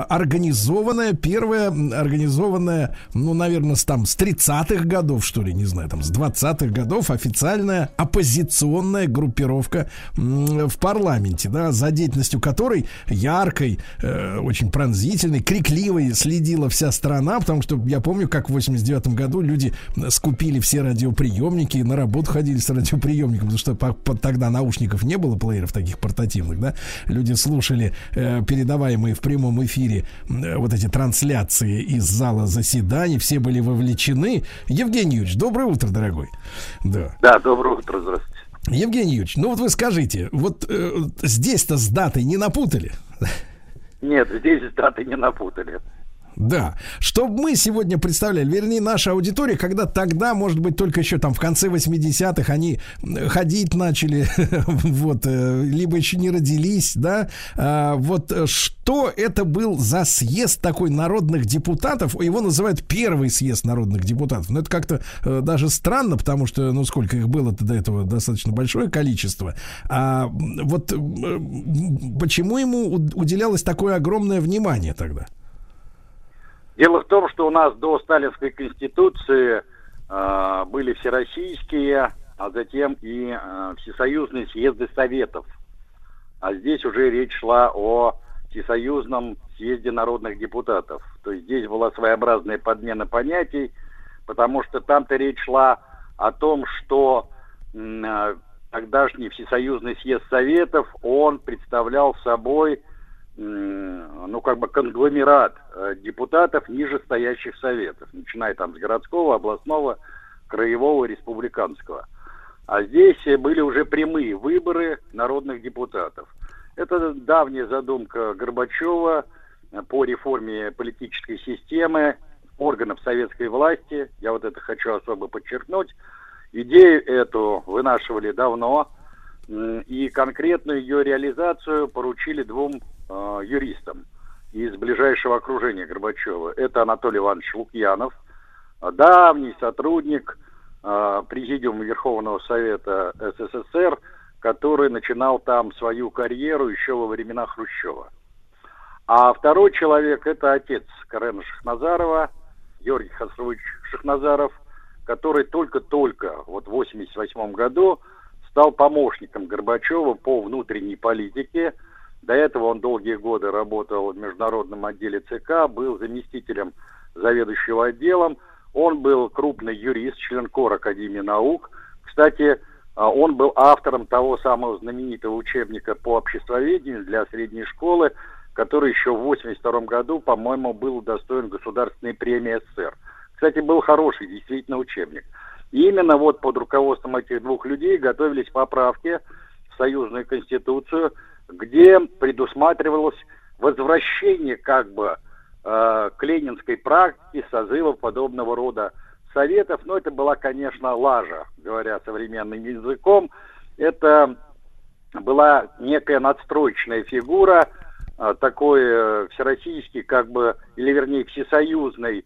первая организованная, наверное, с 30-х годов, что ли, не знаю, с 20-х годов официальная оппозиционная группировка в парламенте, да, за деятельностью которой яркой, очень пронзительной, крикливой следила вся страна, потому что я помню, как в 89 году люди скупили все радиоприемники, на работу ходили с радиоприемником, потому что тогда наушников не было, плееров таких портативных, да, люди слушали передаваемые в прямом эфире вот эти трансляции из зала заседаний, все были вовлечены. Евгений Юрьевич, доброе утро, дорогой. Да, доброе утро, здравствуйте. Евгений Юрьевич, вот вы скажите, вот здесь-то с датой не напутали? Нет, здесь с датой не напутали. Да, чтобы мы сегодня представляли, вернее, наша аудитория, когда тогда, может быть, только еще в конце 80-х они ходить начали, вот, либо еще не родились, да, вот, что это был за съезд такой народных депутатов, его называют первый съезд народных депутатов, но это как-то даже странно, потому что, сколько их было-то до этого, достаточно большое количество, вот, почему ему уделялось такое огромное внимание тогда? Дело в том, что у нас до Сталинской Конституции были всероссийские, а затем и всесоюзные съезды Советов. А здесь уже речь шла о всесоюзном съезде народных депутатов. То есть здесь была своеобразная подмена понятий, потому что там-то речь шла о том, что тогдашний Всесоюзный съезд Советов, он представлял собой, конгломерат депутатов нижестоящих советов, начиная там с городского, областного, краевого, республиканского. А здесь были уже прямые выборы народных депутатов. Это давняя задумка Горбачева по реформе политической системы, органов советской власти. Я вот это хочу особо подчеркнуть. Идею эту вынашивали давно, и конкретную ее реализацию поручили двум юристам из ближайшего окружения Горбачева. Это Анатолий Иванович Лукьянов, давний сотрудник Президиума Верховного Совета СССР, который начинал там свою карьеру еще во времена Хрущева. А второй человек — это отец Карена Шахназарова, Георгий Хасрович Шахназаров, который только-только вот в 1988 году стал помощником Горбачева по внутренней политике. До этого он долгие годы работал в международном отделе ЦК, был заместителем заведующего отделом. Он был крупный юрист, член КОР Академии наук. Кстати, он был автором того самого знаменитого учебника по обществоведению для средней школы, который еще в 1982 году, по-моему, был удостоен Государственной премии СССР. Кстати, был хороший действительно учебник. И именно вот под руководством этих двух людей готовились поправки в союзную конституцию, где предусматривалось возвращение к ленинской практике созыва подобного рода советов. Но это была, конечно, лажа, говоря современным языком. Это была некая надстроечная фигура, такой всероссийский, или вернее всесоюзное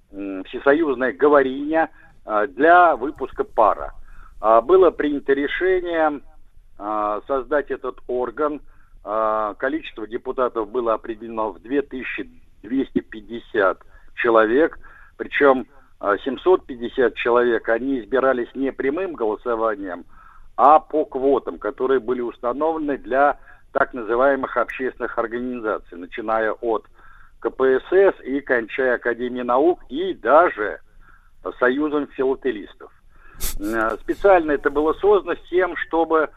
говорильня для выпуска пара. Было принято решение создать этот орган. Количество депутатов было определено в 2250 человек, причем 750 человек, они избирались не прямым голосованием, а по квотам, которые были установлены для так называемых общественных организаций, начиная от КПСС и кончая Академией наук и даже Союзом филателистов. Специально это было создано с тем, чтобы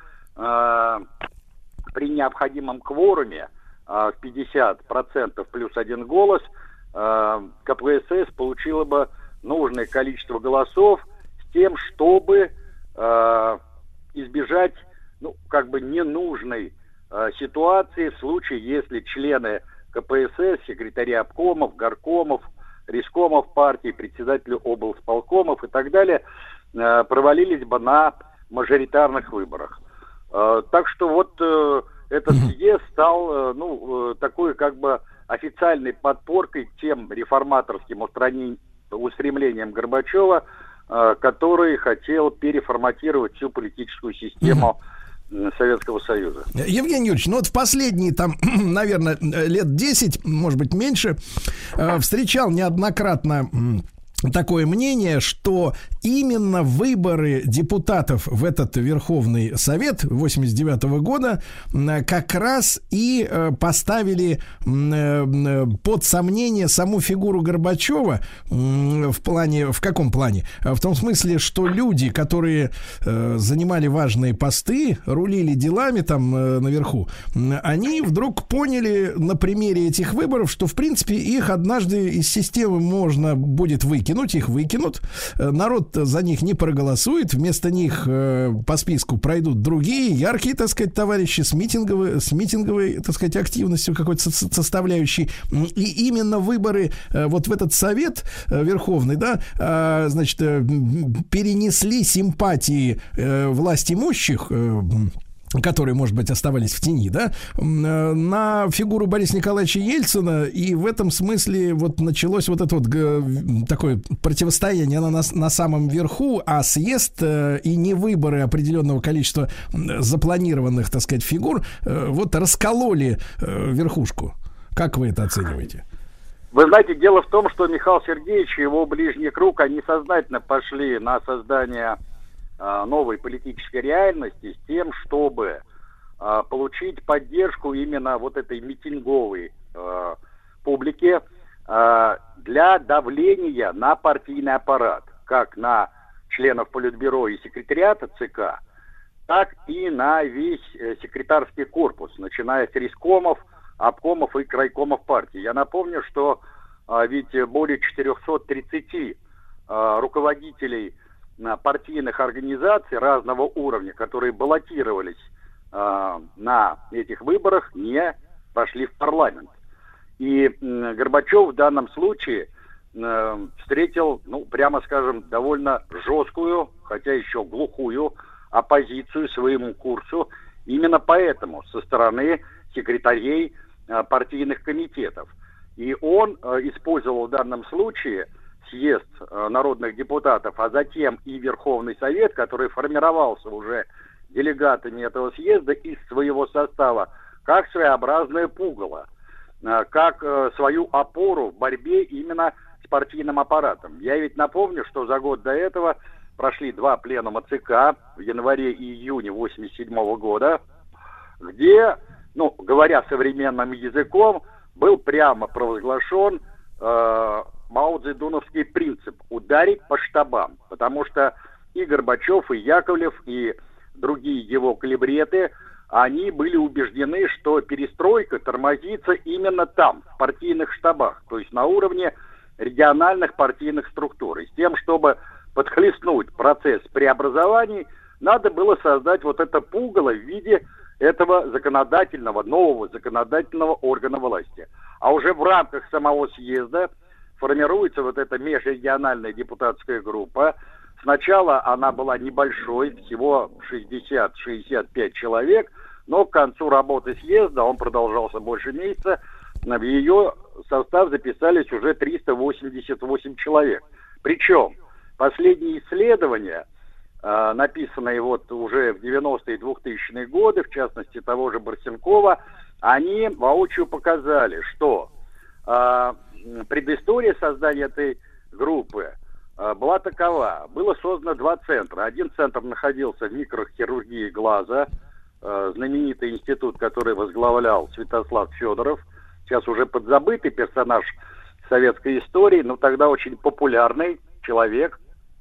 при необходимом кворуме в 50% плюс один голос КПСС получила бы нужное количество голосов с тем, чтобы избежать ненужной ситуации в случае, если члены КПСС, секретари обкомов, горкомов, рискомов партий, председатели облсполкомов и так далее провалились бы на мажоритарных выборах. Так что вот этот съезд стал такой официальной подпоркой тем реформаторским устремлениям Горбачева, который хотел переформатировать всю политическую систему Советского Союза. Евгений Юрьевич, в последние, наверное, лет 10, может быть, меньше, встречал неоднократно такое мнение, что именно выборы депутатов в этот Верховный Совет 1989 года как раз и поставили под сомнение саму фигуру Горбачева в каком плане? В том смысле, что люди, которые занимали важные посты, рулили делами там наверху, они вдруг поняли на примере этих выборов, что в принципе их однажды из системы можно будет выкинуть, их выкинут, народ за них не проголосует, вместо них по списку пройдут другие яркие, так сказать, товарищи с митинговой, так сказать, активностью какой-то составляющей. И именно выборы вот в этот совет верховный, перенесли симпатии власть имущих, которые, может быть, оставались в тени, на фигуру Бориса Николаевича Ельцина, и в этом смысле вот началось вот это такое противостояние на самом верху, а съезд и не выборы определенного количества запланированных, так сказать, фигур раскололи верхушку. Как вы это оцениваете? Вы знаете, дело в том, что Михаил Сергеевич и его ближний круг, они сознательно пошли на создание новой политической реальности с тем, чтобы получить поддержку именно вот этой митинговой публики для давления на партийный аппарат. как на членов Политбюро и секретариата ЦК, так и на весь секретарский корпус, начиная с райкомов, обкомов и крайкомов партии. Я напомню, что ведь более 430 руководителей партийных организаций разного уровня, которые баллотировались на этих выборах, не пошли в парламент. И Горбачев в данном случае встретил, ну, прямо скажем, довольно жесткую, хотя еще глухую оппозицию своему курсу. Именно поэтому со стороны секретарей партийных комитетов. И он использовал в данном случае съезд народных депутатов, а затем и Верховный Совет, который формировался уже делегатами этого съезда из своего состава, как своеобразное пугало, как свою опору в борьбе именно с партийным аппаратом. Я ведь напомню, что за год до этого прошли 2 пленума ЦК в январе и июне 1987 года, где, ну, говоря современным языком, был прямо провозглашен мао-цзэдуновский принцип ударить по штабам, потому что и Горбачев, и Яковлев, и другие его калибреты, они были убеждены, что перестройка тормозится именно там, в партийных штабах, то есть на уровне региональных партийных структур. И с тем, чтобы подхлестнуть процесс преобразований, надо было создать вот это пугало в виде этого нового законодательного органа власти. А уже в рамках самого съезда формируется вот эта межрегиональная депутатская группа. Сначала она была небольшой, всего 60-65 человек, но к концу работы съезда, он продолжался больше месяца, в ее состав записались уже 388 человек. Причем последние исследования, написанные вот уже в 90-е и 2000-е годы, в частности того же Барсенкова, они воочию показали, что предыстория создания этой группы была такова. Было создано 2 центра. Один центр находился в микрохирургии глаза, знаменитый институт, который возглавлял Святослав Федоров, сейчас уже подзабытый персонаж советской истории, но тогда очень популярный человек.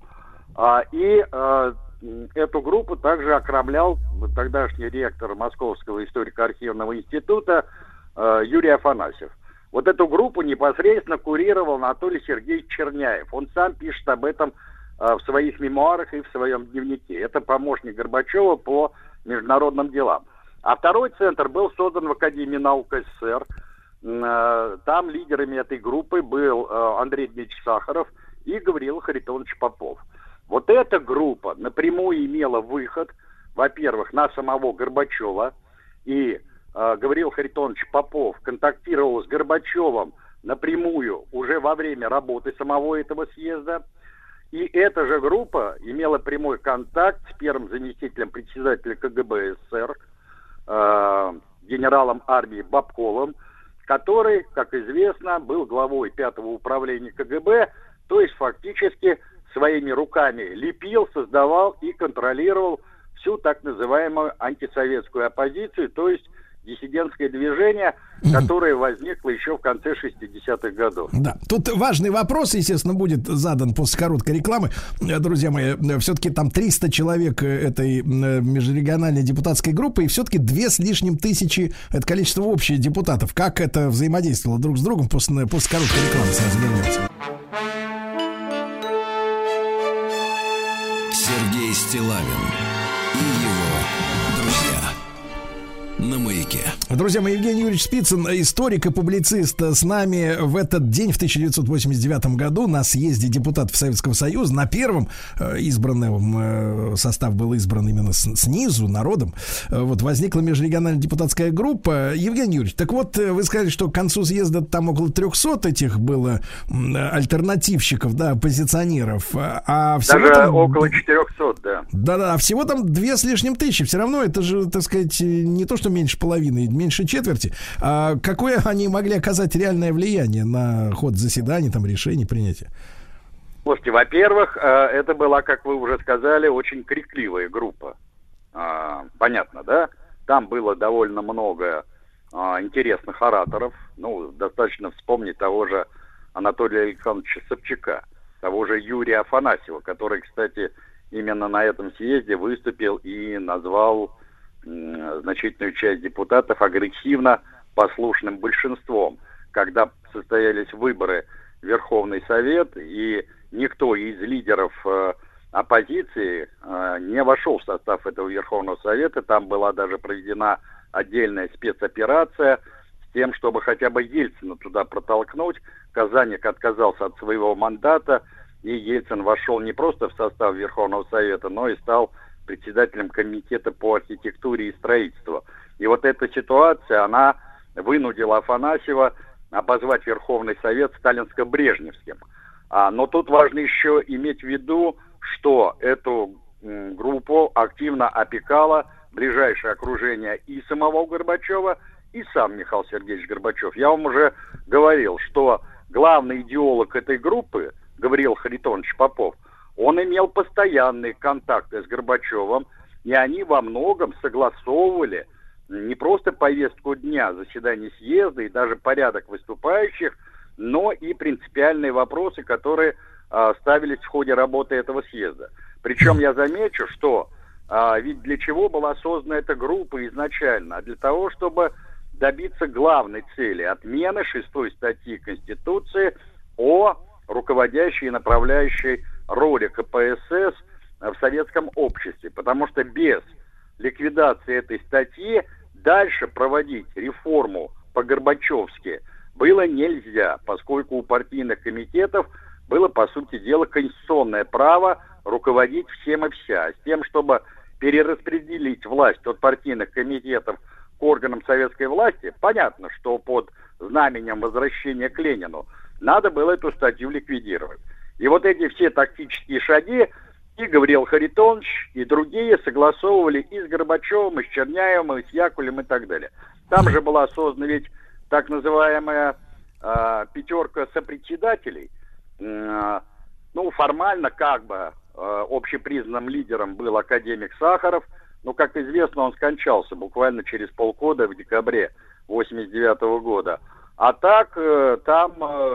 И эту группу также окромлял тогдашний ректор Московского историко-архивного института Юрий Афанасьев. Вот эту группу непосредственно курировал Анатолий Сергеевич Черняев. Он сам пишет об этом в своих мемуарах и в своем дневнике. Это помощник Горбачева по международным делам. А второй центр был создан в Академии наук СССР. Там лидерами этой группы был Андрей Дмитриевич Сахаров и Гавриил Харитонович Попов. Вот эта группа напрямую имела выход, во-первых, на самого Горбачева, и Гавриил Харитонович Попов контактировал с Горбачевым напрямую уже во время работы самого этого съезда. И эта же группа имела прямой контакт с первым заместителем председателя КГБ СССР, генералом армии Бабковым, который, как известно, был главой 5-го управления КГБ, то есть фактически своими руками лепил, создавал и контролировал всю так называемую антисоветскую оппозицию, то есть диссидентское движение, которое возникло еще в конце 60-х годов. Да, тут важный вопрос, естественно, будет задан после короткой рекламы. Друзья мои, все-таки там 300 человек этой межрегиональной депутатской группы, и все-таки 2 с лишним тысячи — это количество общих депутатов. Как это взаимодействовало друг с другом после короткой рекламы? Сразу вернемся. Сергей Стиллавин и его друзья на Маяке. Друзья мои, Евгений Юрьевич Спицын, историк и публицист, с нами в этот день, в 1989 году, на съезде депутатов Советского Союза, на первом избранном, состав был избран именно снизу, народом, вот возникла межрегиональная депутатская группа. Евгений Юрьевич, так вот, вы сказали, что к концу съезда там около 300 этих было альтернативщиков, да, оппозиционеров, а всего даже там... около 400, да. Да-да, а всего там 2 с лишним тысячи. Все равно это же, так сказать, не то, что меньше половины, меньше четверти. А какое они могли оказать реальное влияние на ход заседаний, там, решений, принятия? Слушайте, во-первых, это была, как вы уже сказали, очень крикливая группа. Понятно, да? Там было довольно много интересных ораторов. Ну, достаточно вспомнить того же Анатолия Александровича Собчака. того же Юрия Афанасьева, который, кстати, именно на этом съезде выступил и назвал значительную часть депутатов агрессивно послушным большинством, когда состоялись выборы в Верховный Совет, и никто из лидеров оппозиции не вошел в состав этого Верховного Совета. Там была даже проведена отдельная спецоперация с тем, чтобы хотя бы Ельцина туда протолкнуть. Казаник отказался от своего мандата, и Ельцин вошел не просто в состав Верховного Совета, но и стал председателем комитета по архитектуре и строительству. И вот эта ситуация, она вынудила Афанасьева обозвать Верховный Совет сталинско-брежневским. Но тут важно еще иметь в виду, что эту группу активно опекало ближайшее окружение и самого Горбачева, и сам Михаил Сергеевич Горбачев. Я вам уже говорил, что главный идеолог этой группы, Гавриил Харитонович Попов, он имел постоянные контакты с Горбачевым, и они во многом согласовывали не просто повестку дня заседаний съезда и даже порядок выступающих, но и принципиальные вопросы, которые ставились в ходе работы этого съезда. Причем я замечу, что ведь для чего была создана эта группа изначально? Для того, чтобы добиться главной цели — отмены 6-й статьи Конституции о руководящей и направляющей роли КПСС в советском обществе. Потому что без ликвидации этой статьи дальше проводить реформу по-горбачевски было нельзя, поскольку у партийных комитетов было, по сути дела, конституционное право руководить всем и вся. С тем, чтобы перераспределить власть от партийных комитетов к органам советской власти, понятно, что под знаменем возвращения к Ленину надо было эту статью ликвидировать. И вот эти все тактические шаги и Гавриил Харитонович, и другие согласовывали и с Горбачевым, и с Черняевым, и с Яковлевым, и так далее. Там же была создана ведь так называемая пятерка сопредседателей. Формально как бы общепризнанным лидером был академик Сахаров, но, как известно, он скончался буквально через полгода, в декабре 1989 года. А так, там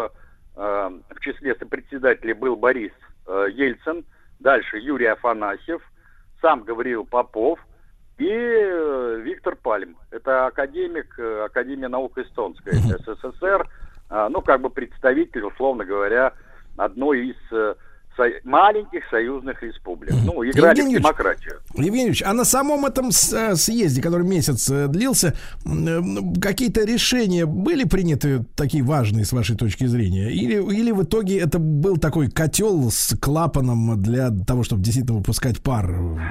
в числе сопредседателей был Борис Ельцин, дальше Юрий Афанасьев, сам Гавриил Попов и Виктор Пальм. Это академик Академии наук Эстонской СССР, представитель, условно говоря, одной из маленьких союзных республик. Играли в демократию. Евгений Ильич, а на самом этом съезде, который месяц длился, какие-то решения были приняты такие важные с вашей точки зрения? Или в итоге это был такой котел с клапаном для того, чтобы действительно выпускать пар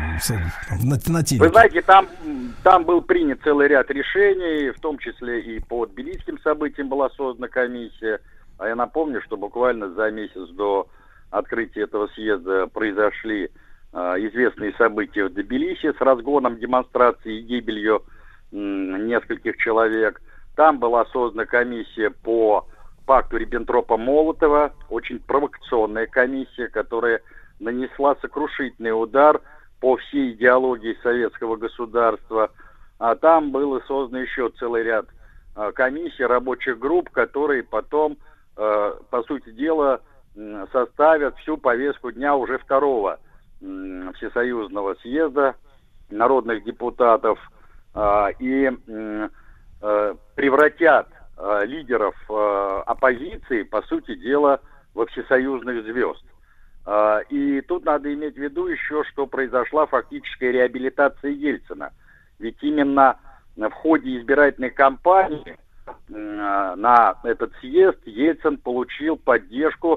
на телеке? Вы знаете, там был принят целый ряд решений, в том числе и по тбилисским событиям была создана комиссия. А я напомню, что буквально за месяц до открытия этого съезда произошли известные события в Тбилиси с разгоном демонстрации и гибелью нескольких человек. Там была создана комиссия по пакту Риббентропа-Молотова, очень провокационная комиссия, которая нанесла сокрушительный удар по всей идеологии советского государства. А там было создано еще целый ряд комиссий, рабочих групп, которые потом, по сути дела, составят всю повестку дня уже второго Всесоюзного съезда народных депутатов и превратят лидеров оппозиции, по сути дела, во всесоюзных звезд. И тут надо иметь в виду еще, что произошла фактическая реабилитация Ельцина. Ведь именно в ходе избирательной кампании на этот съезд Ельцин получил поддержку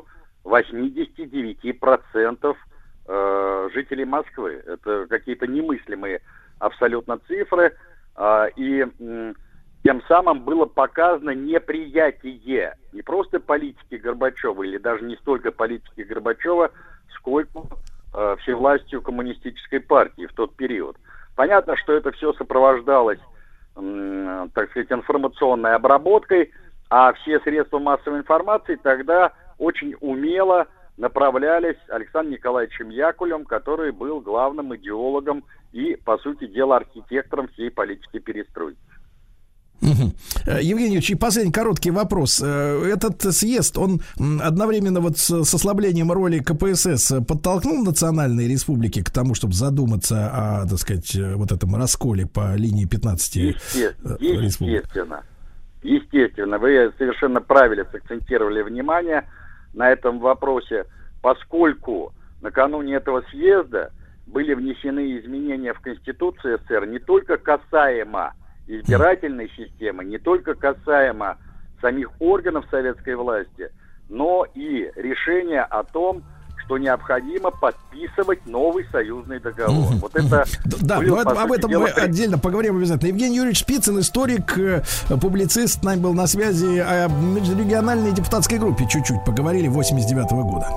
89% жителей Москвы. Это какие-то немыслимые абсолютно цифры. И тем самым было показано неприятие не просто политики Горбачева, или даже не столько политики Горбачева, сколько всевластию коммунистической партии в тот период. Понятно, что это все сопровождалось, так сказать, информационной обработкой, а все средства массовой информации тогда очень умело направлялись Александром Николаевичем Яковлевым, который был главным идеологом и, по сути дела, архитектором всей политики перестройки. Евгений Юрьевич, и последний короткий вопрос. Этот съезд, он одновременно вот с ослаблением роли КПСС подтолкнул национальные республики к тому, чтобы задуматься о, так сказать, вот этом расколе по линии 15 республик? Естественно. Вы совершенно правильно сакцентировали внимание на этом вопросе, поскольку накануне этого съезда были внесены изменения в Конституцию СССР не только касаемо избирательной системы, не только касаемо самих органов советской власти, но и решение о том, что необходимо подписывать новый союзный договор. Вот это да, был, об этом мы отдельно поговорим обязательно. Евгений Юрьевич Спицын, историк, публицист, с нами был на связи. О межрегиональной депутатской группе чуть-чуть поговорили 89-го года.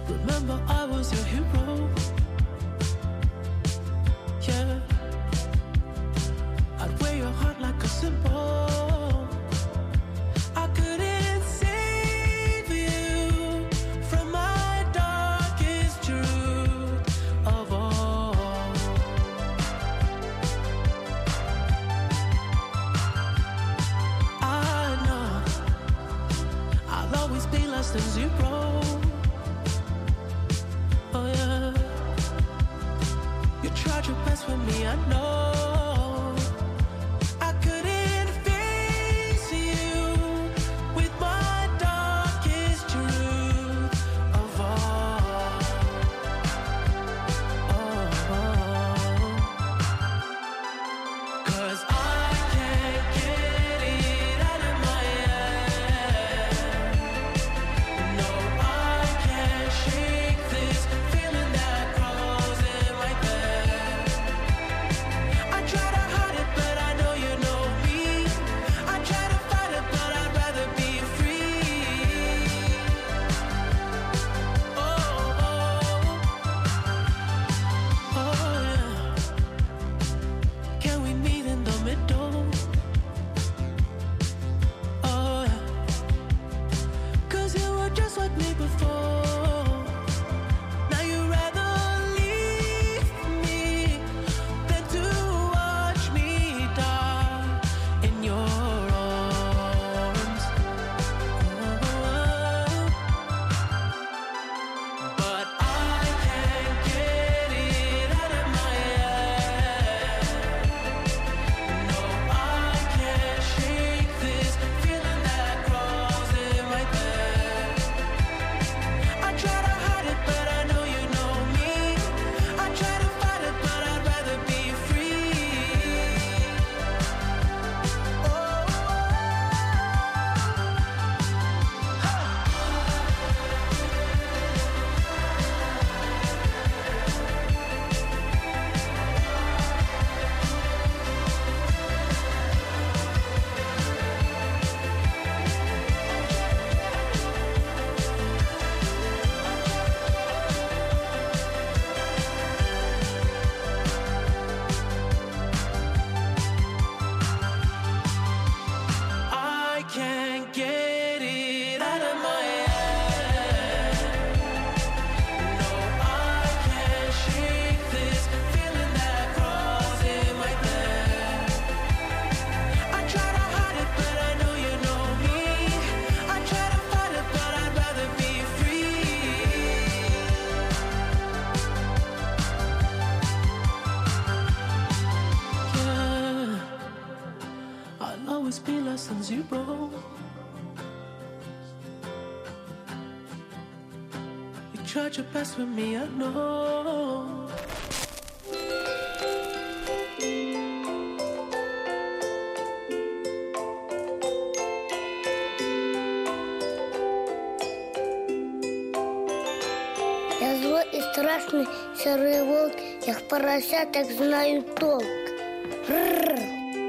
Tried your best with me, I know. Я злой и страшный серый волк, я в поросятах знаю толк. Рррр.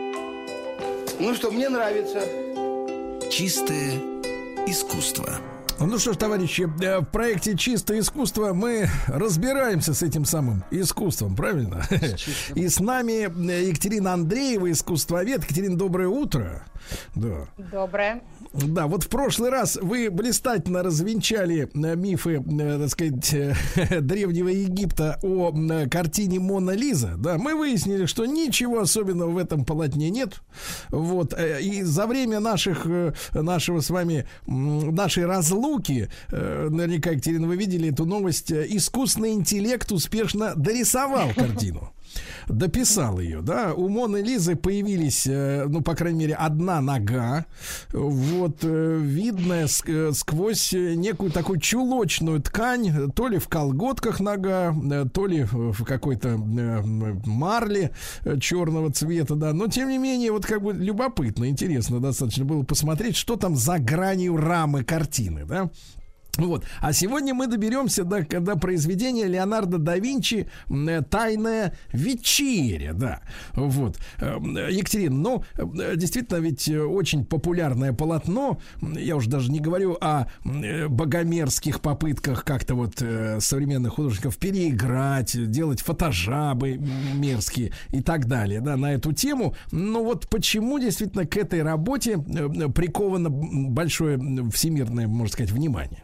Ну что, мне нравится. Чистое искусство. Ну что ж, товарищи, в проекте «Чистое искусство» мы разбираемся с этим самым искусством, правильно? И с нами Екатерина Андреева, искусствовед. Екатерина, доброе утро. Да. Доброе. Да, вот в прошлый раз вы блистательно развенчали мифы, так сказать, Древнего Египта о картине «Мона Лиза». Да, мы выяснили, что ничего особенного в этом полотне нет. Вот. И за время нашего с вами, нашей разлуки, наверняка, Екатерина, вы видели эту новость, искусственный интеллект успешно дорисовал картину. Дописал ее, да. У Моны Лизы появились, ну, по крайней мере, одна нога, вот, видная сквозь некую такую чулочную ткань, то ли в колготках нога, то ли в какой-то марле черного цвета, да. Но, тем не менее, вот как бы любопытно, интересно достаточно было посмотреть, что там за гранью рамы картины, да. Вот. А сегодня мы доберемся до произведения Леонардо да Винчи «Тайная вечеря». Да. Вот. Екатерина, ну, действительно, ведь очень популярное полотно. Я уже даже не говорю о богомерзких попытках как-то вот современных художников переиграть, делать фотожабы мерзкие и так далее, да, на эту тему. Но вот почему действительно к этой работе приковано большое всемирное, можно сказать, внимание?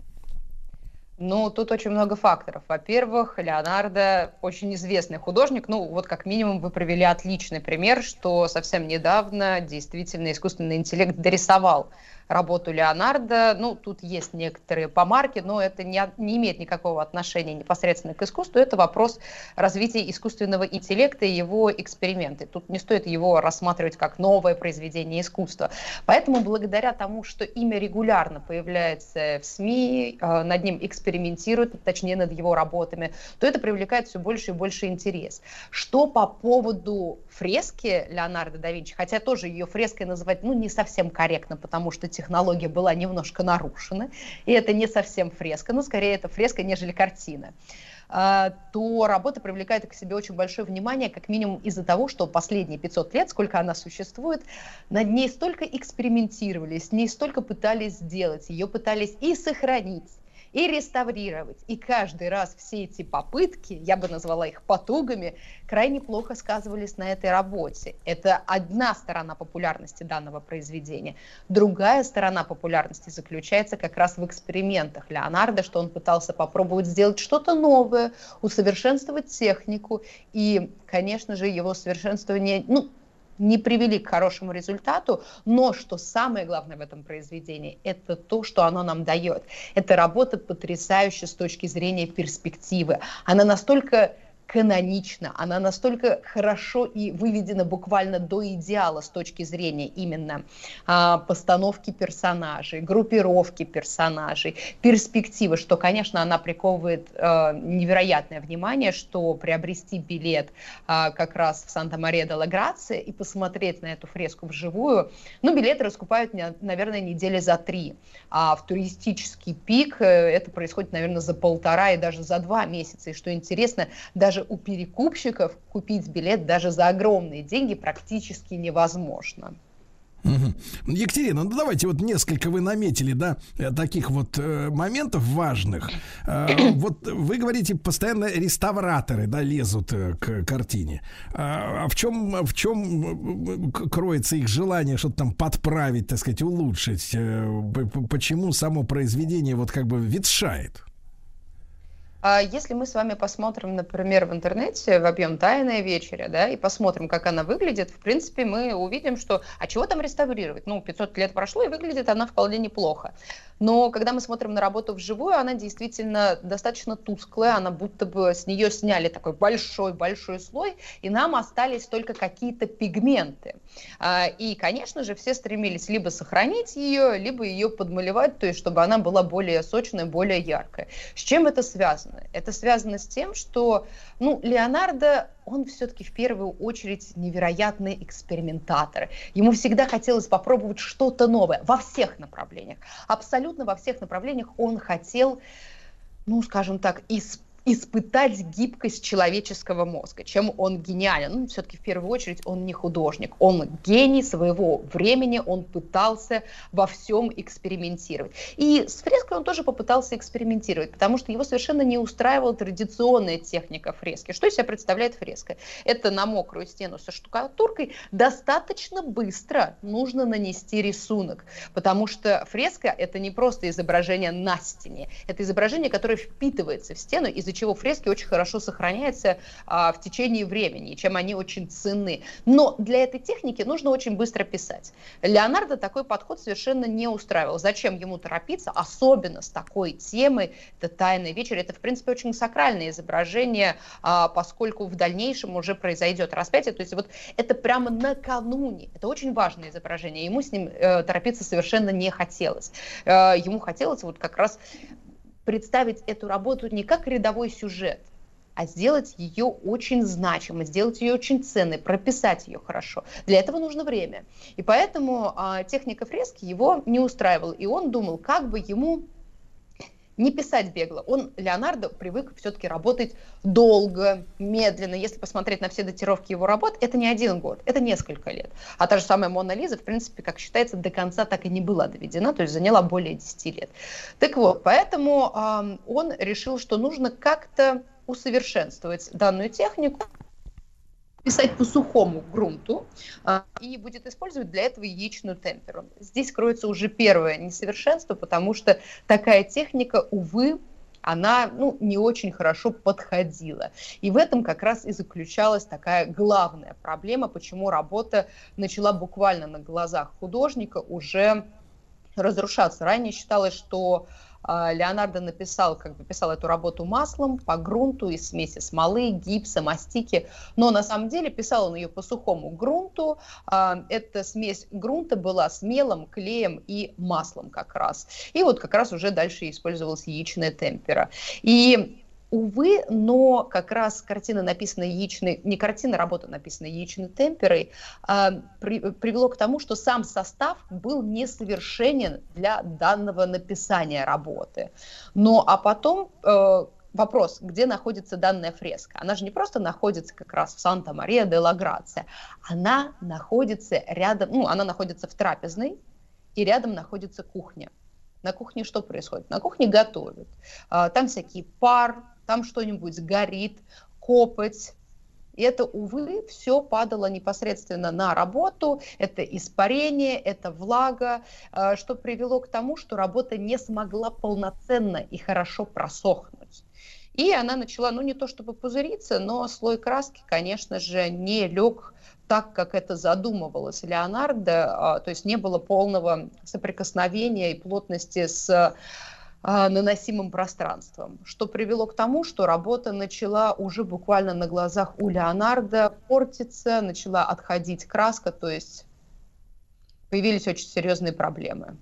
Ну, тут очень много факторов. Во-первых, Леонардо очень известный художник. Ну, вот как минимум вы привели отличный пример, что совсем недавно действительно искусственный интеллект дорисовал работу Леонардо. Ну, тут есть некоторые помарки, но это не имеет никакого отношения непосредственно к искусству. Это вопрос развития искусственного интеллекта и его эксперименты. Тут не стоит его рассматривать как новое произведение искусства. Поэтому благодаря тому, что имя регулярно появляется в СМИ, над ним экспериментируют, точнее над его работами, то это привлекает все больше и больше интерес. Что по поводу фрески Леонардо да Винчи, хотя тоже ее фреской называть, ну, не совсем корректно, потому что технология была немножко нарушена, и это не совсем фреска, но скорее это фреска, нежели картина, то работа привлекает к себе очень большое внимание, как минимум из-за того, что последние 500 лет, сколько она существует, над ней столько экспериментировали, с ней столько пытались сделать, ее пытались и сохранить, и реставрировать. И каждый раз все эти попытки, я бы назвала их потугами, крайне плохо сказывались на этой работе. Это одна сторона популярности данного произведения. Другая сторона популярности заключается как раз в экспериментах Леонардо, что он пытался попробовать сделать что-то новое, усовершенствовать технику. И, конечно же, его совершенствование, не привели к хорошему результату, но что самое главное в этом произведении, это то, что оно нам дает. Эта работа потрясающая с точки зрения перспективы. Она настолько канонична, она настолько хорошо и выведена буквально до идеала с точки зрения именно постановки персонажей, группировки персонажей, перспективы, что, конечно, она приковывает невероятное внимание, что приобрести билет как раз в Санта-Мария-де-ла-Грация и посмотреть на эту фреску вживую, билеты раскупают, наверное, недели за 3, а в туристический пик это происходит, наверное, за 1,5 и даже за 2 месяца, и что интересно, даже у перекупщиков купить билет даже за огромные деньги практически невозможно. Екатерина, давайте вот несколько вы наметили, да, таких вот моментов важных. Вот вы говорите, постоянно реставраторы, да, лезут к картине. А в чем кроется их желание что-то там подправить, так сказать, улучшить? Почему само произведение вот как бы ветшает? Если мы с вами посмотрим, например, в интернете, вобьем «Тайная вечеря», да, и посмотрим, как она выглядит, в принципе, мы увидим, что... А чего там реставрировать? 500 лет прошло, и выглядит она вполне неплохо. Но когда мы смотрим на работу вживую, она действительно достаточно тусклая, она будто бы с нее сняли такой большой-большой слой, и нам остались только какие-то пигменты. И, конечно же, все стремились либо сохранить ее, либо ее подмалевать, то есть чтобы она была более сочная, более яркая. С чем это связано? Это связано с тем, что Леонардо, он все-таки в первую очередь невероятный экспериментатор. Ему всегда хотелось попробовать что-то новое во всех направлениях. Абсолютно во всех направлениях он хотел, скажем так, испытать гибкость человеческого мозга, чем он гениален. Ну, все-таки в первую очередь он не художник, он гений своего времени, он пытался во всем экспериментировать. И с фреской он тоже попытался экспериментировать, потому что его совершенно не устраивала традиционная техника фрески. Что из себя представляет фреска? Это на мокрую стену со штукатуркой достаточно быстро нужно нанести рисунок, потому что фреска — это не просто изображение на стене, это изображение, которое впитывается в стену, из-за чего фрески очень хорошо сохраняются в течение времени, чем они очень ценны. Но для этой техники нужно очень быстро писать. Леонардо такой подход совершенно не устраивал. Зачем ему торопиться, особенно с такой темой? Это «Тайный вечер», это, в принципе, очень сакральное изображение, поскольку в дальнейшем уже произойдет распятие. То есть вот это прямо накануне. Это очень важное изображение. Ему с ним торопиться совершенно не хотелось. Ему хотелось вот как раз представить эту работу не как рядовой сюжет, а сделать ее очень значимой, сделать ее очень ценной, прописать ее хорошо. Для этого нужно время. И поэтому техника фрески его не устраивала. И он думал, как бы ему не писать бегло. Леонардо привык все-таки работать долго, медленно. Если посмотреть на все датировки его работ, это не 1 год, это несколько лет. А та же самая «Мона Лиза», в принципе, как считается, до конца так и не была доведена, то есть заняла более 10 лет. Так вот, поэтому он решил, что нужно как-то усовершенствовать данную технику, писать по сухому грунту и будет использовать для этого яичную темперу. Здесь кроется уже первое несовершенство, потому что такая техника, увы, она не очень хорошо подходила. И в этом как раз и заключалась такая главная проблема, почему работа начала буквально на глазах художника уже разрушаться. Ранее считалось, что Леонардо писал эту работу маслом, по грунту из смеси смолы, гипса, мастики, но на самом деле писал он ее по сухому грунту. Эта смесь грунта была с мелом, клеем и маслом как раз. И вот как раз уже дальше использовалась яичная темпера. И увы, но как раз картина, написанная работа, написанная яичной темперой, привело к тому, что сам состав был несовершенен для данного написания работы. А потом вопрос, где находится данная фреска? Она же не просто находится как раз в Санта-Мария-де-ла-Грация, она находится рядом, она находится в трапезной, и рядом находится кухня. На кухне что происходит? На кухне готовят. Там всякий пар, там что-нибудь горит, копоть. И это, увы, все падало непосредственно на работу. Это испарение, это влага, что привело к тому, что работа не смогла полноценно и хорошо просохнуть. И она начала, не то чтобы пузыриться, но слой краски, конечно же, не лег так, как это задумывалось Леонардо, то есть не было полного соприкосновения и плотности с наносимым пространством, что привело к тому, что работа начала уже буквально на глазах у Леонардо портиться, начала отходить краска, то есть появились очень серьезные проблемы.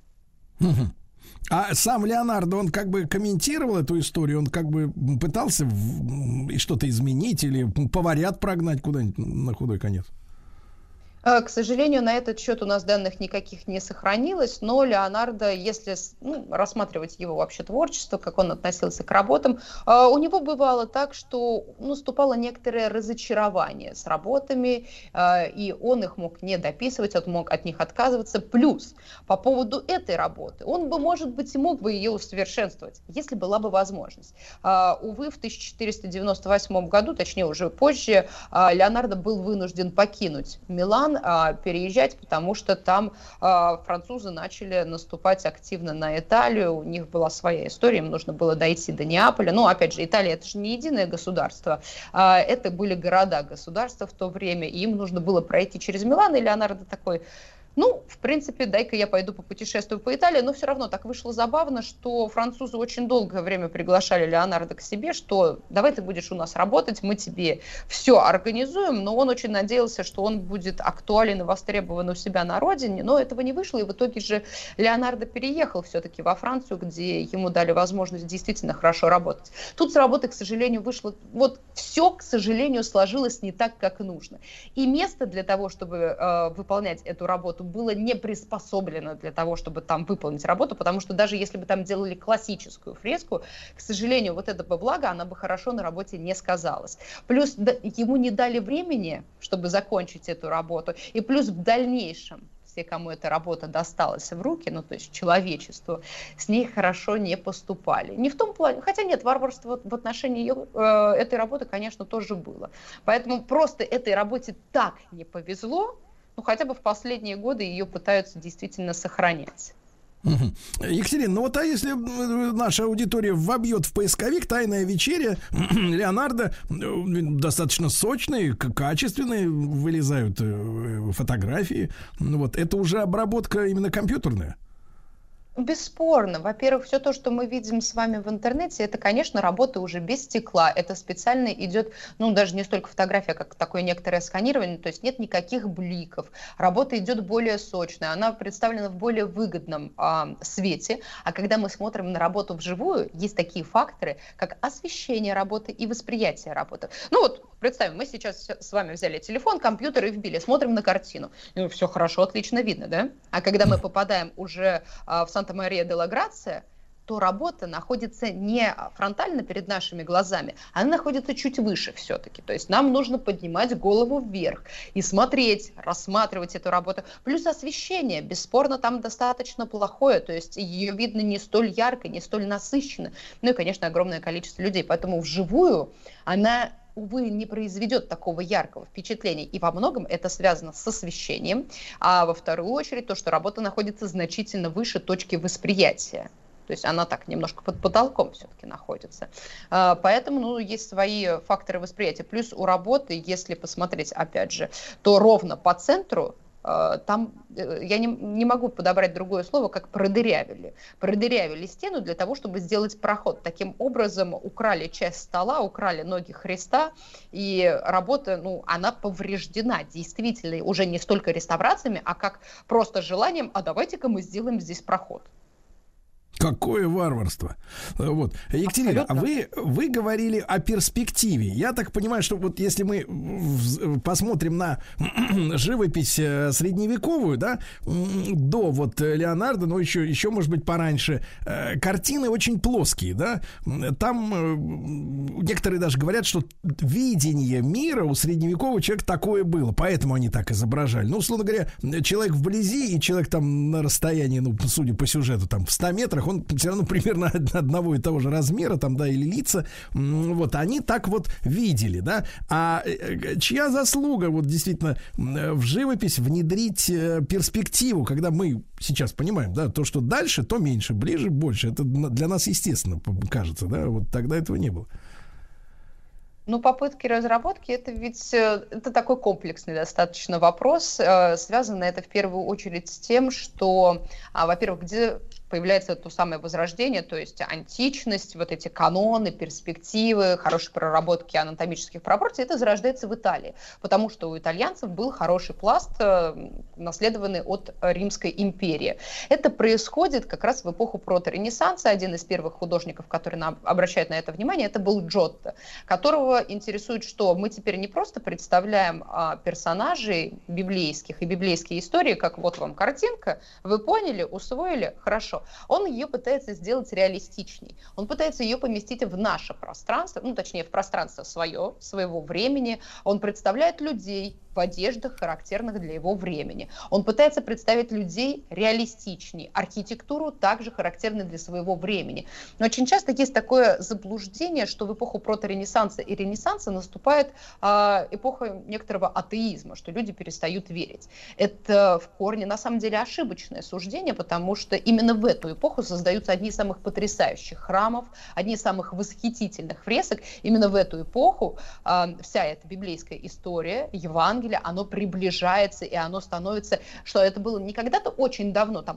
А сам Леонардо, он как бы комментировал эту историю, он как бы пытался что-то изменить или поварят прогнать куда-нибудь на худой конец? К сожалению, на этот счет у нас данных никаких не сохранилось, но Леонардо, если рассматривать его вообще творчество, как он относился к работам, у него бывало так, что наступало некоторое разочарование с работами, и он их мог не дописывать, он мог от них отказываться. Плюс, по поводу этой работы, он бы, может быть, и мог бы ее усовершенствовать, если была бы возможность. Увы, в 1498 году, точнее уже позже, Леонардо был вынужден покинуть Милан, переезжать, потому что там французы начали наступать активно на Италию, у них была своя история, им нужно было дойти до Неаполя. Опять же, Италия — это же не единое государство, это были города-государства в то время, и им нужно было пройти через Милан, и Леонардо такой: в принципе, дай-ка я пойду попутешествую по Италии, но все равно так вышло забавно, что французы очень долгое время приглашали Леонардо к себе, что давай ты будешь у нас работать, мы тебе все организуем, но он очень надеялся, что он будет актуален и востребован у себя на родине, но этого не вышло, и в итоге же Леонардо переехал все-таки во Францию, где ему дали возможность действительно хорошо работать. Тут с работы, к сожалению, вышло, все, к сожалению, сложилось не так, как нужно. И место для того, чтобы выполнять эту работу, было не приспособлено для того, чтобы там выполнить работу, потому что даже если бы там делали классическую фреску, к сожалению, вот эта бы влага, она бы хорошо на работе не сказалась. Плюс ему не дали времени, чтобы закончить эту работу, и плюс в дальнейшем все, кому эта работа досталась в руки, ну, то есть человечеству, с ней хорошо не поступали. Не в том плане, хотя нет, варварство в отношении этой работы, конечно, тоже было. Поэтому просто этой работе так не повезло, ну, хотя бы в последние годы ее пытаются действительно сохранять. Екатерина, ну вот а если наша аудитория вобьет в поисковик «Тайная вечеря» Леонардо, достаточно сочные, качественные вылезают фотографии, вот это уже обработка именно компьютерная? Бесспорно. Во-первых, все то, что мы видим с вами в интернете, это, конечно, работа уже без стекла. Это специально идет, ну, даже не столько фотография, как такое некоторое сканирование, то есть нет никаких бликов. Работа идет более сочная, она представлена в более выгодном свете. А когда мы смотрим на работу вживую, есть такие факторы, как освещение работы и восприятие работы. Ну вот, представим, мы сейчас с вами взяли телефон, компьютер и вбили, смотрим на картину. Ну, все хорошо, отлично видно, да? А когда мы попадаем уже в Санта-Мария-де-ла-Грация, то работа находится не фронтально перед нашими глазами, она находится чуть выше все-таки. То есть нам нужно поднимать голову вверх и смотреть, рассматривать эту работу. Плюс освещение, бесспорно, там достаточно плохое, то есть ее видно не столь ярко, не столь насыщенно. Ну и, конечно, огромное количество людей. Поэтому вживую она, увы, не произведет такого яркого впечатления. И во многом это связано с освещением. А во вторую очередь то, что работа находится значительно выше точки восприятия. То есть она так немножко под потолком все-таки находится. Поэтому, ну, есть свои факторы восприятия. Плюс у работы, если посмотреть, опять же, то ровно по центру там, я не могу подобрать другое слово, как продырявили. Продырявили стену для того, чтобы сделать проход. Таким образом украли часть стола, украли ноги Христа, и работа, ну, она повреждена действительно уже не столько реставрациями, а как просто желанием, а давайте-ка мы сделаем здесь проход. Какое варварство. Вот. Екатерина, а вы говорили о перспективе. Я так понимаю, что вот если мы посмотрим на живопись средневековую, да, до вот Леонардо, но еще может быть пораньше, картины очень плоские, да. Там некоторые даже говорят, что видение мира у средневекового человека такое было, поэтому они так изображали. Ну, условно говоря, человек вблизи и человек там на расстоянии, ну, судя по сюжету, там в 100 метрах, он все равно примерно одного и того же размера, там, да, или лица, вот, они так вот видели, да, а чья заслуга, вот, действительно, в живопись внедрить перспективу, когда мы сейчас понимаем, да, то, что дальше, то меньше, ближе, больше, это для нас естественно, кажется, да, вот тогда этого не было. Ну, попытки разработки, это ведь это такой комплексный достаточно вопрос. Связано это в первую очередь с тем, что, во-первых, где появляется то самое возрождение, то есть античность, вот эти каноны, перспективы, хорошие проработки анатомических пропорций, это зарождается в Италии, потому что у итальянцев был хороший пласт, наследованный от Римской империи. Это происходит как раз в эпоху проторенессанса. Один из первых художников, который обращает на это внимание, это был Джотто, которого интересует, что мы теперь не просто представляем персонажей библейских и библейские истории, как вот вам картинка, вы поняли, усвоили, хорошо. Он ее пытается сделать реалистичней. Он пытается ее поместить в наше пространство, ну, точнее, в пространство своего времени. Он представляет людей в одеждах, характерных для его времени. Он пытается представить людей реалистичней, архитектуру также характерную для своего времени. Но очень часто есть такое заблуждение, что в эпоху проторенессанса и ренессанса наступает эпоха некоторого атеизма, что люди перестают верить. Это в корне на самом деле ошибочное суждение, потому что именно в эту эпоху создаются одни из самых потрясающих храмов, одни из самых восхитительных фресок. Именно в эту эпоху вся эта библейская история, Евангелие, оно приближается, и оно становится, что это было не когда-то очень давно, там,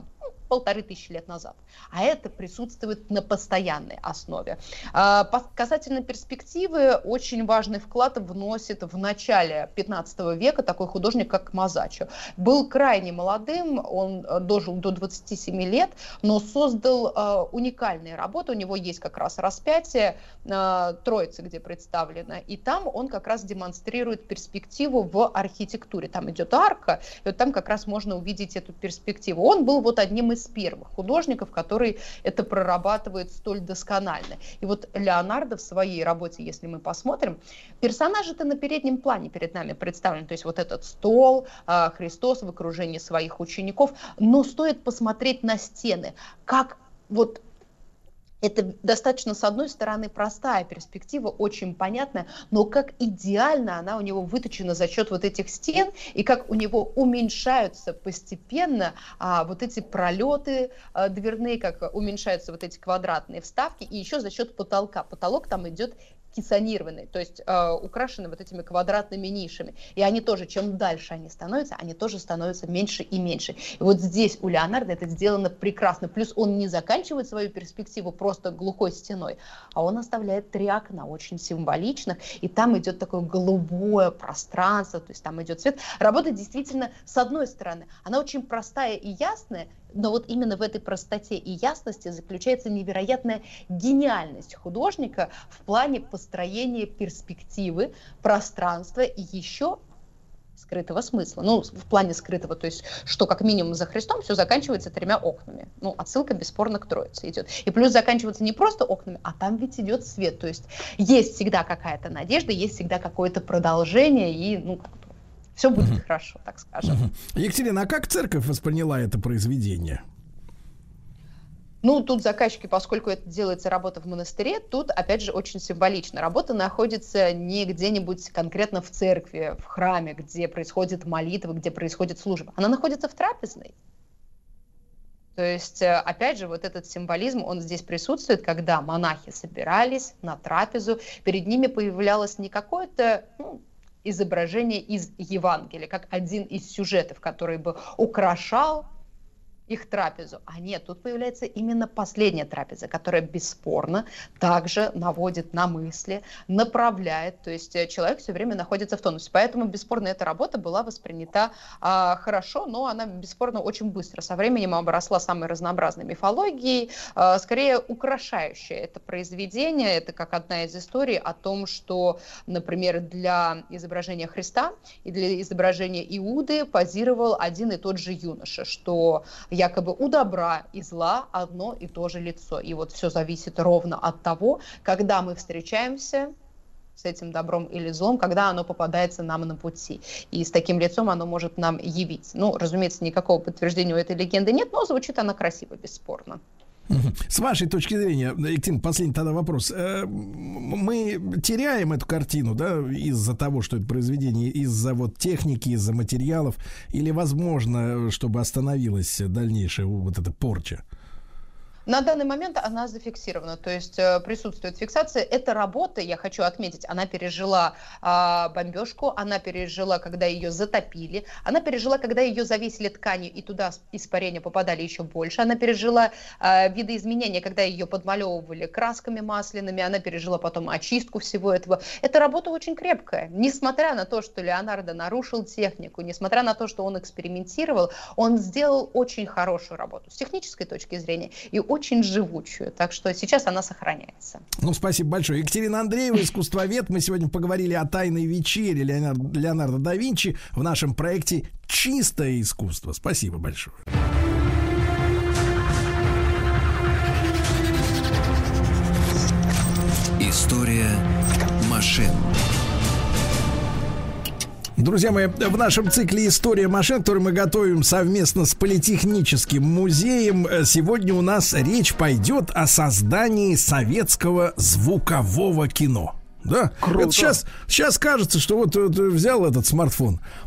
1500 лет назад. А это присутствует на постоянной основе. Касательно перспективы, очень важный вклад вносит в начале 15 века такой художник, как Мазаччо. Был крайне молодым, он дожил до 27 лет, но создал уникальные работы. У него есть как раз распятие Троицы, где представлено, и там он как раз демонстрирует перспективу в архитектуре. Там идет арка, и вот там как раз можно увидеть эту перспективу. Он был вот одним из первых художников, который это прорабатывает столь досконально. И вот Леонардо в своей работе, если мы посмотрим, персонажи-то на переднем плане перед нами представлены. То есть вот этот стол, Христос в окружении своих учеников. Но стоит посмотреть на стены, как вот это достаточно, с одной стороны, простая перспектива, очень понятная, но как идеально она у него выточена за счет вот этих стен, и как у него уменьшаются постепенно вот эти пролеты дверные, как уменьшаются вот эти квадратные вставки, и еще за счет потолка. Потолок там идет кессонированный, то есть украшены вот этими квадратными нишами. И они тоже, чем дальше они тоже становятся меньше и меньше. И вот здесь у Леонардо это сделано прекрасно. Плюс он не заканчивает свою перспективу просто глухой стеной, а он оставляет 3 окна, очень символичных, и там идет такое голубое пространство, то есть там идет свет. Работа действительно, с одной стороны, она очень простая и ясная, но вот именно в этой простоте и ясности заключается невероятная гениальность художника в плане построения перспективы, пространства и еще скрытого смысла. Ну, в плане скрытого, то есть, что как минимум за Христом все заканчивается 3 окнами. Ну, отсылка бесспорно к Троице идет. И плюс заканчивается не просто окнами, а там ведь идет свет. То есть есть всегда какая-то надежда, есть всегда какое-то продолжение, и, ну, все будет хорошо, так скажем. Екатерина, а как церковь восприняла это произведение? Ну, тут заказчики, поскольку это делается работа в монастыре, тут, опять же, очень символично. Работа находится не где-нибудь конкретно в церкви, в храме, где происходит молитва, где происходит служба. Она находится в трапезной. То есть, опять же, вот этот символизм, он здесь присутствует, когда монахи собирались на трапезу, перед ними появлялось не какое-то изображение из Евангелия, как один из сюжетов, который бы украшал их трапезу. А нет, тут появляется именно последняя трапеза, которая бесспорно также наводит на мысли, направляет, то есть человек все время находится в тонусе. Поэтому бесспорно эта работа была воспринята хорошо, но она бесспорно очень быстро со временем обросла самой разнообразной мифологией, скорее украшающая это произведение. Это как одна из историй о том, что, например, для изображения Христа и для изображения Иуды позировал один и тот же юноша, что якобы у добра и зла одно и то же лицо. И вот все зависит ровно от того, когда мы встречаемся с этим добром или злом, когда оно попадается нам на пути. И с таким лицом оно может нам явиться. Ну, разумеется, никакого подтверждения у этой легенды нет, но звучит она красиво, бесспорно. С вашей точки зрения, Екатерина, последний тогда вопрос. Мы теряем эту картину, да, из-за того, что это произведение, из-за вот техники, из-за материалов, или возможно, чтобы остановилась дальнейшая вот эта порча? На данный момент она зафиксирована, то есть присутствует фиксация. Эта работа, я хочу отметить, она пережила бомбежку, она пережила, когда ее затопили, она пережила, когда ее завесили тканью, и туда испарения попадали еще больше, она пережила видоизменения, когда ее подмалевывали красками масляными, она пережила потом очистку всего этого. Эта работа очень крепкая. Несмотря на то, что Леонардо нарушил технику, несмотря на то, что он экспериментировал, он сделал очень хорошую работу с технической точки зрения и очень живучую. Так что сейчас она сохраняется. Ну, спасибо большое. Екатерина Андреева, искусствовед. Мы сегодня поговорили о тайной вечере Леонардо да Винчи в нашем проекте «Чистое искусство». Спасибо большое. История машин. Друзья мои, в нашем цикле «История машин», который мы готовим совместно с Политехническим музеем, сегодня у нас речь пойдет о создании советского звукового кино. Да? Круто. Это сейчас кажется, что вот взял этот смартфон,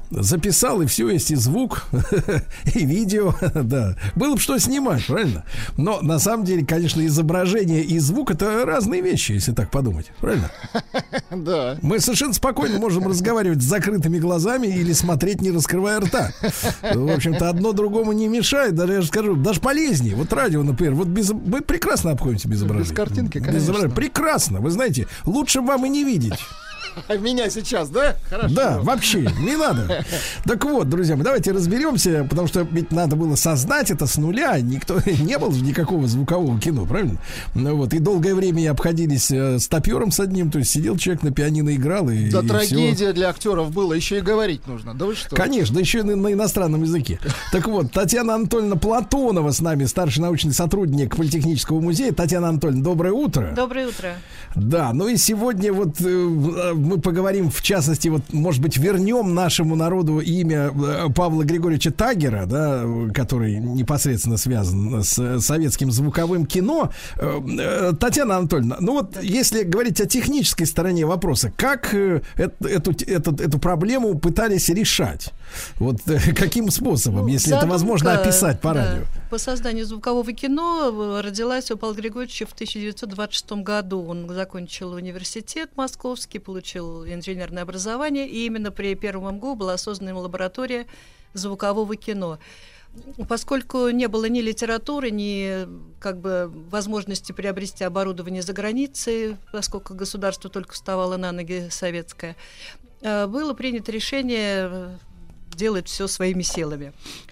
записал, и все есть, и звук, и видео, да. Было бы что снимать, правильно? Но на самом деле, конечно, изображение и звук — это разные вещи, если так подумать, правильно? Да. Мы совершенно спокойно можем разговаривать с закрытыми глазами или смотреть, не раскрывая рта. В общем-то, одно другому не мешает, даже я же скажу, даже полезнее. Вот радио, например, вот мы прекрасно обходимся без изображения. Без картинки, конечно. Прекрасно, вы знаете, лучше вам и не видеть. А меня сейчас, да? Хорошо. Да, вообще, не надо. Так вот, друзья, мы давайте разберемся, потому что ведь надо было создать это с нуля. Никто не было же никакого звукового кино, правильно? Ну вот, и долгое время обходились стопером с одним, то есть сидел человек на пианино, играл, и да, и трагедия всё. для актеров была, еще и говорить нужно. Да вы что? Конечно, еще и на иностранном языке. Так вот, Татьяна Анатольевна Платонова с нами, старший научный сотрудник Политехнического музея. Татьяна Анатольевна, доброе утро. Доброе утро. Да, ну и сегодня вот мы поговорим, в частности, вот, может быть, вернем нашему народу имя Павла Григорьевича Тагера, да, который непосредственно связан с советским звуковым кино. Татьяна Анатольевна, ну вот, если говорить о технической стороне вопроса, как эту проблему пытались решать? Вот каким способом, если это возможно описать по радио? По созданию звукового кино родилась у Павла Григорьевича в 1926 году. Он закончил университет московский, получил инженерное образование, и именно при первом МГУ была создана лаборатория звукового кино. Поскольку не было ни литературы, ни как бы возможности приобрести оборудование за границей, поскольку государство только вставало на ноги советское, было принято решение делать все своими силами.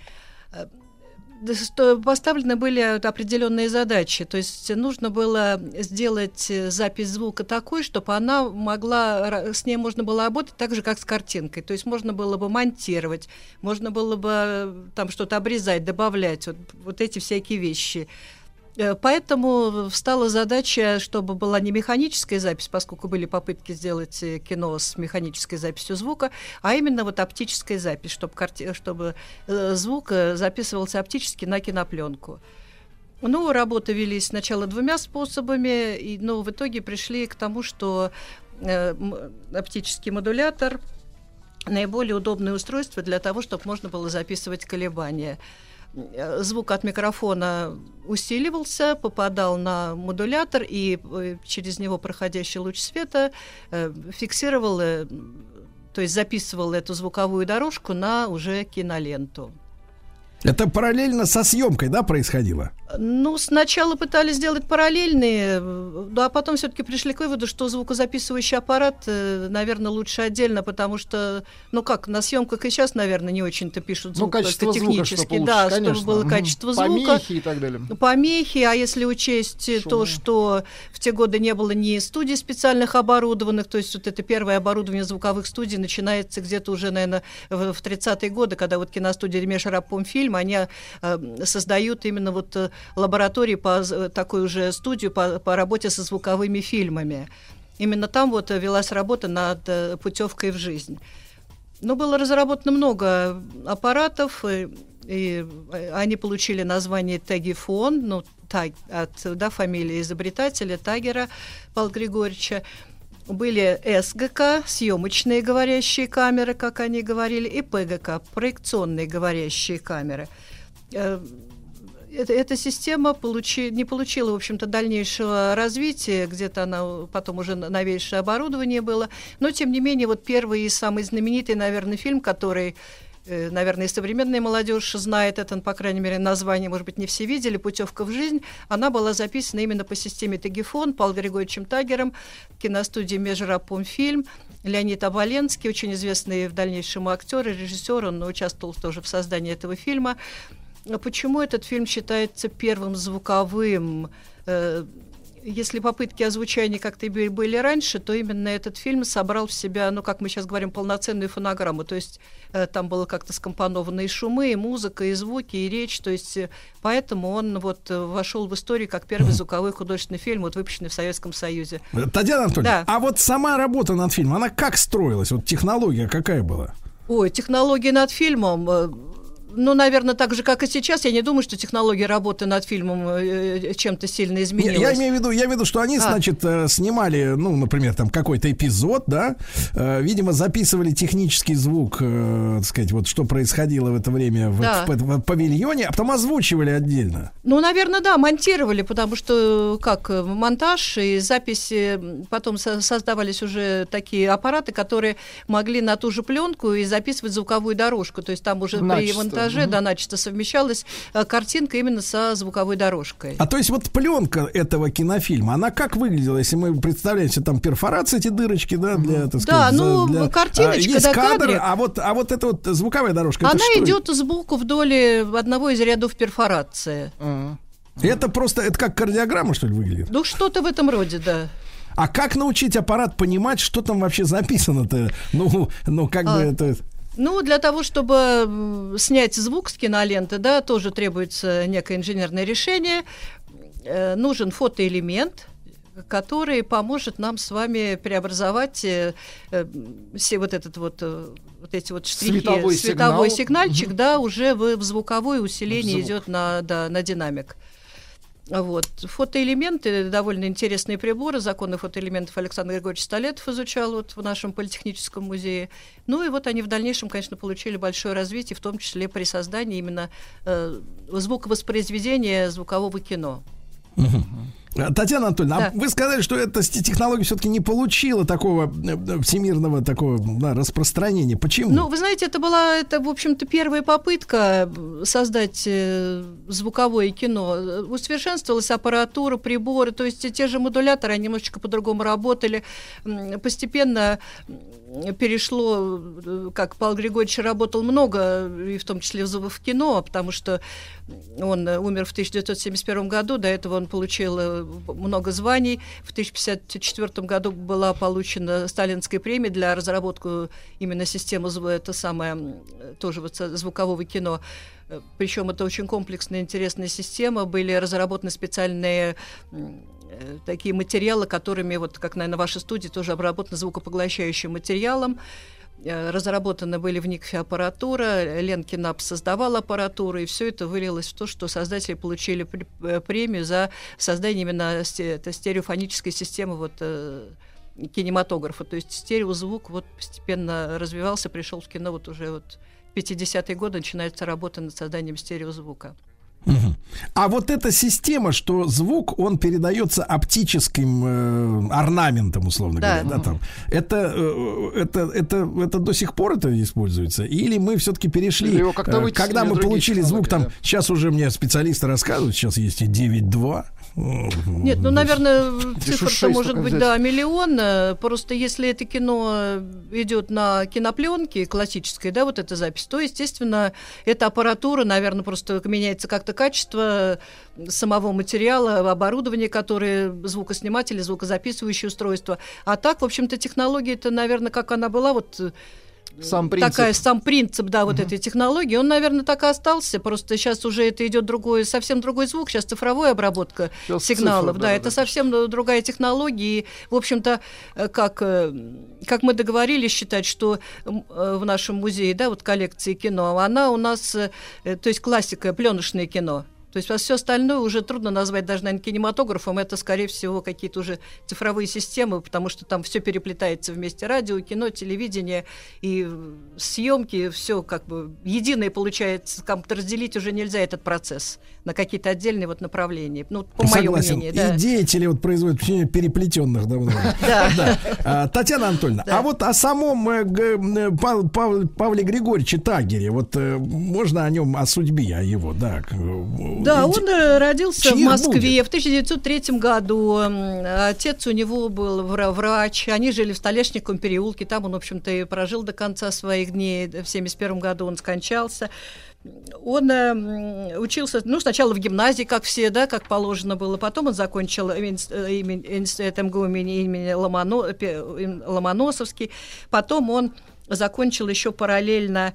Поставлены были определенные задачи. То есть нужно было сделать запись звука такой, чтобы она могла, с ней можно было работать так же, как с картинкой. То есть можно было бы монтировать, можно было бы там что-то обрезать, добавлять, вот эти всякие вещи. Поэтому встала задача, чтобы была не механическая запись, поскольку были попытки сделать кино с механической записью звука, а именно вот оптическая запись, чтобы звук записывался оптически на кинопленку. Ну, работы велись сначала двумя способами, но в итоге пришли к тому, что оптический модулятор — наиболее удобное устройство для того, чтобы можно было записывать колебания. Звук от микрофона усиливался, попадал на модулятор, и через него проходящий луч света фиксировал, то есть записывал эту звуковую дорожку на уже киноленту. Это параллельно со съемкой, да, происходило? Ну, сначала пытались сделать параллельные, а потом все-таки пришли к выводу, что звукозаписывающий аппарат, наверное, лучше отдельно, потому что, ну как, на съемках и сейчас, наверное, не очень-то пишут звук, качество технически, звука, чтобы да, лучше, чтобы конечно. было качество звука. Помехи и так далее. Помехи, а если учесть то, что в те годы не было ни студий специальных оборудованных, то есть вот это первое оборудование звуковых студий начинается где-то уже, наверное, в 30-е годы, когда вот киностудия Межрабкомфильм, они создают именно вот лаборатории, такую уже студию по работе со звуковыми фильмами. Именно там вот велась работа над путевкой в жизнь. Но было разработано много аппаратов, и они получили название Тагифон, ну, от фамилии изобретателя Тагера Павла Григорьевича. Были СГК, съемочные говорящие камеры, как они говорили, и ПГК, проекционные говорящие камеры. Эта система не получила, в общем-то, дальнейшего развития, где-то она потом уже новейшее оборудование было, но, тем не менее, вот первый и самый знаменитый, наверное, фильм, который, наверное, и современная молодежь знает это, по крайней мере, название, может быть, не все видели, «Путевка в жизнь», она была записана именно по системе Тагифон, Павлом Григорьевичем Тагером, киностудии Межрабкомфильм. Леонид Оболенский, очень известный в дальнейшем актер и режиссер, он участвовал тоже в создании этого фильма. Почему этот фильм считается первым звуковым? Если попытки озвучания как-то были раньше, то именно этот фильм собрал в себя, ну, как мы сейчас говорим, полноценную фонограмму. То есть там было как-то скомпонованы и шумы, и музыка, и звуки, и речь. То есть поэтому он вот вошел в историю как первый звуковой художественный фильм, вот выпущенный в Советском Союзе. Татьяна Анатольевна, да. А вот сама работа над фильмом, она как строилась? Вот технология какая была? Ой, технология над фильмом... Ну, наверное, так же, как и сейчас. Я не думаю, что технология работы над фильмом чем-то сильно изменилась. Я имею в виду, что они, значит, снимали, ну, например, там какой-то эпизод, да, видимо, записывали технический звук, так сказать, вот что происходило в это время в павильоне, а потом озвучивали отдельно. Ну, наверное, да, монтировали, потому что как монтаж и записи, потом создавались уже такие аппараты, которые могли на ту же пленку и записывать звуковую дорожку, то есть там уже при монтаже начисто совмещалась картинка именно со звуковой дорожкой. А то есть вот пленка этого кинофильма, она как выглядела, если мы представляем себе там перфорации, эти дырочки, да, для, так сказать, картиночка, есть да, кадр, кадре. а вот эта вот звуковая дорожка, она идет сбоку вдоль одного из рядов перфорации. Это просто, это как кардиограмма, что ли, выглядит? Ну, что-то в этом роде, да. А как научить аппарат понимать, что там вообще записано-то? Ну как бы это... Ну, для того, чтобы снять звук с киноленты, да, тоже требуется некое инженерное решение. Нужен фотоэлемент, который поможет нам с вами преобразовать все вот этот вот эти вот штрихи, световой сигнальчик, да, уже в звуковое усиление идет на динамик. Вот. Фотоэлементы, довольно интересные приборы. Законы фотоэлементов Александр Григорьевич Столетов изучал вот в нашем политехническом музее. Ну и вот они в дальнейшем, конечно, получили большое развитие, в том числе при создании именно звуковоспроизведения звукового кино. Татьяна Анатольевна, вы сказали, что эта технология все-таки не получила такого всемирного распространения. Почему? Ну, вы знаете, это, в общем-то, первая попытка создать звуковое кино. Усовершенствовалась аппаратура, приборы, то есть те же модуляторы, они немножечко по-другому работали. Постепенно перешло, как Павел Григорьевич работал много, и в том числе в кино, потому что он умер в 1971 году, до этого он получил много званий. В 1954 году была получена Сталинская премия для разработки именно системы, это самое, тоже вот звукового кино. Причем это очень комплексная, интересная система. Были разработаны специальные такие материалы, которыми, вот как, наверное, в вашей студии тоже обработаны звукопоглощающим материалом. Разработаны были в НИКФе аппаратура, Ленкинап создавал аппаратуру, и все это вылилось в то, что создатели получили премию за создание именно стереофонической системы кинематографа. То есть стереозвук вот постепенно развивался, пришел в кино вот уже вот в 50-е годы, начинается работа над созданием стереозвука. А вот эта система, что звук, он передается оптическим орнаментом, условно говоря, да, там. Это до сих пор это используется? Или мы все-таки перешли, когда мы получили звук, там, сейчас уже мне специалисты рассказывают, сейчас есть и 9.2. Нет, ну, наверное, цифра-то может быть, да, миллион. Просто если это кино идет на кинопленке классической, да, вот эта запись, то, естественно, эта аппаратура, наверное, просто меняется как-то качество самого материала, оборудования, которое звукосниматели, звукозаписывающие устройства. А так, в общем-то, технология-то, наверное, как она была, вот... Сам принцип, да, вот этой технологии, он, наверное, так и остался. Просто сейчас уже это идет совсем другой звук. Сейчас цифровая обработка сигналов. Да, это совсем другая технология. И, в общем-то, как мы договорились считать, что в нашем музее, да, вот коллекции кино, она у нас, то есть классика, пленочное кино. То есть все остальное уже трудно назвать даже, наверное, кинематографом. Это, скорее всего, какие-то уже цифровые системы, потому что там все переплетается вместе. Радио, кино, телевидение и съемки. Все как бы единое получается. Как-то разделить уже нельзя этот процесс на какие-то отдельные вот направления. Ну, по моему мнению. Да. И деятели вот производят впечатление переплетенных давно. Татьяна Анатольевна, а вот о самом Павле Григорьевиче Тагере, вот можно о нем, о судьбе его, да. Да, он родился в Москве в 1903 году. Отец у него был врач. Они жили в Столешниковом переулке. Там он, в общем-то, и прожил до конца своих дней. В 1971 году он скончался. Он учился, сначала в гимназии, как все, да, как положено было. Потом он закончил институт МГУ имени Ломоносовский. Потом он закончил еще параллельно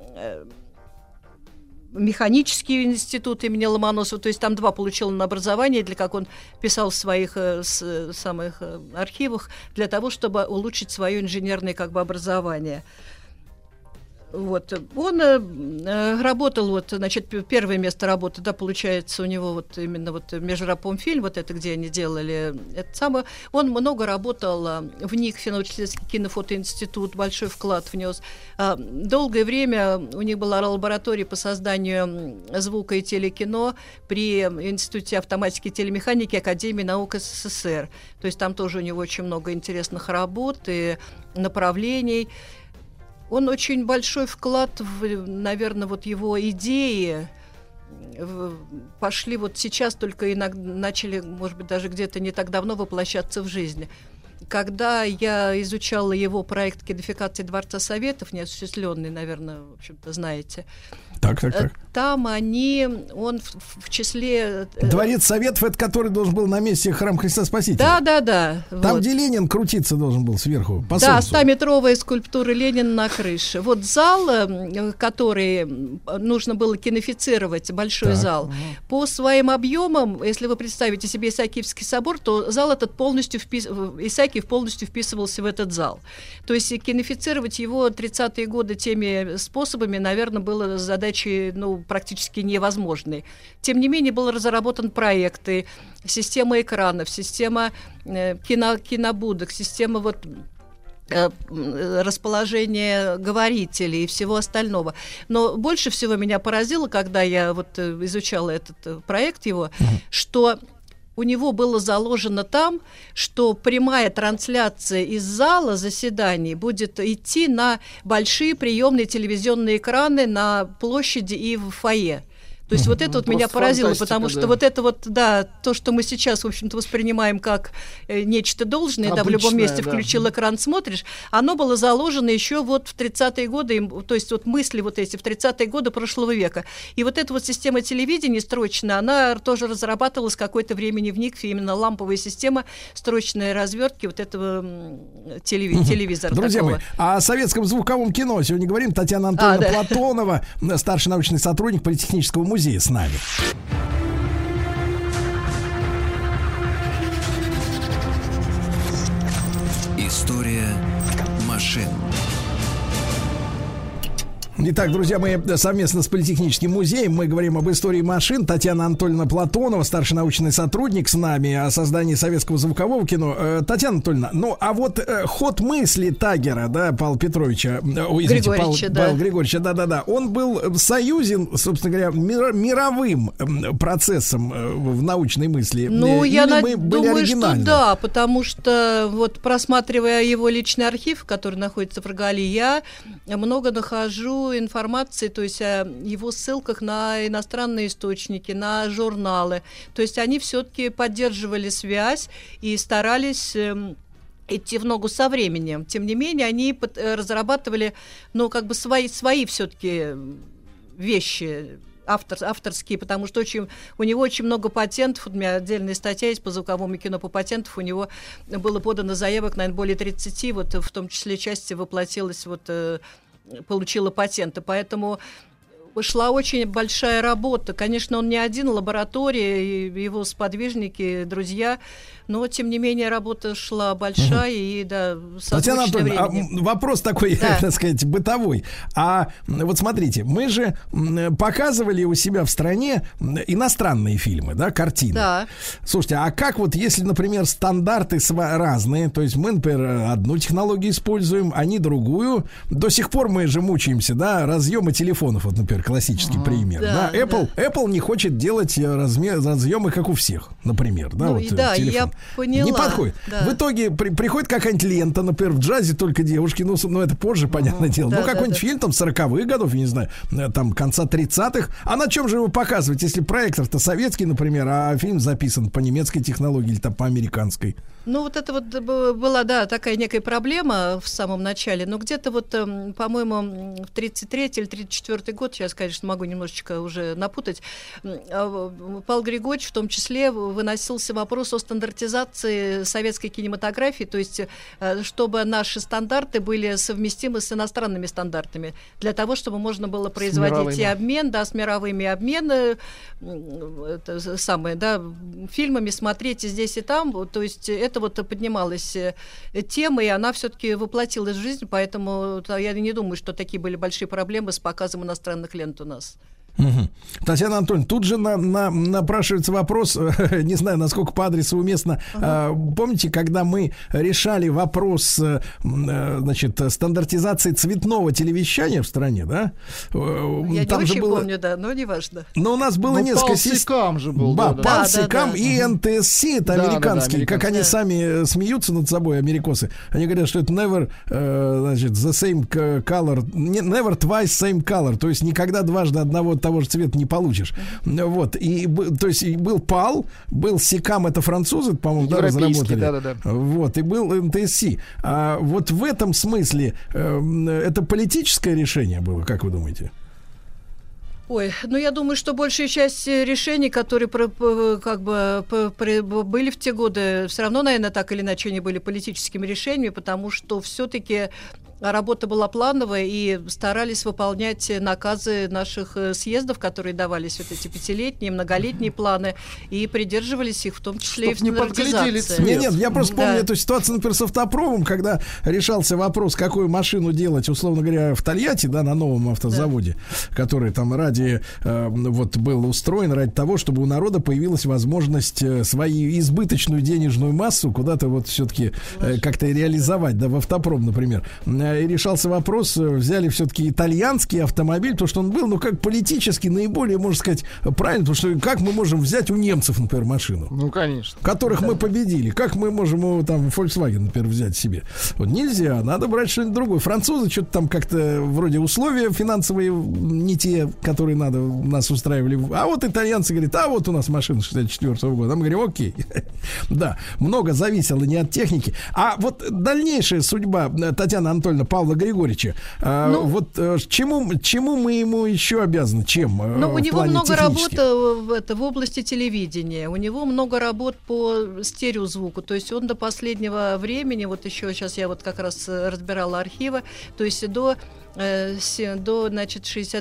механический институт имени Ломоносова, то есть там 2 получил он образование, как он писал в своих самых архивах, для того, чтобы улучшить свое инженерное образование. Вот. Он работал, вот, значит, первое место работы, да, получается, у него вот именно вот Межрапомфильм, вот это, где они делали, это самое. Он много работал в НИКФе, научно-исследовательский кинофотоинститут, большой вклад внес. Долгое время у них была лаборатория по созданию звука и телекино при Институте автоматики и телемеханики Академии наук СССР. То есть там тоже у него очень много интересных работ и направлений. Он очень большой вклад в, наверное, вот его идеи пошли вот сейчас, только иногда начали, может быть, даже где-то не так давно воплощаться в жизнь. Когда я изучала его проект кодификации Дворца Советов, неосуществленный, наверное, в общем-то, знаете, так. Там он в числе... Дворец Советов, это который должен был на месте храм Христа Спасителя. Да. Там, вот. Где Ленин крутиться должен был сверху, по Да, солнцу. 100-метровая скульптура Ленина на крыше. Вот зал, который нужно было кинофицировать, большой зал, по своим объемам, если вы представите себе Исаакиевский собор, то зал этот Исаакиев полностью вписывался в этот зал. То есть кинофицировать его 30-е годы теми способами, наверное, было задачей, практически невозможной. Тем не менее, был разработан проект, и система экранов, система кинобудок, система расположения говорителей и всего остального. Но больше всего меня поразило, когда я изучала этот проект его, что у него было заложено там, что прямая трансляция из зала заседаний будет идти на большие приемные телевизионные экраны на площади и в фойе. То есть вот это вот меня поразило, потому что вот это вот, да, то, что мы сейчас, в общем-то, воспринимаем как нечто должное, да, в любом месте включил экран, смотришь, оно было заложено еще вот в 30-е годы, то есть вот мысли вот эти в 30-е годы прошлого века. И вот эта вот система телевидения строчная, она тоже разрабатывалась какое-то времени в НИКФе, именно ламповая система строчной развертки вот этого телевизора. Друзья мои, о советском звуковом кино сегодня говорим. Татьяна Анатольевна Платонова, старший научный сотрудник Политехнического музея с нами. История машин. Итак, друзья мои, совместно с Политехническим музеем мы говорим об истории машин. Татьяна Анатольевна Платонова, старший научный сотрудник, с нами о создании советского звукового кино. Татьяна Анатольевна, а вот ход мысли Тагера, да, Павла Петровича, Павла Григорьевича, да, он был союзен, собственно говоря, мировым процессом в научной мысли. Я думаю, что да, потому что вот просматривая его личный архив, который находится в Рогале, я много нахожу информации, то есть о его ссылках на иностранные источники, на журналы. То есть они все-таки поддерживали связь и старались идти в ногу со временем. Тем не менее, они разрабатывали, свои все-таки вещи авторские, потому что у него очень много патентов. У меня отдельная статья есть по звуковому кино по патентам. У него было подано заявок, наверное, более 30, в том числе части воплотилась, получила патенты. Поэтому шла очень большая работа. Конечно, он не один, лаборатория, его сподвижники, друзья, но, тем не менее, работа шла большая и, да, Татьяна Анатольевна, вопрос такой, так сказать, бытовой. Вот смотрите, мы же показывали у себя в стране иностранные фильмы, да, картины. Да. Слушайте, а как если, например, стандарты разные, то есть мы, например, одну технологию используем, они другую, до сих пор мы же мучаемся, да, разъемы телефонов, например, классический пример. Да, Apple не хочет делать разъемы, как у всех, например, да, телефон. Я поняла. Не подходит. Да. В итоге приходит какая-нибудь лента, например, в джазе только девушки, это позже, понятное дело. Какой-нибудь фильм, 40-х годов, я не знаю, конца 30-х. А на чем же его показывать, если проектор-то советский, например, а фильм записан по немецкой технологии или по американской? Это была, такая некая проблема в самом начале, но где-то по-моему, в 33-й или 34-й год, сейчас конечно, могу немножечко уже напутать. Павел Григорьевич в том числе выносился вопрос о стандартизации советской кинематографии, то есть чтобы наши стандарты были совместимы с иностранными стандартами, для того, чтобы можно было производить и обмен, да, с мировыми обмены, это самое, да, фильмами смотреть и здесь, и там. То есть это вот поднималась тема, и она все-таки воплотилась в жизнь, поэтому я не думаю, что такие были большие проблемы с показом иностранных лент у нас. Угу. Татьяна Анатольевна, тут же напрашивается вопрос, не знаю, насколько по адресу уместно. Помните, когда мы решали вопрос, значит, стандартизации цветного телевещания в стране, да? Я там не же очень было... помню, да, но неважно. Но у нас было несколько систем же был. Палсикам и НТСС, это американские, как они сами смеются над собой, америкосы. Они говорят, что это never, значит, the same color, never twice same color, то есть никогда дважды одного того же цвета не получишь. Вот. И, то есть был ПАЛ, был СИКАМ, это французы, по-моему, да, разработали. Да. Вот. И был НТСИ. А вот в этом смысле это политическое решение было, как вы думаете? Ой, ну я думаю, что большая часть решений, которые как бы были в те годы, все равно, наверное, так или иначе они были политическими решениями, потому что все-таки работа была плановая, и старались выполнять наказы наших съездов, которые давались, вот эти 5-летние, многолетние планы, и придерживались их, в том числе чтоб и в стандартизации. Нет, я просто помню эту ситуацию, например, с автопромом, когда решался вопрос, какую машину делать, условно говоря, в Тольятти, да, на новом автозаводе, который там вот был устроен ради того, чтобы у народа появилась возможность свою избыточную денежную массу куда-то вот все-таки как-то реализовать, да, в автопром, например. И решался вопрос, взяли все-таки итальянский автомобиль, потому что он был, ну, как политически наиболее, можно сказать, правильно, потому что как мы можем взять у немцев, например, машину? Ну, конечно. Которых мы победили. Как мы можем его там, Volkswagen, например, взять себе? Вот нельзя, надо брать что-нибудь другое. Французы что-то там как-то вроде условия финансовые не те, которые надо, нас устраивали. А вот итальянцы говорят, а вот у нас машина 64-го года. Мы говорим, окей. Да, много зависело не от техники. А вот дальнейшая судьба Татьяны Анатольевны, Павла Григорьевича, вот чему мы ему еще обязаны? Чем? Ну, у него много работы в области телевидения, у него много работ по стереозвуку, то есть он до последнего времени, вот еще сейчас я вот как раз разбирала архивы, то есть до значит,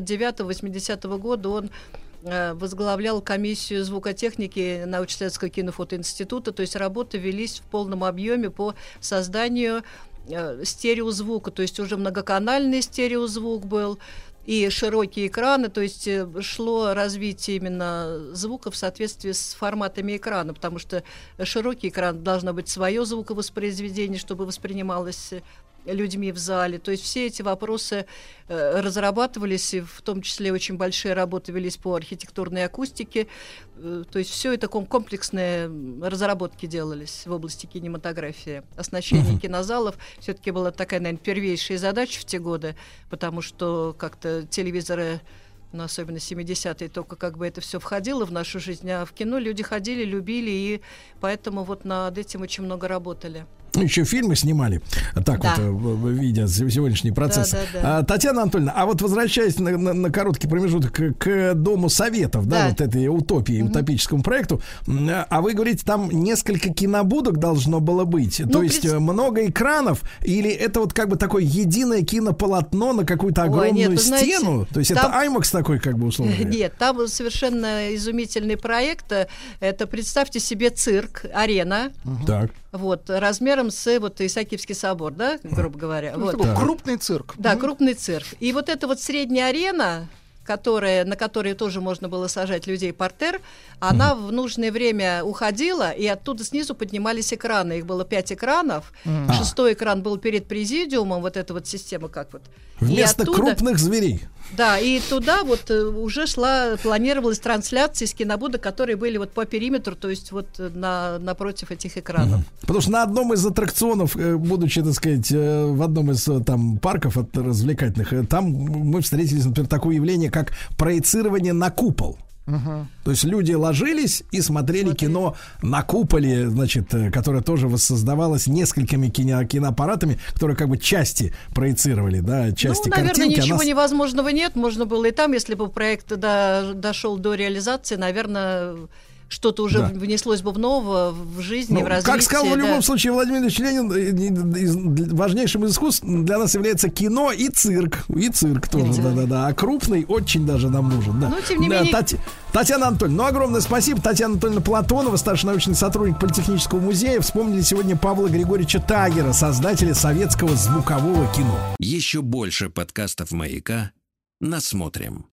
69-80 года он возглавлял комиссию звукотехники научно-исследовательского кинофотоинститута, то есть работы велись в полном объеме по созданию стереозвука, то есть уже многоканальный стереозвук был и широкие экраны, то есть шло развитие именно звука в соответствии с форматами экрана, потому что широкий экран должно быть свое звуковоспроизведение, чтобы воспринималось людьми в зале. То есть все эти вопросы разрабатывались, и в том числе очень большие работы велись по архитектурной акустике. То есть все это комплексные разработки делались в области кинематографии. Оснащение кинозалов все-таки была такая, наверное, первейшая задача в те годы, потому что как-то телевизоры, ну, особенно 70-е, только как бы это все входило в нашу жизнь, а в кино люди ходили, любили, и поэтому вот над этим очень много работали. Еще фильмы снимали, так да. Вот, видя сегодняшний процесс. Да. Татьяна Анатольевна, а вот возвращаясь на короткий промежуток к Дому Советов, да, вот этой утопии, утопическому проекту, а вы говорите, там несколько кинобудок должно было быть, то есть много экранов, или это вот как бы такое единое кинополотно на какую-то огромную стену? Знаете, то есть там... это IMAX такой, как бы, условно говоря? Нет, там совершенно изумительный проект. Это, представьте себе, цирк, арена. Так. Вот, размером с вот Исаакиевский собор, да, грубо говоря. Ну, вот. Крупный цирк. Да, крупный цирк. И вот эта вот средняя арена, на которой тоже можно было сажать людей партер, она в нужное время уходила, и оттуда снизу поднимались экраны. Их было 5 экранов. 6-й экран был перед президиумом, вот эта вот система как вот. Вместо крупных зверей. Да, и туда вот уже планировалась трансляция из кинобудок, которые были вот по периметру, то есть вот напротив этих экранов. Потому что на одном из аттракционов, будучи, так сказать, в одном из там парков развлекательных, там мы встретились, например, такое явление, как проецирование на купол. То есть люди ложились и смотрели кино на куполе, значит, которое тоже воссоздавалось несколькими киноаппаратами, которые как бы части проецировали, да, части наверное, картинки. ничего невозможного нет. Можно было и там, если бы проект дошел до реализации, наверное, что-то уже внеслось бы в новое в жизнь, в развитие. Как сказал в любом случае Владимир Ильич Ленин, важнейшим из искусств для нас является кино и цирк. И цирк тоже, да-да-да. А крупный очень даже нам нужен. Да. Но, тем не менее... Татьяна Анатольевна, огромное спасибо. Татьяна Анатольевна Платонова, старший научный сотрудник Политехнического музея. Вспомнили сегодня Павла Григорьевича Тагера, создателя советского звукового кино. Еще больше подкастов «Маяка» насмотрим.